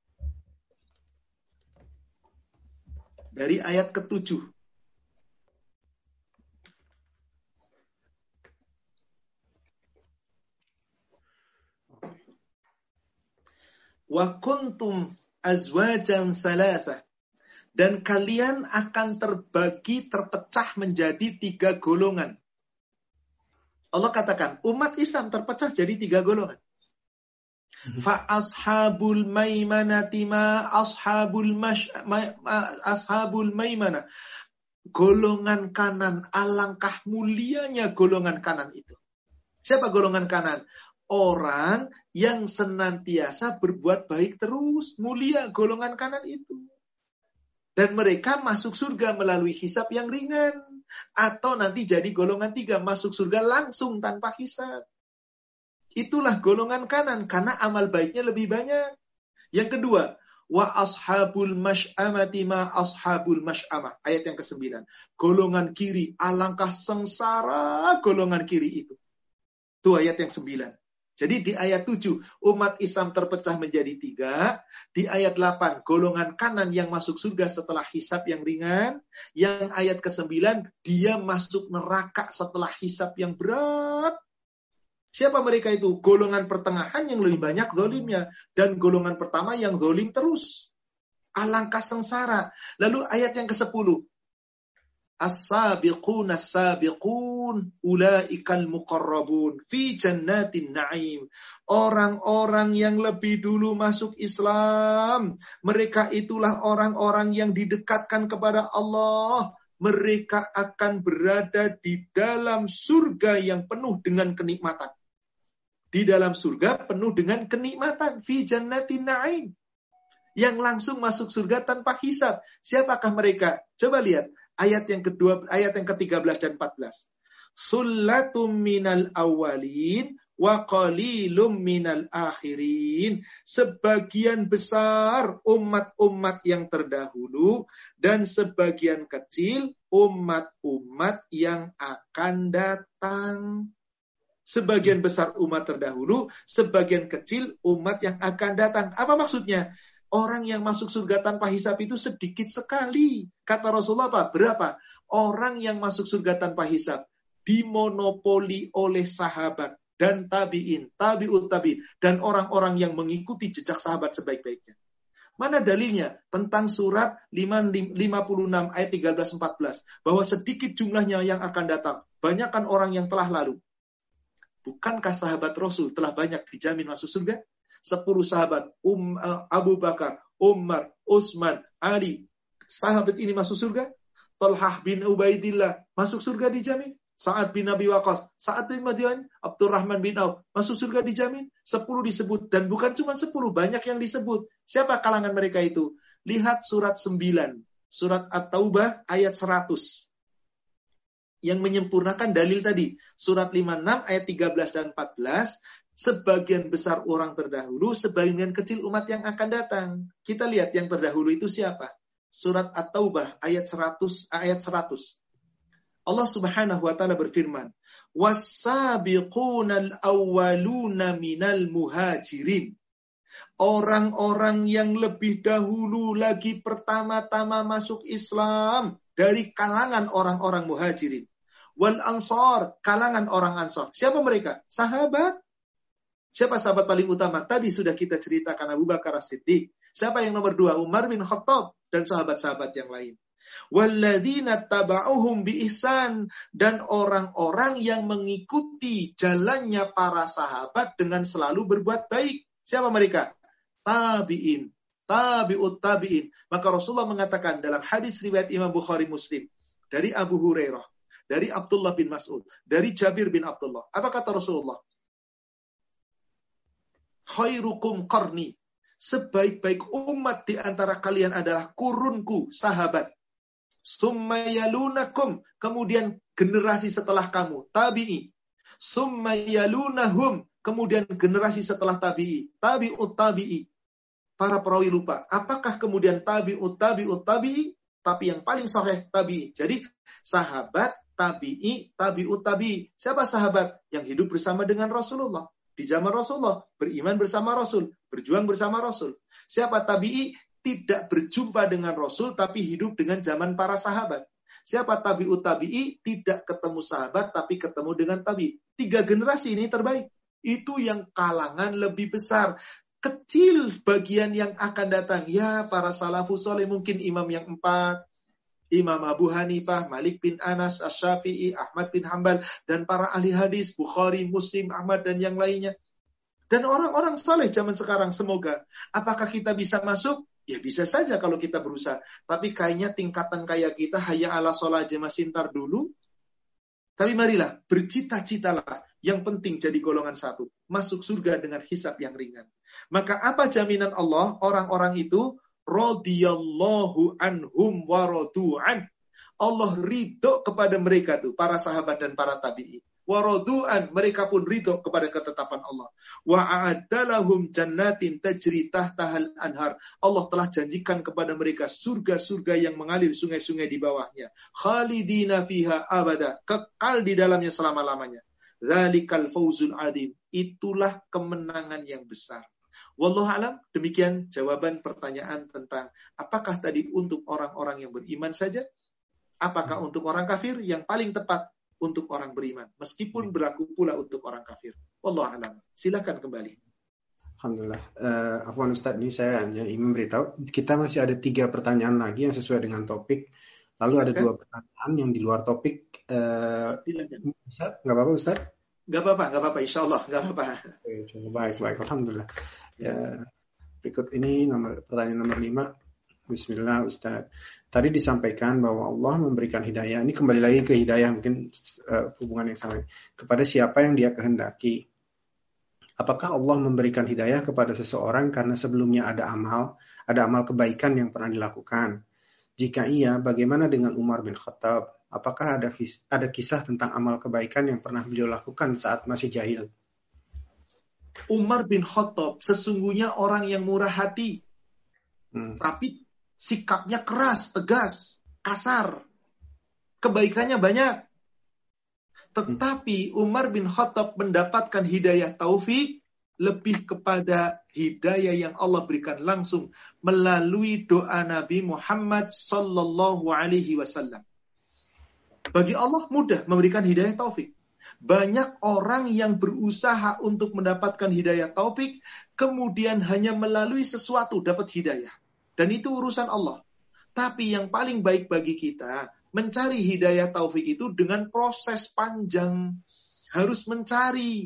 Dari ayat ke-7. Wa kuntum azwajan thalathah. Dan kalian akan terbagi, terpecah menjadi 3 golongan. Allah katakan, umat Islam terpecah jadi 3 golongan. Fa ashabul maimanati ma ashabul maimana. Golongan kanan, alangkah mulianya golongan kanan itu. Siapa golongan kanan? Orang yang senantiasa berbuat baik terus. Mulia golongan kanan itu. Dan mereka masuk surga melalui hisab yang ringan. Atau nanti jadi golongan 3, masuk surga langsung tanpa hisab. Itulah golongan kanan, karena amal baiknya lebih banyak. Yang kedua, wa ashabul masy'amati ma ashabul masy'amah. Ayat yang ke-9. Golongan kiri, alangkah sengsara golongan kiri itu. Itu ayat yang 9. Jadi di ayat 7, umat Islam terpecah menjadi 3. Di ayat 8, golongan kanan yang masuk surga setelah hisab yang ringan. Yang ayat ke-9, dia masuk neraka setelah hisab yang berat. Siapa mereka itu? Golongan pertengahan yang lebih banyak zalimnya. Dan golongan pertama yang zalim terus. Alangkah sengsara. Lalu ayat yang ke-10. As-sabiqun as-sabiqun ulaikal muqarrabun fi jannatin na'im. Orang-orang yang lebih dulu masuk Islam, mereka itulah orang-orang yang didekatkan kepada Allah. Mereka akan berada di dalam surga yang penuh dengan kenikmatan. Di dalam surga penuh dengan kenikmatan, fi jannatin na'im. Yang langsung masuk surga tanpa hisab. Siapakah mereka? Coba lihat. Ayat yang kedua, ayat yang ke-13 dan 14. Sullatum minal awwalin wa qalilum minal akhirin. Sebagian besar umat-umat yang terdahulu dan sebagian kecil umat-umat yang akan datang. Sebagian besar umat terdahulu, sebagian kecil umat yang akan datang. Apa maksudnya? Orang yang masuk surga tanpa hisab itu sedikit sekali. Kata Rasulullah apa? Berapa? Orang yang masuk surga tanpa hisab dimonopoli oleh sahabat dan tabi'in, tabi'ut tabi'in, dan orang-orang yang mengikuti jejak sahabat sebaik-baiknya. Mana dalilnya? Tentang surat 56 ayat 13-14. Bahwa sedikit jumlahnya yang akan datang. Banyakkan orang yang telah lalu. Bukankah sahabat Rasul telah banyak dijamin masuk surga? 10 sahabat, Abu Bakar, Umar, Utsman, Ali. Sahabat ini masuk surga. Talhah bin Ubaidillah masuk surga dijamin. Sa'ad bin Abi Waqqas, Sa'ad bin Madian, Abdurrahman bin Auf, masuk surga dijamin. 10 disebut. Dan bukan cuma 10, banyak yang disebut. Siapa kalangan mereka itu? Lihat surat 9. Surat At-Taubah ayat 100. Yang menyempurnakan dalil tadi. Surat 56 ayat 13 dan 14. Sebagian besar orang terdahulu, sebagian kecil umat yang akan datang. Kita lihat yang terdahulu itu siapa? Surat At-Taubah ayat 100. Allah Subhanahu wa taala berfirman, "Was-sabiqunal awwaluna minal muhajirin." Orang-orang yang lebih dahulu lagi pertama-tama masuk Islam dari kalangan orang-orang muhajirin. Wal ansar, kalangan orang ansar. Siapa mereka? Sahabat. Siapa sahabat paling utama? Tadi sudah kita ceritakan Abu Bakar As-Siddiq. Siapa yang nomor 2? Umar bin Khattab dan sahabat-sahabat yang lain. Walladzina taba'uhum biihsan, dan orang-orang yang mengikuti jalannya para sahabat dengan selalu berbuat baik. Siapa mereka? Tabi'in, tabi'ut tabi'in. Maka Rasulullah mengatakan dalam hadis riwayat Imam Bukhari Muslim dari Abu Hurairah, dari Abdullah bin Mas'ud, dari Jabir bin Abdullah. Apa kata Rasulullah? Khairukum qarni. Sebaik-baik umat di antara kalian adalah kurunku, sahabat. Summa yalunakum, kemudian generasi setelah kamu, tabi'i. Summa yalunahum, kemudian generasi setelah tabi'i, tabi'ut tabi'i. Para perawi lupa, apakah kemudian tabi'ut tabi'i? Tapi yang paling sahih tabi'i. Jadi sahabat, tabi'i, tabi'ut tabi'i. Siapa sahabat? Yang hidup bersama dengan Rasulullah. Di zaman Rasulullah, beriman bersama Rasul, berjuang bersama Rasul. Siapa tabi'i? Tidak berjumpa dengan Rasul, tapi hidup dengan zaman para sahabat. Siapa tabi'ut tabi'i? Tidak ketemu sahabat, tapi ketemu dengan tabi'i. 3 generasi ini terbaik. Itu yang kalangan lebih besar. Kecil bagian yang akan datang. Ya, para salafus soleh, mungkin imam yang 4. Imam Abu Hanifah, Malik bin Anas, Asy-Syafi'i, Ahmad bin Hanbal, dan para ahli hadis, Bukhari, Muslim, Ahmad, dan yang lainnya. Dan orang-orang saleh zaman sekarang, semoga. Apakah kita bisa masuk? Ya bisa saja kalau kita berusaha. Tapi kayaknya tingkatan kayak kita, hayya ala sholah aja masih ntar dulu. Tapi marilah, bercita-citalah. Yang penting jadi golongan 1. Masuk surga dengan hisab yang ringan. Maka apa jaminan Allah? Orang-orang itu, radhiyallahu anhum wa radu'an. Allah ridho kepada mereka tuh, para sahabat dan para tabi'i. Wa radu'an, mereka pun ridho kepada ketetapan Allah. Wa a'addalahum jannatin tajri tahtahal anhar. Allah telah janjikan kepada mereka surga-surga yang mengalir sungai-sungai di bawahnya. Khalidina fiha abada, kekal di dalamnya selama-lamanya. Dzalikal fawzul adzim. Itulah kemenangan yang besar. Wallahu a'lam, demikian jawaban pertanyaan tentang apakah tadi untuk orang-orang yang beriman saja, apakah untuk orang kafir? Yang paling tepat untuk orang beriman, meskipun berlaku pula untuk orang kafir. Wallahu a'lam. Silakan kembali. Alhamdulillah. Afwan Ustaz, ini saya hanya ingin memberitahu kita masih ada 3 pertanyaan lagi yang sesuai dengan topik. Lalu ada 2 pertanyaan yang di luar topik. Silakan. Ustaz, nggak apa-apa Ustaz? Nggak apa-apa. Insya Allah nggak apa-apa. Baik. Alhamdulillah. Ya, berikut ini pertanyaan nomor 5. Bismillah Ustaz. Tadi disampaikan bahwa Allah memberikan hidayah. Ini kembali lagi ke hidayah, mungkin hubungan yang sama. Kepada siapa yang Dia kehendaki. Apakah Allah memberikan hidayah kepada seseorang karena sebelumnya ada amal kebaikan yang pernah dilakukan? Jika iya, bagaimana dengan Umar bin Khattab? Apakah ada kisah tentang amal kebaikan yang pernah beliau lakukan saat masih jahil? Umar bin Khattab sesungguhnya orang yang murah hati. Tapi sikapnya keras, tegas, kasar. Kebaikannya banyak. Tetapi Umar bin Khattab mendapatkan hidayah taufik lebih kepada hidayah yang Allah berikan langsung melalui doa Nabi Muhammad sallallahu alaihi wasallam. Bagi Allah mudah memberikan hidayah taufik. Banyak orang yang berusaha untuk mendapatkan hidayah taufik, kemudian hanya melalui sesuatu dapat hidayah. Dan itu urusan Allah. Tapi yang paling baik bagi kita, mencari hidayah taufik itu dengan proses panjang. Harus mencari.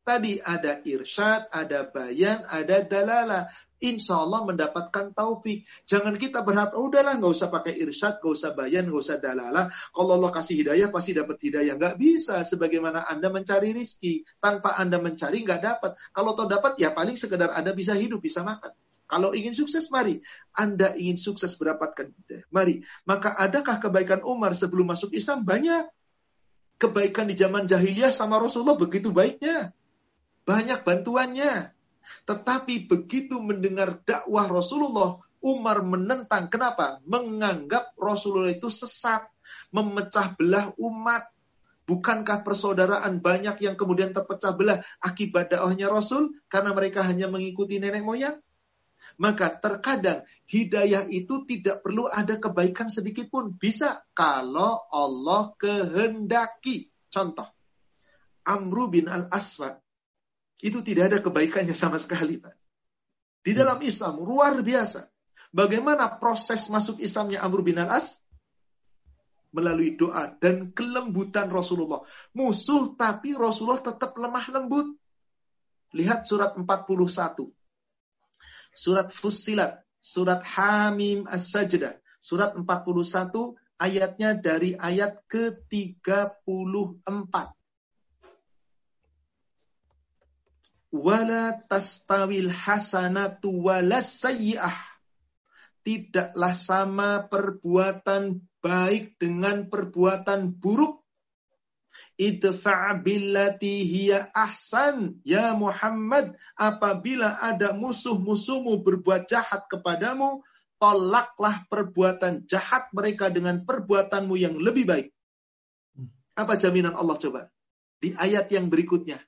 Tadi ada irsyad, ada bayan, ada dalalah. Insya Allah mendapatkan taufik. Jangan kita berharap, udahlah nggak usah pakai irsyad, nggak usah bayan, nggak usah dalalah. Kalau Allah kasih hidayah, pasti dapat hidayah. Nggak bisa. Sebagaimana Anda mencari rizki. Tanpa Anda mencari, nggak dapat. Kalau tahu dapat, ya paling sekedar Anda bisa hidup, bisa makan. Kalau ingin sukses, mari. Anda ingin sukses mendapatkan hidayah. Mari. Maka adakah kebaikan Umar sebelum masuk Islam? Banyak. Kebaikan di zaman jahiliyah sama Rasulullah begitu baiknya. Banyak bantuannya. Tetapi begitu mendengar dakwah Rasulullah, Umar menentang. Kenapa? Menganggap Rasulullah itu sesat, memecah belah umat. Bukankah persaudaraan banyak yang kemudian terpecah belah akibat dakwahnya Rasul karena mereka hanya mengikuti nenek moyang? Maka terkadang hidayah itu tidak perlu ada kebaikan sedikit pun. Bisa kalau Allah kehendaki. Contoh, Amru bin al-Aswad. Itu tidak ada kebaikannya sama sekali, Pak. Di dalam Islam, luar biasa. Bagaimana proses masuk Islamnya Amr bin al-As? Melalui doa dan kelembutan Rasulullah. Musuh, tapi Rasulullah tetap lemah lembut. Lihat surat 41. Surat Fussilat. Surat Hamim As-Sajdah. Surat 41, ayatnya dari ayat ke-34. Wala tastawil hasanatu walas sayyi'ah. Tidaklah sama perbuatan baik dengan perbuatan buruk. Idfa' billati hiya ahsan. Ya Muhammad, apabila ada musuh-musuhmu berbuat jahat kepadamu, tolaklah perbuatan jahat mereka dengan perbuatanmu yang lebih baik. Apa jaminan Allah coba? Di ayat yang berikutnya.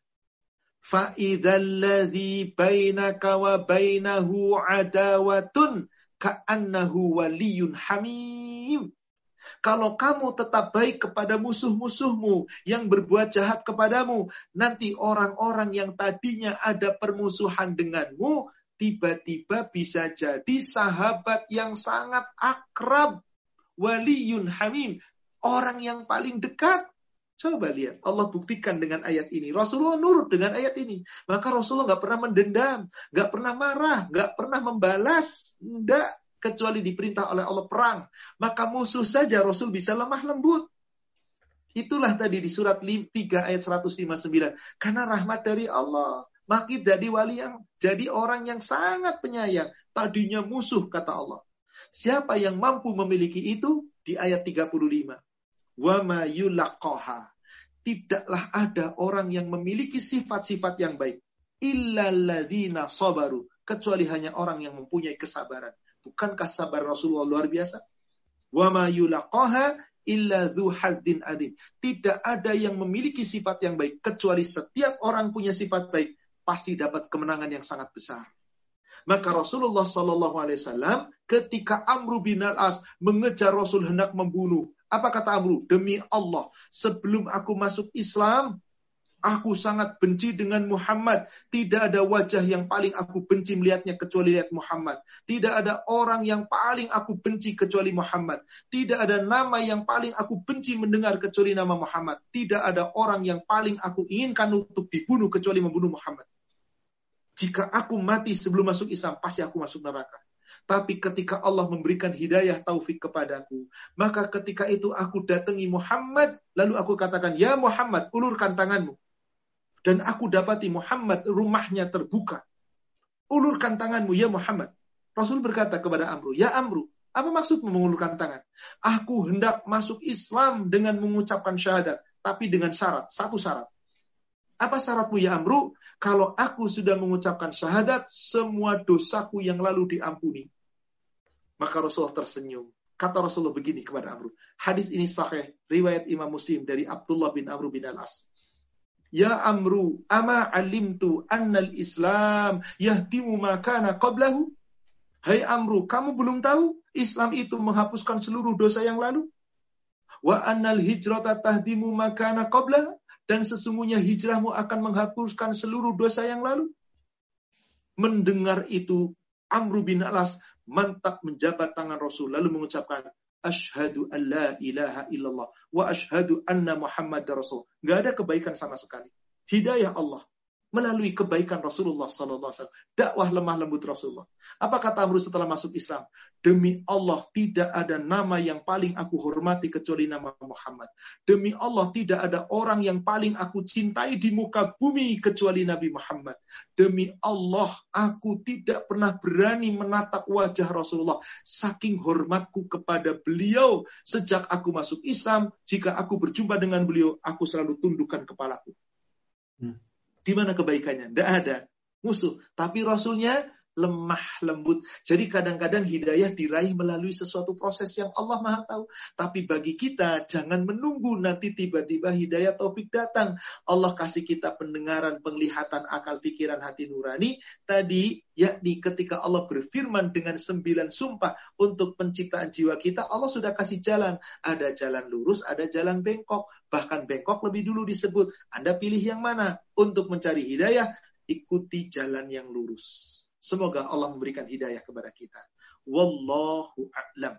فَإِذَا الَّذِي بَيْنَكَ وَبَيْنَهُ عَدَاوَةٌ كَأَنَّهُ وَلِيٌّ حَمِيمٌ. Kalau kamu tetap baik kepada musuh-musuhmu yang berbuat jahat kepadamu, nanti orang-orang yang tadinya ada permusuhan denganmu, tiba-tiba bisa jadi sahabat yang sangat akrab. Waliyun hamim. Orang yang paling dekat. Coba lihat, Allah buktikan dengan ayat ini. Rasulullah nurut dengan ayat ini. Maka Rasulullah nggak pernah mendendam, nggak pernah marah, nggak pernah membalas. Nggak, kecuali diperintah oleh Allah perang. Maka musuh saja Rasul bisa lemah lembut. Itulah tadi di surat 3 ayat 159. Karena rahmat dari Allah. Maka jadi wali yang, jadi orang yang sangat penyayang. Tadinya musuh, kata Allah. Siapa yang mampu memiliki itu? Di ayat 35. Wa ma yulaqaha. Tidaklah ada orang yang memiliki sifat-sifat yang baik. Illalladzina sabaru. Kecuali hanya orang yang mempunyai kesabaran. Bukankah sabar Rasulullah luar biasa? Wa ma yulaqaha illa dzu haddin adim. Tidak ada yang memiliki sifat yang baik. Kecuali setiap orang punya sifat baik. Pasti dapat kemenangan yang sangat besar. Maka Rasulullah SAW ketika Amr bin al-As mengejar Rasul hendak membunuh. Apa kata Amr? Demi Allah, sebelum aku masuk Islam, aku sangat benci dengan Muhammad. Tidak ada wajah yang paling aku benci melihatnya kecuali lihat Muhammad. Tidak ada orang yang paling aku benci kecuali Muhammad. Tidak ada nama yang paling aku benci mendengar kecuali nama Muhammad. Tidak ada orang yang paling aku inginkan untuk dibunuh kecuali membunuh Muhammad. Jika aku mati sebelum masuk Islam, pasti aku masuk neraka. Tapi ketika Allah memberikan hidayah taufik kepadaku, maka ketika itu aku datangi Muhammad, lalu aku katakan, ya Muhammad, ulurkan tanganmu. Dan aku dapati Muhammad rumahnya terbuka. Ulurkan tanganmu, ya Muhammad. Rasul berkata kepada Amru, ya Amru, apa maksudmu mengulurkan tangan? Aku hendak masuk Islam dengan mengucapkan syahadat, tapi dengan syarat, satu syarat. Apa syaratmu ya Amru? Kalau aku sudah mengucapkan syahadat, semua dosaku yang lalu diampuni. Maka Rasulullah tersenyum. Kata Rasulullah begini kepada Amru. Hadis ini sahih, riwayat Imam Muslim dari Abdullah bin Amr bin al-As. Ya Amru, ama alimtu annal Islam yahdimu ma kana qablahu? Hai Amru, kamu belum tahu Islam itu menghapuskan seluruh dosa yang lalu? Wa annal hijrata tahdimu ma kana qablahu? Dan sesungguhnya hijrahmu akan menghapuskan seluruh dosa yang lalu. Mendengar itu, Amr bin al-As mantap menjabat tangan Rasul, lalu mengucapkan, Ashhadu an la ilaha illallah, wa ashhadu anna Muhammad Rasul. Gak ada kebaikan sama sekali. Hidayah Allah. melalui kebaikan Rasulullah SAW. Dakwah lemah lembut Rasulullah. Apa kata Amr setelah masuk Islam? Demi Allah, tidak ada nama yang paling aku hormati kecuali nama Muhammad. Demi Allah, tidak ada orang yang paling aku cintai di muka bumi kecuali Nabi Muhammad. Demi Allah, aku tidak pernah berani menatap wajah Rasulullah. Saking hormatku kepada beliau, sejak aku masuk Islam, jika aku berjumpa dengan beliau, aku selalu tundukkan kepalaku. Di mana kebaikannya? Tidak ada. Musuh. Tapi Rasulnya lemah lembut. Jadi kadang-kadang hidayah diraih melalui sesuatu proses yang Allah Maha tahu. Tapi bagi kita, jangan menunggu nanti tiba-tiba hidayah taufik datang. Allah kasih kita pendengaran, penglihatan, akal, pikiran, hati nurani. Tadi, yakni ketika Allah berfirman dengan 9 sumpah untuk penciptaan jiwa kita, Allah sudah kasih jalan. Ada jalan lurus, ada jalan bengkok. Bahkan bengkok lebih dulu disebut. Anda pilih yang mana? Untuk mencari hidayah, ikuti jalan yang lurus. Semoga Allah memberikan hidayah kepada kita. Wallahu a'lam.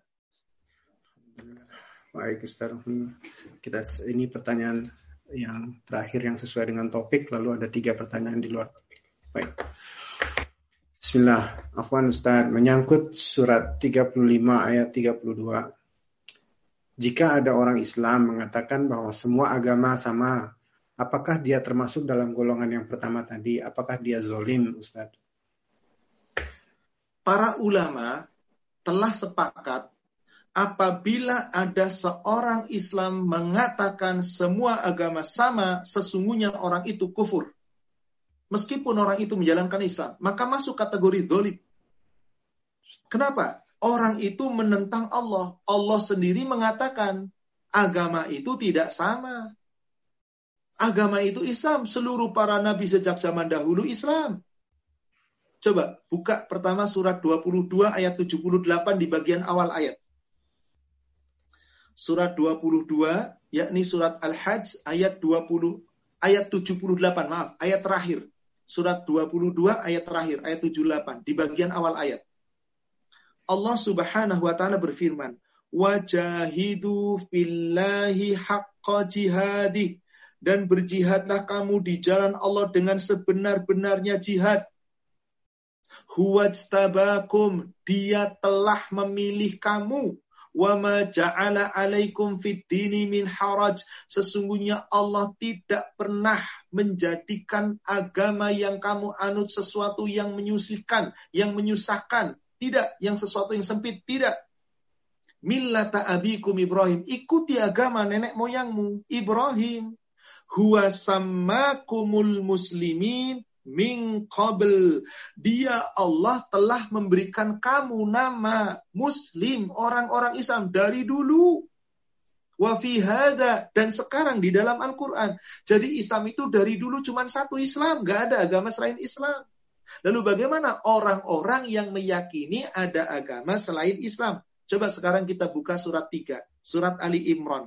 Baik, Ustaz. Ini pertanyaan yang terakhir yang sesuai dengan topik, lalu ada 3 pertanyaan di luar topik. Baik. Bismillah. Afwan Ustaz, menyangkut surat 35 ayat 32. Jika ada orang Islam mengatakan bahwa semua agama sama, apakah dia termasuk dalam golongan yang pertama tadi? Apakah dia zalim, Ustaz? Para ulama telah sepakat apabila ada seorang Islam mengatakan semua agama sama, sesungguhnya orang itu kufur. Meskipun orang itu menjalankan Islam, maka masuk kategori zalim. Kenapa? Orang itu menentang Allah. Allah sendiri mengatakan agama itu tidak sama. Agama itu Islam. Seluruh para nabi sejak zaman dahulu Islam. Coba buka pertama surat 22 ayat 78 di bagian awal ayat. Surat 22, yakni surat Al-Hajj ayat 78, maaf, ayat terakhir. Surat 22 ayat terakhir, ayat 78 di bagian awal ayat. Allah Subhanahu wa taala berfirman, "Wajahidu fillahi haqqa jihadih." Dan berjihadlah kamu di jalan Allah dengan sebenar-benarnya jihad. Huwajtabakum, dia telah memilih kamu. Wa ma ja'ala alaikum fid dini min haraj. Sesungguhnya Allah tidak pernah menjadikan agama yang kamu anut sesuatu yang menyusahkan, tidak, yang sesuatu yang sempit, tidak. Millata abikum Ibrahim, ikuti agama nenek moyangmu Ibrahim. Huwa sammakumul muslimin min qabl. Dia Allah telah memberikan kamu nama Muslim, orang-orang Islam dari dulu. Wa fi hadza, dan sekarang di dalam Al-Quran. Jadi Islam itu dari dulu cuma satu Islam, nggak ada agama selain Islam. Lalu bagaimana orang-orang yang meyakini ada agama selain Islam? Coba sekarang kita buka surat 3, surat Ali Imran.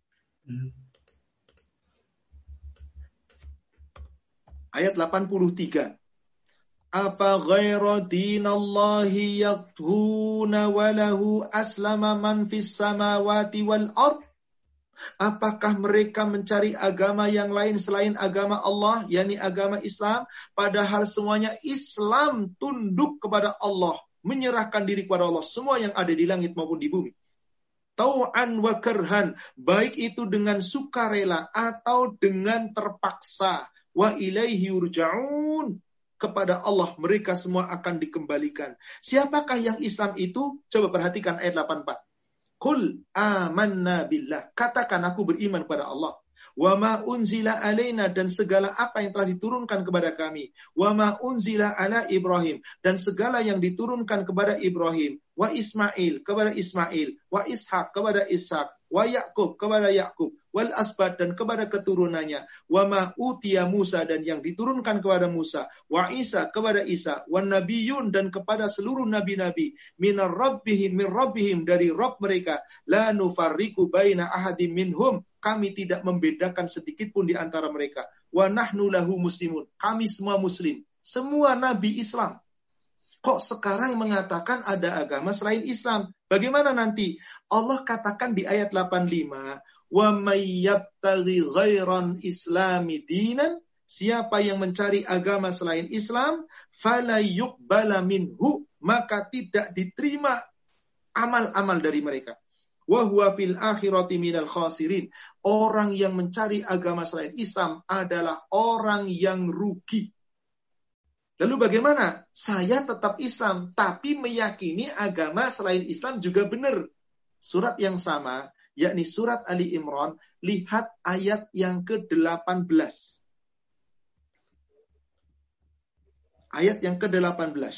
Ayat 83. Apa ghaira dinallahi yaqtuna wa lahu aslama man fis samawati wal ard? Apakah mereka mencari agama yang lain selain agama Allah, yakni agama Islam, padahal semuanya Islam tunduk kepada Allah, menyerahkan diri kepada Allah, semua yang ada di langit maupun di bumi. Tau'an wa karhan, baik itu dengan sukarela atau dengan terpaksa. Wa ilaihi yurja'un, kepada Allah mereka semua akan dikembalikan. Siapakah yang Islam itu? Coba perhatikan ayat 84. Qul amanna billah, katakan aku beriman kepada Allah. Wa ma unzila alaina, dan segala apa yang telah diturunkan kepada kami. Wa ma unzila ala Ibrahim, dan segala yang diturunkan kepada Ibrahim. Wa Ismail, kepada Ismail. Wa Ishak, kepada Ishak. Wa Ya'qub, kepada Ya'qub. Wal asbat, dan kepada keturunannya. Wa ma utiya Musa, dan yang diturunkan kepada Musa. Wa Isa, kepada Isa. Wa nabiyun, dan kepada seluruh nabi-nabi. Minar rabbihim, min rabbihim, dari Rabb mereka. La nufarriqu baina ahadim minhum, kami tidak membedakan sedikit pun di antara mereka. Wa nahnu lahu muslimun, kami semua muslim. Semua nabi Islam. Kok sekarang mengatakan ada agama selain Islam? Bagaimana nanti? Allah katakan di ayat 85, wa may yabtaghi ghairan islami dinan, siapa yang mencari agama selain Islam, fala yuqbala minhu, maka tidak diterima amal-amal dari mereka. Wa huwa fil akhirati minal khasirin. Orang yang mencari agama selain Islam adalah orang yang rugi. Lalu bagaimana? Saya tetap Islam, tapi meyakini agama selain Islam juga benar. Surat yang sama, yakni surat Ali Imran, lihat ayat yang ke-18. Ayat yang ke-18.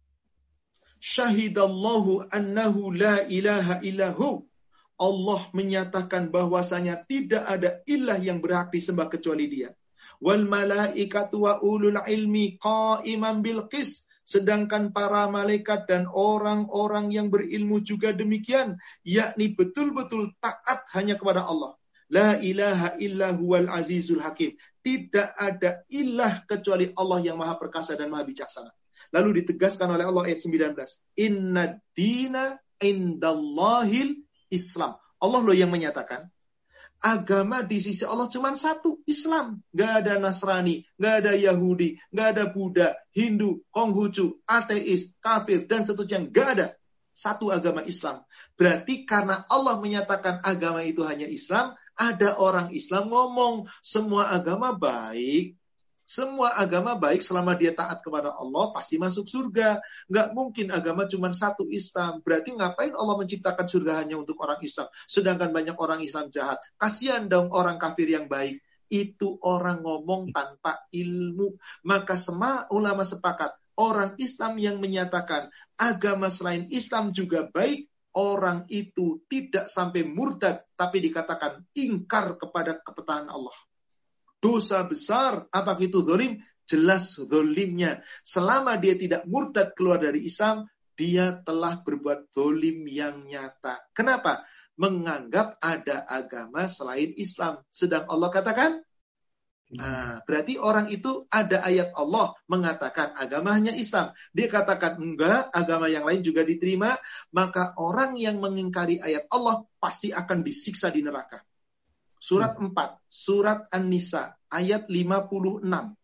Syahidallahu annahu la ilaha illahu. Allah menyatakan bahwasanya tidak ada ilah yang berhak disembah kecuali Dia. Wal malaikatu wa ulul ilmi qa'iman bil qis. Sedangkan para malaikat dan orang-orang yang berilmu juga demikian, yakni betul-betul taat hanya kepada Allah. La ilaha illa huwal azizul hakim. Tidak ada ilah kecuali Allah yang maha perkasa dan maha bijaksana. Lalu ditegaskan oleh Allah ayat 19. Inna dina indallahil Islam. Allah loh yang menyatakan agama di sisi Allah cuma satu, Islam. Gak ada Nasrani, gak ada Yahudi, gak ada Buddha, Hindu, Konghucu, ateis, kafir, dan seterusnya. Gak ada. Satu agama Islam. Berarti karena Allah menyatakan agama itu hanya Islam, ada orang Islam ngomong semua agama baik. Semua agama baik selama dia taat kepada Allah pasti masuk surga. Nggak mungkin agama cuma satu, Islam. Berarti ngapain Allah menciptakan surga hanya untuk orang Islam? Sedangkan banyak orang Islam jahat. Kasihan dong orang kafir yang baik. Itu orang ngomong tanpa ilmu. Maka semua ulama sepakat. Orang Islam yang menyatakan agama selain Islam juga baik. Orang itu tidak sampai murtad. Tapi dikatakan ingkar kepada kepercayaan Allah. Dosa besar, apakah itu zalim? Jelas zalimnya. Selama dia tidak murtad keluar dari Islam, dia telah berbuat zalim yang nyata. Kenapa? Menganggap ada agama selain Islam. Sedang Allah katakan, berarti orang itu ada ayat Allah mengatakan agama hanya Islam. Dia katakan enggak, agama yang lain juga diterima. Maka orang yang mengingkari ayat Allah pasti akan disiksa di neraka. Surat 4, surat An-Nisa, ayat 56.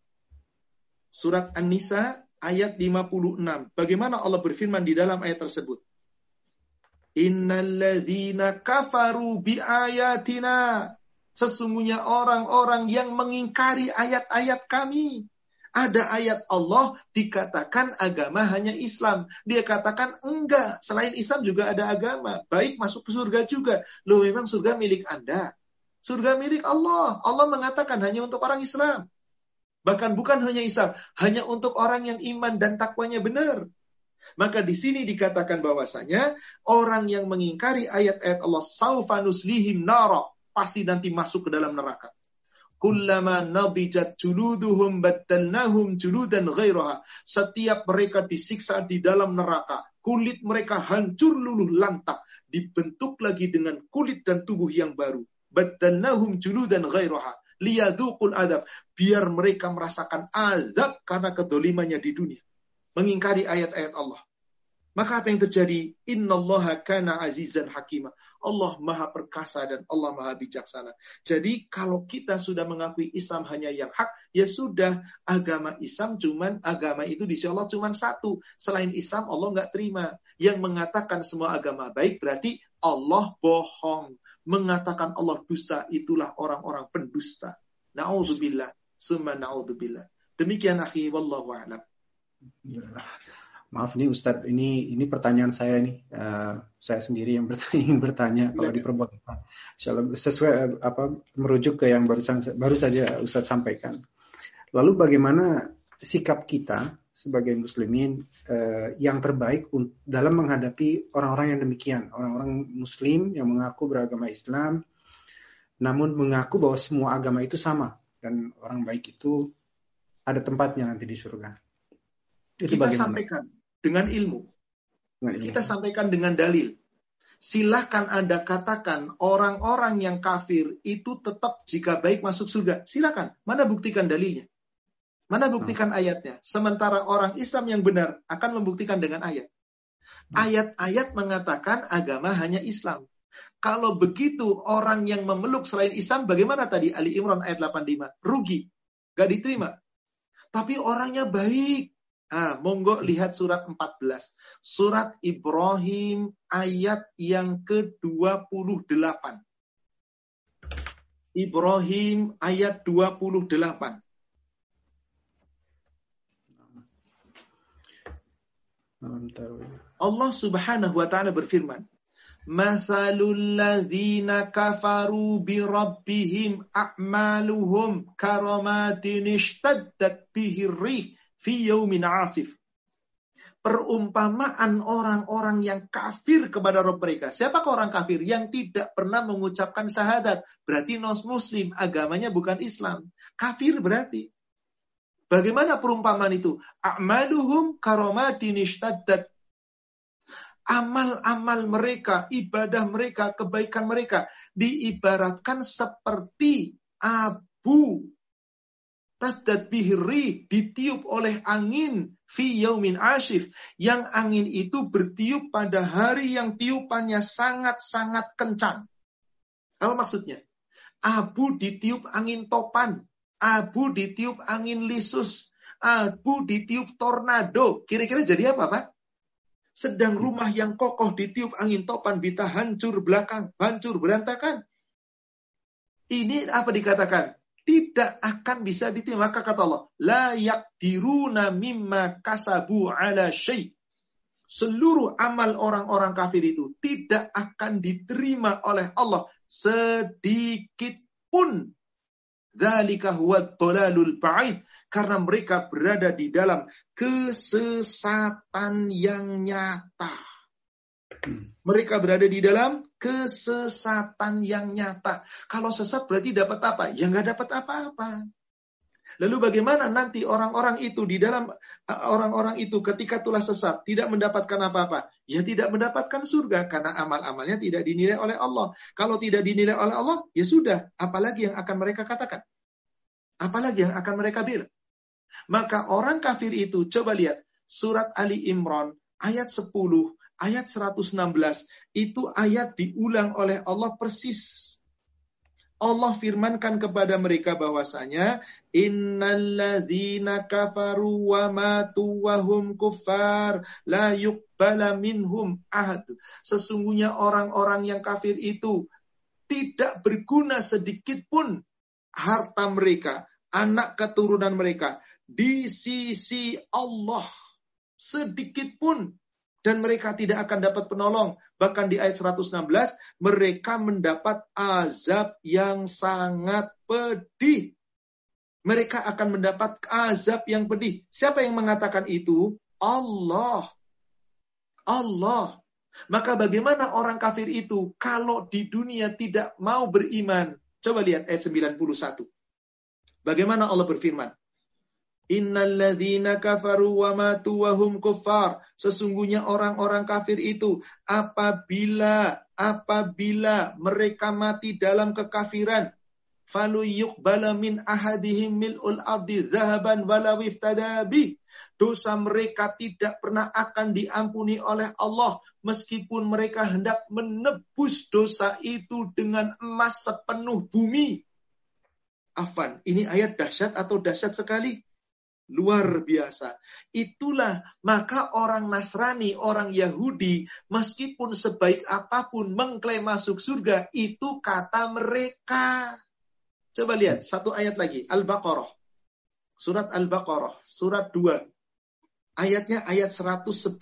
Surat An-Nisa, ayat 56. Bagaimana Allah berfirman di dalam ayat tersebut? Innalladzina kafaru biayatina. Sesungguhnya orang-orang yang mengingkari ayat-ayat kami. Ada ayat Allah dikatakan agama hanya Islam. Dia katakan enggak, selain Islam juga ada agama. Baik masuk ke surga juga. Loh memang surga milik Anda. Surga milik Allah. Allah mengatakan hanya untuk orang Islam. Bahkan bukan hanya Islam. Hanya untuk orang yang iman dan takwanya benar. Maka di sini dikatakan bahwasanya orang yang mengingkari ayat-ayat Allah, saufa nuslihim nara, pasti nanti masuk ke dalam neraka. Kullama nadijat juluduhum baddalnahum juludan ghairaha. Setiap mereka disiksa di dalam neraka, kulit mereka hancur luluh lantak, dibentuk lagi dengan kulit dan tubuh yang baru. Baddalnahum juludan ghairaha liyadzuqul adab, biar mereka merasakan azab karena kedolimannya di dunia, mengingkari ayat-ayat Allah. Maka apa yang terjadi? Innallaha kana azizan hakima. Allah maha perkasa dan Allah maha bijaksana. Jadi kalau kita sudah mengakui Islam hanya yang hak, ya sudah, agama Islam cuman, agama itu di sisi Allah cuman satu. Selain Islam Allah nggak terima. Yang mengatakan semua agama baik berarti Allah bohong. Mengatakan Allah dusta, itulah orang-orang pendusta. Na'udzubillah, summa na'udzubillah. Demikian akhi, wallahu a'lam. Maaf nih Ustadz, ini pertanyaan saya nih. Saya sendiri yang bertanya kalau diperbolehkan. Insyaallah sesuai merujuk ke yang baru saja Ustadz sampaikan. Lalu bagaimana sikap kita sebagai muslimin yang terbaik dalam menghadapi orang-orang yang demikian, orang-orang muslim yang mengaku beragama Islam namun mengaku bahwa semua agama itu sama dan orang baik itu ada tempatnya nanti di surga. Itu kita bagaimana? Sampaikan dengan ilmu. Kita sampaikan dengan dalil. Silahkan Anda katakan orang-orang yang kafir itu tetap jika baik masuk surga. Silakan. Mana buktikan dalilnya? Mana buktikan ayatnya? Sementara orang Islam yang benar akan membuktikan dengan ayat. Ayat-ayat mengatakan agama hanya Islam. Kalau begitu orang yang memeluk selain Islam, bagaimana tadi Ali Imran ayat 85? Rugi. Gak diterima. Tapi orangnya baik. Monggo lihat surat 14. Surat Ibrahim ayat yang ke-28. Ibrahim ayat 28. Allah Subhanahu wa ta'ala berfirman, "Matsalul ladzina kafaru bi rabbihim a'maluhum karamatin ishtaddat bihi rih fi yaumin 'asif." Perumpamaan orang-orang yang kafir kepada Rabb mereka. Siapakah orang kafir? Yang tidak pernah mengucapkan syahadat. Berarti non-muslim, agamanya bukan Islam. Kafir berarti. Bagaimana perumpamaan itu? A'maluhum karamatin ishtaddat. Amal-amal mereka, ibadah mereka, kebaikan mereka diibaratkan seperti abu taddat bihri, ditiup oleh angin fi yaumin ashif, yang angin itu bertiup pada hari yang tiupannya sangat-sangat kencang. Apa maksudnya? Abu ditiup angin topan, abu ditiup angin lisus, abu ditiup tornado. Kira-kira jadi apa, Pak? Sedang rumah yang kokoh ditiup angin topan, bisa hancur belakang, hancur berantakan. Ini apa dikatakan? Tidak akan bisa diterima. Maka kata Allah, la yaqdiruna mimma kasabu ala syai'. Seluruh amal orang-orang kafir itu tidak akan diterima oleh Allah sedikit pun. Dzalika huwad dhalalul ba'id, karena mereka berada di dalam kesesatan yang nyata. Mereka berada di dalam kesesatan yang nyata. Kalau sesat berarti dapat apa? Ya nggak dapat apa-apa. Lalu bagaimana nanti orang-orang itu di dalam orang-orang itu ketika telah sesat tidak mendapatkan apa-apa? Ya tidak mendapatkan surga karena amal-amalnya tidak dinilai oleh Allah. Kalau tidak dinilai oleh Allah, ya sudah. Apalagi yang akan mereka katakan? Apalagi yang akan mereka bilang? Maka orang kafir itu, coba lihat surat Ali Imran ayat 10. Ayat 116, itu ayat diulang oleh Allah persis. Allah firmankan kepada mereka bahwasanya, innalladzina kafaru wa matu wa hum kuffar la yuqbala minhum ahad. Sesungguhnya orang-orang yang kafir itu tidak berguna sedikit pun harta mereka, anak keturunan mereka di sisi Allah. Sedikit pun. Dan mereka tidak akan dapat penolong. Bahkan di ayat 116, mereka mendapat azab yang sangat pedih. Mereka akan mendapat azab yang pedih. Siapa yang mengatakan itu? Allah. Allah. Maka bagaimana orang kafir itu kalau di dunia tidak mau beriman? Coba lihat ayat 91. Bagaimana Allah berfirman? Innalladzina kafaru wa matu wa hum kuffar. Sesungguhnya orang-orang kafir itu apabila mereka mati dalam kekafiran, falu yuqbala min ahadihim mil'ul ardi dzahaban walaw iftada bih. Dosa mereka tidak pernah akan diampuni oleh Allah meskipun mereka hendak menebus dosa itu dengan emas sepenuh bumi. Afan, ini ayat dahsyat atau dahsyat sekali? Luar biasa. Itulah maka orang Nasrani, orang Yahudi, meskipun sebaik apapun mengklaim masuk surga, itu kata mereka. Coba lihat satu ayat lagi, Al-Baqarah. Surat Al-Baqarah, surat 2. Ayatnya ayat 111.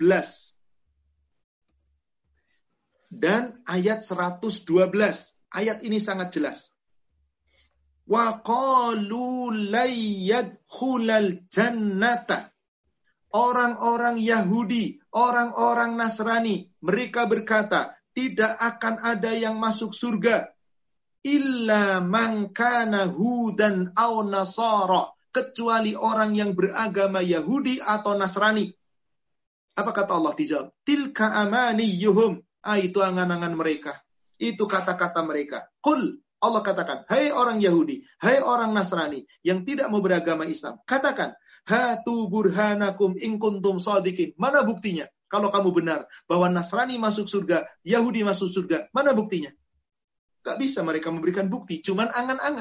Dan ayat 112. Ayat ini sangat jelas. Wa qalu layyadkhulal jannata. Orang-orang Yahudi, orang-orang Nasrani, mereka berkata, tidak akan ada yang masuk surga illa man kana hudan aw nasara, kecuali orang yang beragama Yahudi atau Nasrani. Apa kata Allah? Dijawab, tilka amaniyuhum. Itu angan-angan mereka. Itu kata-kata mereka. Qul, Allah katakan, hai orang Yahudi, hai orang Nasrani yang tidak mau beragama Islam, katakan, hatu burhanakum in kuntum shadiqin. Mana buktinya? Kalau kamu benar bahwa Nasrani masuk surga, Yahudi masuk surga, mana buktinya? Gak bisa mereka memberikan bukti, cuman angan-angan.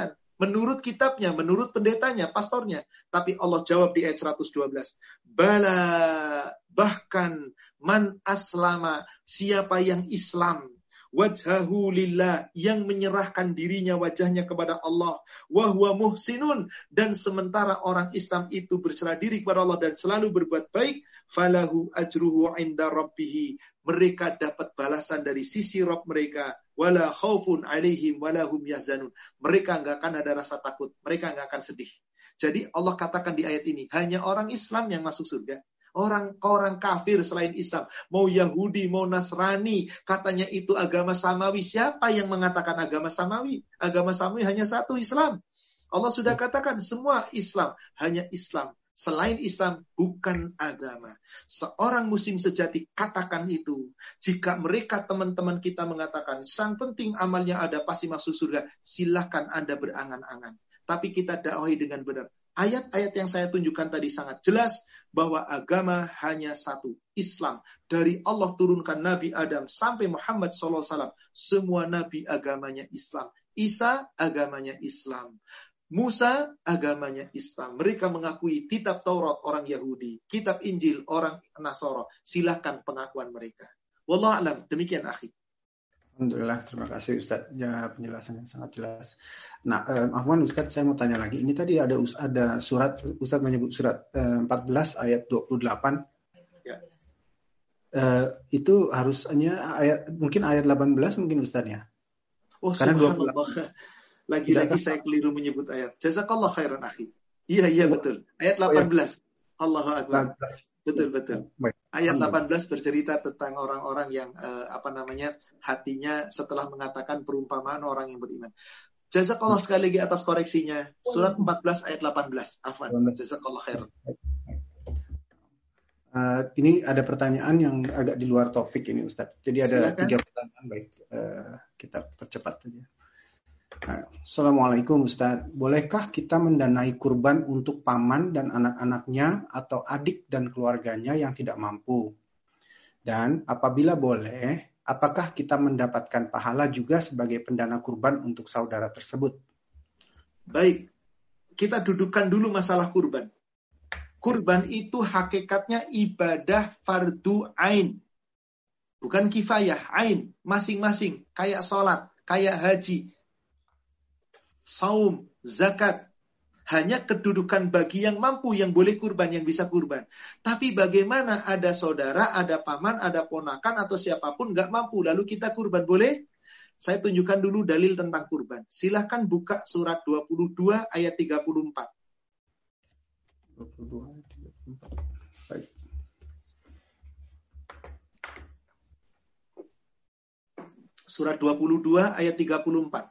menurut kitabnya, menurut pendetanya, pastornya. Tapi Allah jawab di ayat 112. Bala, bahkan man aslama, siapa yang Islam, wajhahu lillah, yang menyerahkan dirinya, wajahnya kepada Allah, wa huwa muhsinun, dan sementara orang Islam itu berserah diri kepada Allah dan selalu berbuat baik, falahu ajruhu inda rabbih, mereka dapat balasan dari sisi Rabb mereka, wala khaufun alaihim wala hum yahzanun, mereka enggak akan ada rasa takut, mereka enggak akan sedih. Jadi Allah katakan di ayat ini, hanya orang Islam yang masuk surga. Orang kafir selain Islam, mau Yahudi, mau Nasrani, katanya itu agama samawi. Siapa yang mengatakan agama samawi? Agama samawi hanya satu, Islam. Allah sudah katakan semua Islam, hanya Islam. Selain Islam bukan agama. Seorang muslim sejati katakan itu. Jika mereka teman-teman kita mengatakan sang penting amalnya ada pasti masuk surga, silahkan Anda berangan-angan. Tapi kita dakwahi dengan benar. Ayat-ayat yang saya tunjukkan tadi sangat jelas bahwa agama hanya satu, Islam. Dari Allah turunkan Nabi Adam sampai Muhammad SAW, semua Nabi agamanya Islam. Isa agamanya Islam. Musa agamanya Islam. Mereka mengakui kitab Taurat orang Yahudi, kitab Injil orang Nasara. Silahkan pengakuan mereka. Wallahu a'lam. Demikian akhi. Alhamdulillah, terima kasih Ustaz. Ya, penjelasan yang sangat jelas. Nah, Afwan Ustaz, saya mau tanya lagi. Ini tadi ada surat, Ustaz menyebut surat 14 ayat 28. Ya. Itu harusnya mungkin ayat 18 mungkin Ustaz ya. Oh, karena 28. Lagi-lagi saya keliru menyebut ayat. Jazakallah khairan akhi. Iya betul. Ayat 18. Allahu akbar. Betul. Ayat 18 bercerita tentang orang-orang yang hatinya setelah mengatakan perumpamaan orang yang beriman. Jazakallah sekali lagi atas koreksinya. Surat 14 ayat 18. Afwan. Jazakallah khairan. Ini ada pertanyaan yang agak di luar topik ini Ustaz. Jadi ada 3 pertanyaan, baik kita percepat saja. Assalamualaikum Ustaz. Bolehkah kita mendanai kurban untuk paman dan anak-anaknya atau adik dan keluarganya yang tidak mampu? Dan apabila boleh, apakah kita mendapatkan pahala juga sebagai pendana kurban untuk saudara tersebut? Baik, kita dudukkan dulu masalah kurban. Kurban itu hakikatnya ibadah fardu ain. Bukan kifayah, ain. Masing-masing. Kayak sholat, kayak haji, saum, zakat. Hanya kedudukan bagi yang mampu, yang boleh kurban, yang bisa kurban. Tapi bagaimana ada saudara, ada paman, ada ponakan, atau siapapun nggak mampu, lalu kita kurban, boleh? Saya tunjukkan dulu dalil tentang kurban. Silahkan buka surat 22 ayat 34. 22 ayat 34. Baik. Surat 22 ayat 34.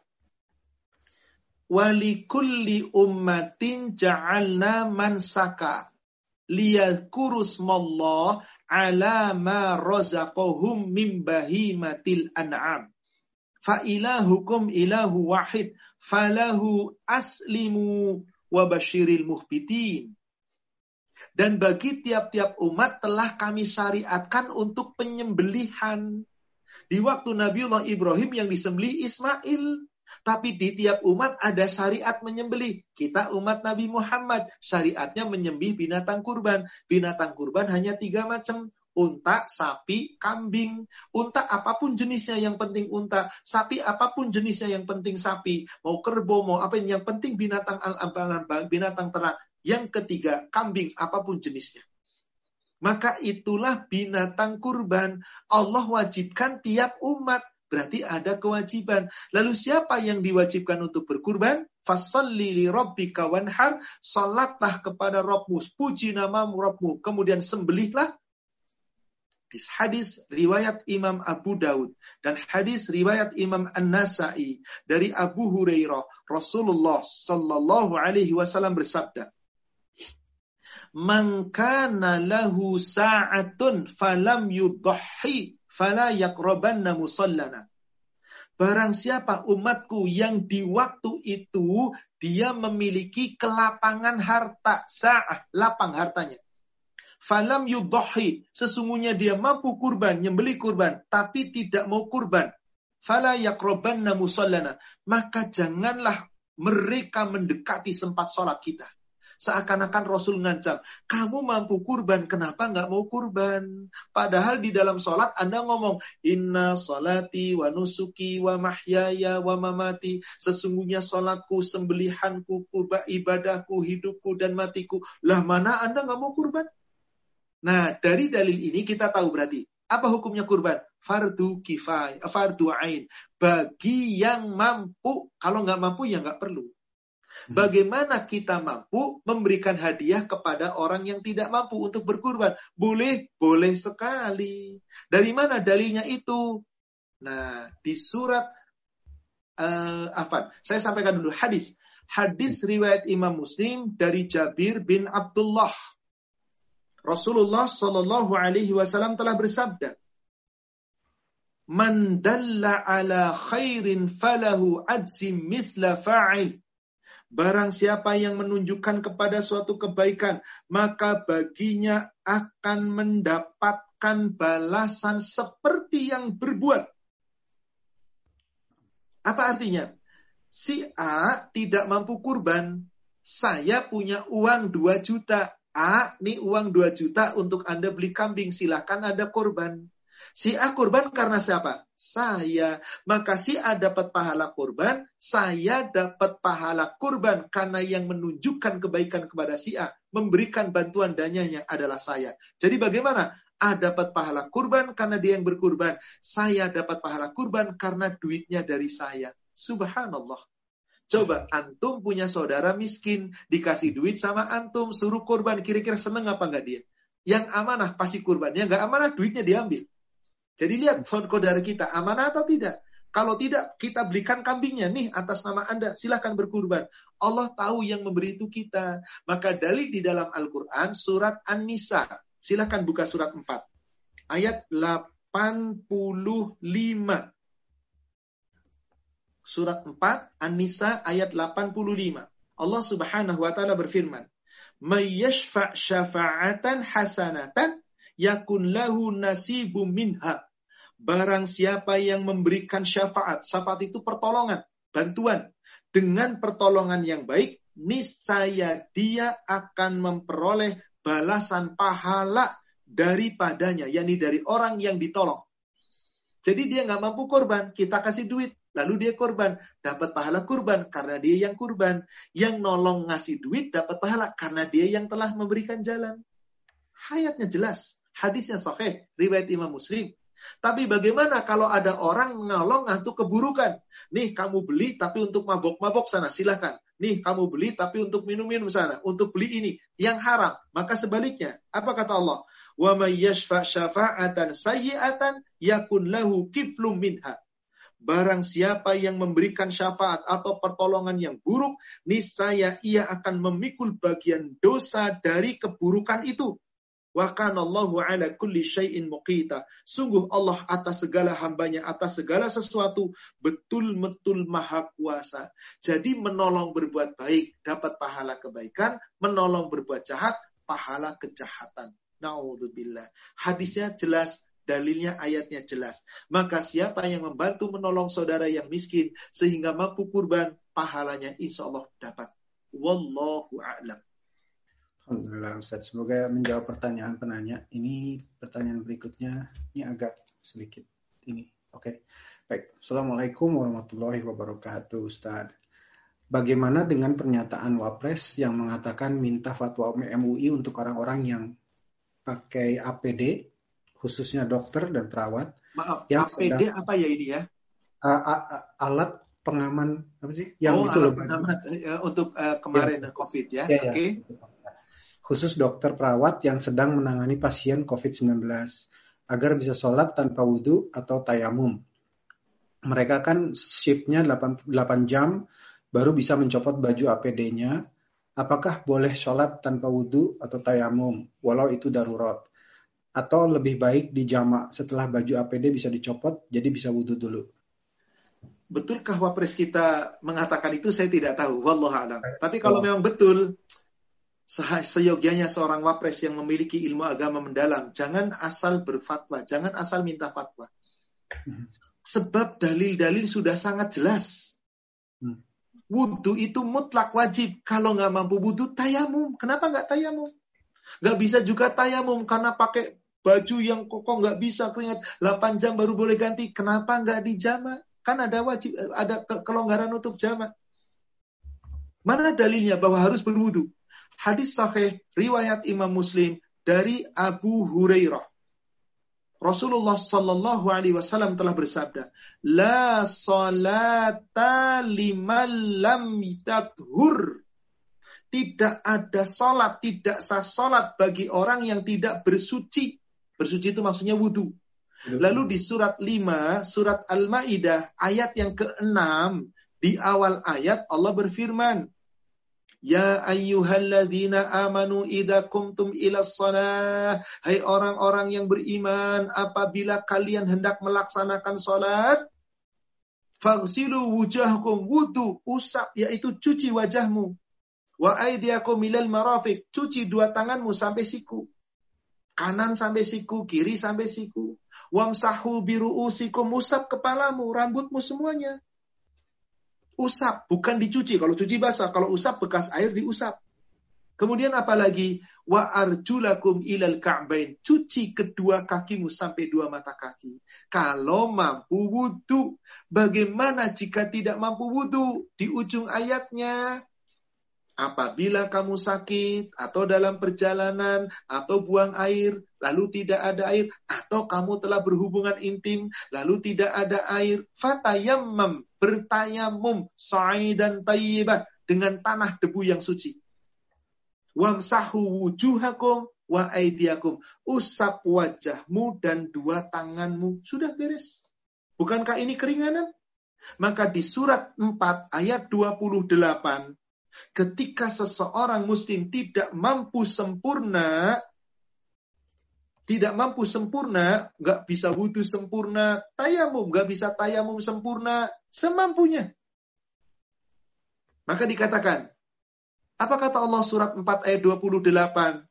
Walikulli ummatin ja'alna mansaka liyadhkuru smallah ala ma razaqahum min bahimatil an'am fa ilahukum ilahu wahid falahu aslimu wa basyiril muhbitin. Dan bagi tiap-tiap umat telah kami syariatkan untuk penyembelihan. Di waktu Nabiullah Ibrahim yang disembelih Ismail. Tapi di tiap umat ada syariat menyembelih. Kita umat Nabi Muhammad, syariatnya menyembelih binatang kurban. Binatang kurban hanya 3 macam. Unta, sapi, kambing. Unta apapun jenisnya yang penting unta. Sapi apapun jenisnya yang penting sapi. Mau kerbau, mau apa yang penting binatang binatang ternak. Yang ketiga, kambing apapun jenisnya. Maka itulah binatang kurban. Allah wajibkan tiap umat. Berarti ada kewajiban. Lalu siapa yang diwajibkan untuk berkurban? Fasholli li rabbika wanhar. Salatlah kepada Rabbmu. Puji namamu Rabbmu. Kemudian sembelihlah. Hadis riwayat Imam Abu Daud. Dan hadis riwayat Imam An-Nasai. Dari Abu Hurairah. Rasulullah sallallahu alaihi wasallam bersabda. Man kana lahu sa'atun falam yudhhi fala yaqrabanna musallana. Barang siapa umatku yang di waktu itu dia memiliki kelapangan harta, sa'ah, lapang hartanya. Falam yudhhi, sesungguhnya dia mampu kurban, nyembelih kurban, tapi tidak mau kurban. Fala yaqrabanna musallana, maka janganlah mereka mendekati sempat sholat kita. Seakan-akan Rasul ngancam, kamu mampu kurban, kenapa nggak mau kurban? Padahal di dalam sholat Anda ngomong, inna sholati wa nusuki wa mahyaya wa mamati. Sesungguhnya sholatku, sembelihanku, kurban ibadahku, hidupku dan matiku. Lah mana Anda nggak mau kurban? Nah, dari dalil ini kita tahu berarti, apa hukumnya kurban? Fardu kifayah, fardu ain. Bagi yang mampu, kalau nggak mampu ya nggak perlu. Bagaimana kita mampu memberikan hadiah kepada orang yang tidak mampu untuk berkurban? Boleh, boleh sekali. Dari mana dalilnya itu? Nah, di surat saya sampaikan dulu hadis. Hadis riwayat Imam Muslim dari Jabir bin Abdullah. Rasulullah Shallallahu Alaihi Wasallam telah bersabda, "Man dalla ala khairin falahu ajzim mithla fa'il." Barang siapa yang menunjukkan kepada suatu kebaikan, maka baginya akan mendapatkan balasan seperti yang berbuat. Apa artinya? Si A tidak mampu kurban. Saya punya uang 2 juta. A, nih uang 2 juta untuk Anda beli kambing. Silakan Anda kurban. Si A kurban karena siapa? Saya. Maka si A dapat pahala kurban, saya dapat pahala kurban karena yang menunjukkan kebaikan kepada si A, memberikan bantuan dananya adalah saya. Jadi bagaimana? A dapat pahala kurban karena dia yang berkurban. Saya dapat pahala kurban karena duitnya dari saya. Subhanallah. Coba antum punya saudara miskin, dikasih duit sama antum, suruh kurban, kira-kira seneng apa enggak dia? Yang amanah pasti kurban, yang enggak amanah duitnya diambil. Jadi lihat saudara kita amanah atau tidak. Kalau tidak, kita belikan kambingnya. Nih atas nama Anda, silahkan berkurban. Allah tahu yang memberi itu kita. Maka dalil di dalam Al-Quran, surat An-Nisa. Silahkan buka surat 4. Ayat 85. Surat 4, An-Nisa ayat 85. Allah subhanahu wa ta'ala berfirman, "May yashfa' syafa'atan hasanatan, yakun lahu nasibum minha." Barang siapa yang memberikan syafaat, syafaat itu pertolongan, bantuan, dengan pertolongan yang baik, niscaya dia akan memperoleh balasan pahala daripadanya, yakni dari orang yang ditolong. Jadi dia nggak mampu kurban, kita kasih duit, lalu dia kurban, dapat pahala kurban karena dia yang kurban. Yang nolong ngasih duit dapat pahala karena dia yang telah memberikan jalan. Hayatnya jelas, hadisnya sahih, riwayat Imam Muslim. Tapi bagaimana kalau ada orang nolong untuk keburukan? Nih kamu beli tapi untuk mabok-mabok sana, silahkan. Nih kamu beli tapi untuk minum-minum sana, untuk beli ini yang haram. Maka sebaliknya, apa kata Allah? Wa may yashfa' syafa'atan sayyi'atan yakun lahu kiflum minha. Barang siapa yang memberikan syafaat atau pertolongan yang buruk, niscaya ia akan memikul bagian dosa dari keburukan itu. Wa kanallahu ala kulli syai'in muqita. Sungguh Allah atas segala hambanya, atas segala sesuatu betul-betul maha kuasa. Jadi menolong berbuat baik dapat pahala kebaikan, menolong berbuat jahat pahala kejahatan. Na'udzubillah. Hadisnya jelas, dalilnya ayatnya jelas. Maka siapa yang membantu menolong saudara yang miskin sehingga mampu kurban, pahalanya insya Allah dapat. Wallahu a'lam. Alhamdulillah Ustaz, semoga menjawab pertanyaan penanya. Ini pertanyaan berikutnya, ini agak sedikit ini. Oke. Baik. Assalamualaikum warahmatullahi wabarakatuh Ustaz. Bagaimana dengan pernyataan Wapres yang mengatakan minta fatwa MUI untuk orang-orang yang pakai APD, khususnya dokter dan perawat. Maaf, yang APD apa ya ini ya? Alat pengaman apa sih? Yang itu alat pengaman untuk kemarin ya. COVID ya. Oke. Okay. Khusus dokter perawat yang sedang menangani pasien COVID-19 agar bisa sholat tanpa wudhu atau tayamum. Mereka kan shiftnya 8 jam baru bisa mencopot baju APD-nya. Apakah boleh sholat tanpa wudhu atau tayamum walau itu darurat? Atau lebih baik dijamak setelah baju APD bisa dicopot jadi bisa wudhu dulu? Betulkah Wapres kita mengatakan itu saya tidak tahu. Wallahu a'lam. Tapi kalau memang betul, seyogianya seorang Wapres yang memiliki ilmu agama mendalam, jangan asal berfatwa, jangan asal minta fatwa. Sebab dalil-dalil sudah sangat jelas. Wudu itu mutlak wajib. Kalau nggak mampu wudu, tayamum. Kenapa nggak tayamum? Nggak bisa juga tayamum karena pakai baju yang kokoh, nggak bisa keringat 8 jam baru boleh ganti. Kenapa nggak dijamak? Kan ada wajib, ada kelonggaran untuk jamak. Mana dalilnya bahwa harus berwudu? Hadis sahih riwayat Imam Muslim dari Abu Hurairah. Rasulullah sallallahu alaihi wasallam telah bersabda, "La salata liman lam tathur." Tidak ada salat, tidak sah salat bagi orang yang tidak bersuci. Bersuci itu maksudnya wudu. Lalu di surat 5, surat Al-Maidah ayat yang ke-6, di awal ayat Allah berfirman, Ya ayyuhalladzina amanu idza kumtum ilas shalah. Hai orang-orang yang beriman, apabila kalian hendak melaksanakan salat, faghsilu wujuhakum, wudu, usap, yaitu cuci wajahmu. Wa aydiyakum ilal marafiq, cuci dua tanganmu sampai siku. Kanan sampai siku, kiri sampai siku. Wamsahu biru'usikum, usap kepalamu, rambutmu semuanya. Usap, bukan dicuci. Kalau cuci basah, kalau usap bekas air diusap. Kemudian apa lagi? Wa arjulakum ilal ka'bain. Cuci kedua kakimu sampai dua mata kaki. Kalau mampu wudu. Bagaimana jika tidak mampu wudu? Di ujung ayatnya, apabila kamu sakit atau dalam perjalanan atau buang air lalu tidak ada air, atau kamu telah berhubungan intim lalu tidak ada air, fatayammam, bertayamum, sa'idan thayyibah, dengan tanah debu yang suci. Wamsahu wujuhakum wa aydiyakum, usap wajahmu dan dua tanganmu, sudah beres. Bukankah ini keringanan? Maka di surat 4 ayat 28, ketika seseorang muslim tidak mampu sempurna, nggak bisa wudu sempurna, tayamum, nggak bisa tayamum sempurna, semampunya. Maka dikatakan, apa kata Allah surat 4 ayat 28?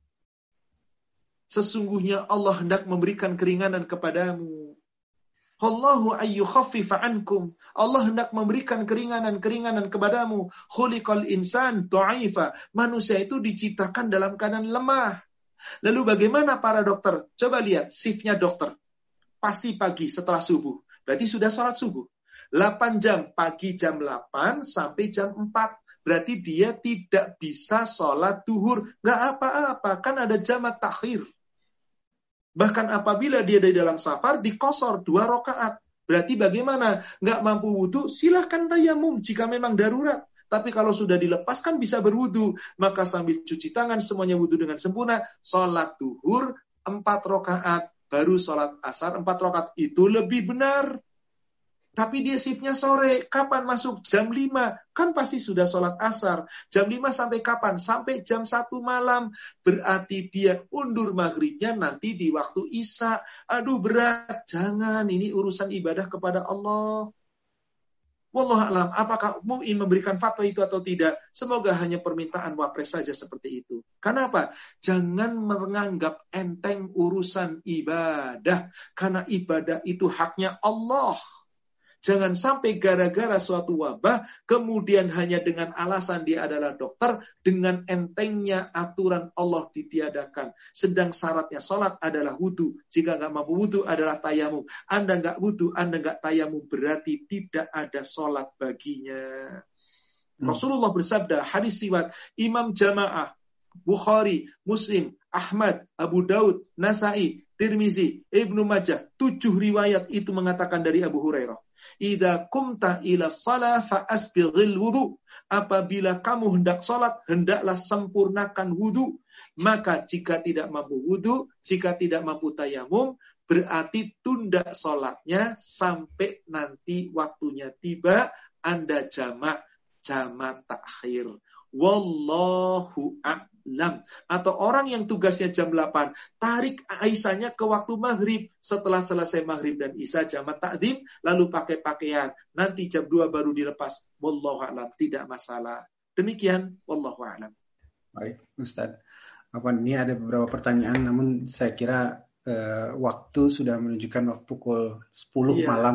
Sesungguhnya Allah hendak memberikan keringanan kepadamu. Allahu ayyukhaffifa ankum. Allah hendak memberikan keringanan kepadamu. Khuliqal insan dha'ifa. Manusia itu diciptakan dalam keadaan lemah. Lalu bagaimana para dokter? Coba lihat shiftnya dokter. Pasti pagi setelah subuh. Berarti sudah sholat subuh. 8 jam. Pagi jam 8 sampai jam 4. Berarti dia tidak bisa sholat duhur. Nggak apa-apa. Kan ada jamak takhir. Bahkan apabila dia dari dalam safar, dikosor 2 rakaat. Berarti bagaimana? Nggak mampu wudu, silahkan tayamum jika memang darurat. Tapi kalau sudah dilepaskan bisa berwudu. Maka sambil cuci tangan semuanya wudu dengan sempurna. Sholat duhur 4 rakaat. Baru sholat asar 4 rakaat. Itu lebih benar. Tapi dia shiftnya sore. Kapan masuk? Jam 5. Kan pasti sudah sholat asar. Jam 5 sampai kapan? Sampai jam 1 malam. Berarti dia undur maghribnya nanti di waktu isya. Aduh berat. Jangan. Ini urusan ibadah kepada Allah. Wallahu a'lam. Apakah MUI memberikan fatwa itu atau tidak? Semoga hanya permintaan wapres saja seperti itu. Kenapa? Jangan menganggap enteng urusan ibadah. Karena ibadah itu haknya Allah. Jangan sampai gara-gara suatu wabah, kemudian hanya dengan alasan dia adalah dokter, dengan entengnya aturan Allah ditiadakan. Sedang syaratnya sholat adalah wudu. Jika nggak mampu wudu adalah tayamum. Anda nggak wudu, Anda nggak tayamum, berarti tidak ada sholat baginya. Rasulullah bersabda, hadis riwayat Imam Jamaah, Bukhari, Muslim, Ahmad, Abu Daud, Nasai, Tirmizi, Ibnu Majah, 7 riwayat itu mengatakan dari Abu Hurairah. Idza kumta ila shalah fa asbighil wudu. Apabila kamu hendak salat, hendaklah sempurnakan wudu. Maka jika tidak mampu wudu, jika tidak mampu tayamum, berarti tunda salatnya sampai nanti waktunya tiba, Anda jamak takhir. Wallahu a'lam. Atau orang yang tugasnya jam 8, tarik Aisyahnya ke waktu maghrib. Setelah selesai maghrib dan isya jamak takdim, lalu pakai pakaian. Nanti jam 2 baru dilepas. Wallahu a'lam, tidak masalah. Demikian, wallahu a'lam. Baik, Ustaz. Ini ada beberapa pertanyaan, namun saya kira waktu sudah menunjukkan waktu pukul 10 malam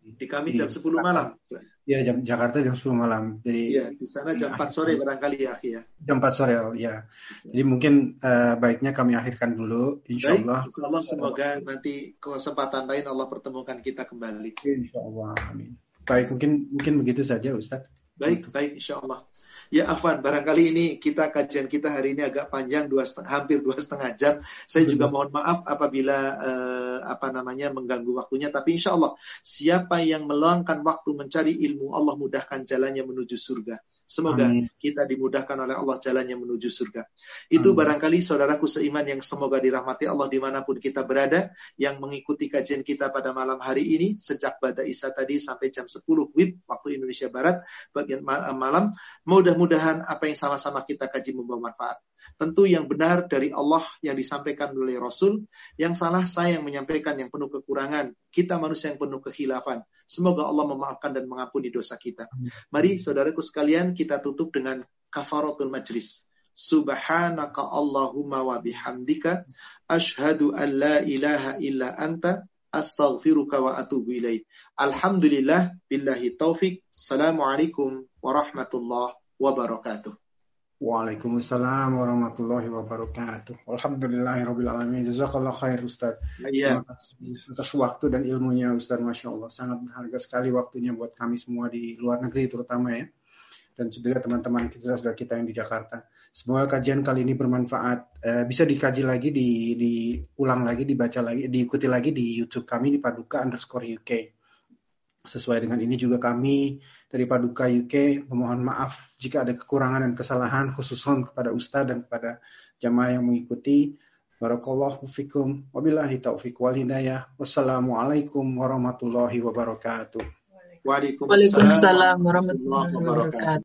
Di kami jam 10 malam. Iya, jam Jakarta jam 10 malam. Jadi iya, di sana jam 4 sore barangkali ya, Akhi ya. Jam 4 sore ya. Jadi mungkin baiknya kami akhirkan dulu, insyaallah. Baik, insyaallah semoga nanti kesempatan lain Allah pertemukan kita kembali. Insyaallah, amin. Baik, mungkin begitu saja Ustaz. Baik, insyaallah. Ya Afwan, barangkali ini kajian kita hari ini agak panjang, hampir 2,5 jam. Saya juga mohon maaf apabila mengganggu waktunya. Tapi insya Allah, siapa yang meluangkan waktu mencari ilmu, Allah mudahkan jalannya menuju surga. Semoga kita dimudahkan oleh Allah jalannya menuju surga. Itu barangkali saudaraku seiman yang semoga dirahmati Allah dimanapun kita berada, yang mengikuti kajian kita pada malam hari ini, sejak Bada Isya tadi sampai jam 10 WIB, waktu Indonesia Barat, bagian malam. Mudah-mudahan apa yang sama-sama kita kaji membawa manfaat. Tentu yang benar dari Allah yang disampaikan oleh Rasul, yang salah saya yang menyampaikan yang penuh kekurangan, kita manusia yang penuh kekhilafan. Semoga Allah memaafkan dan mengampuni dosa kita. Mari saudaraku sekalian kita tutup dengan kafaratul majlis. Subhanaka Allahumma wa bihamdika asyhadu an la ilaha illa anta astaghfiruka wa atubu ilaik. Alhamdulillah billahi taufik. Assalamualaikum warahmatullahi wabarakatuh. Waalaikumsalam warahmatullahi wabarakatuh. Alhamdulillahirabbil alamin. Jazakallah khair Ustaz. Terima kasih atas waktu dan ilmunya Ustaz, Masya Allah. Sangat berharga sekali waktunya buat kami semua di luar negeri terutama ya. Dan juga teman-teman saudara kita yang di Jakarta. Semoga kajian kali ini bermanfaat. Bisa dikaji lagi, diulang lagi, dibaca lagi, diikuti lagi di YouTube kami di Paduka_UK. Sesuai dengan ini juga kami dari Paduka UK memohon maaf jika ada kekurangan dan kesalahan, khususnya kepada Ustaz dan kepada jamaah yang mengikuti. Barakallahu fikum. Wabillahi taufiq wal hidayah. Wassalamualaikum warahmatullahi wabarakatuh. Waalaikumsalam warahmatullahi wabarakatuh.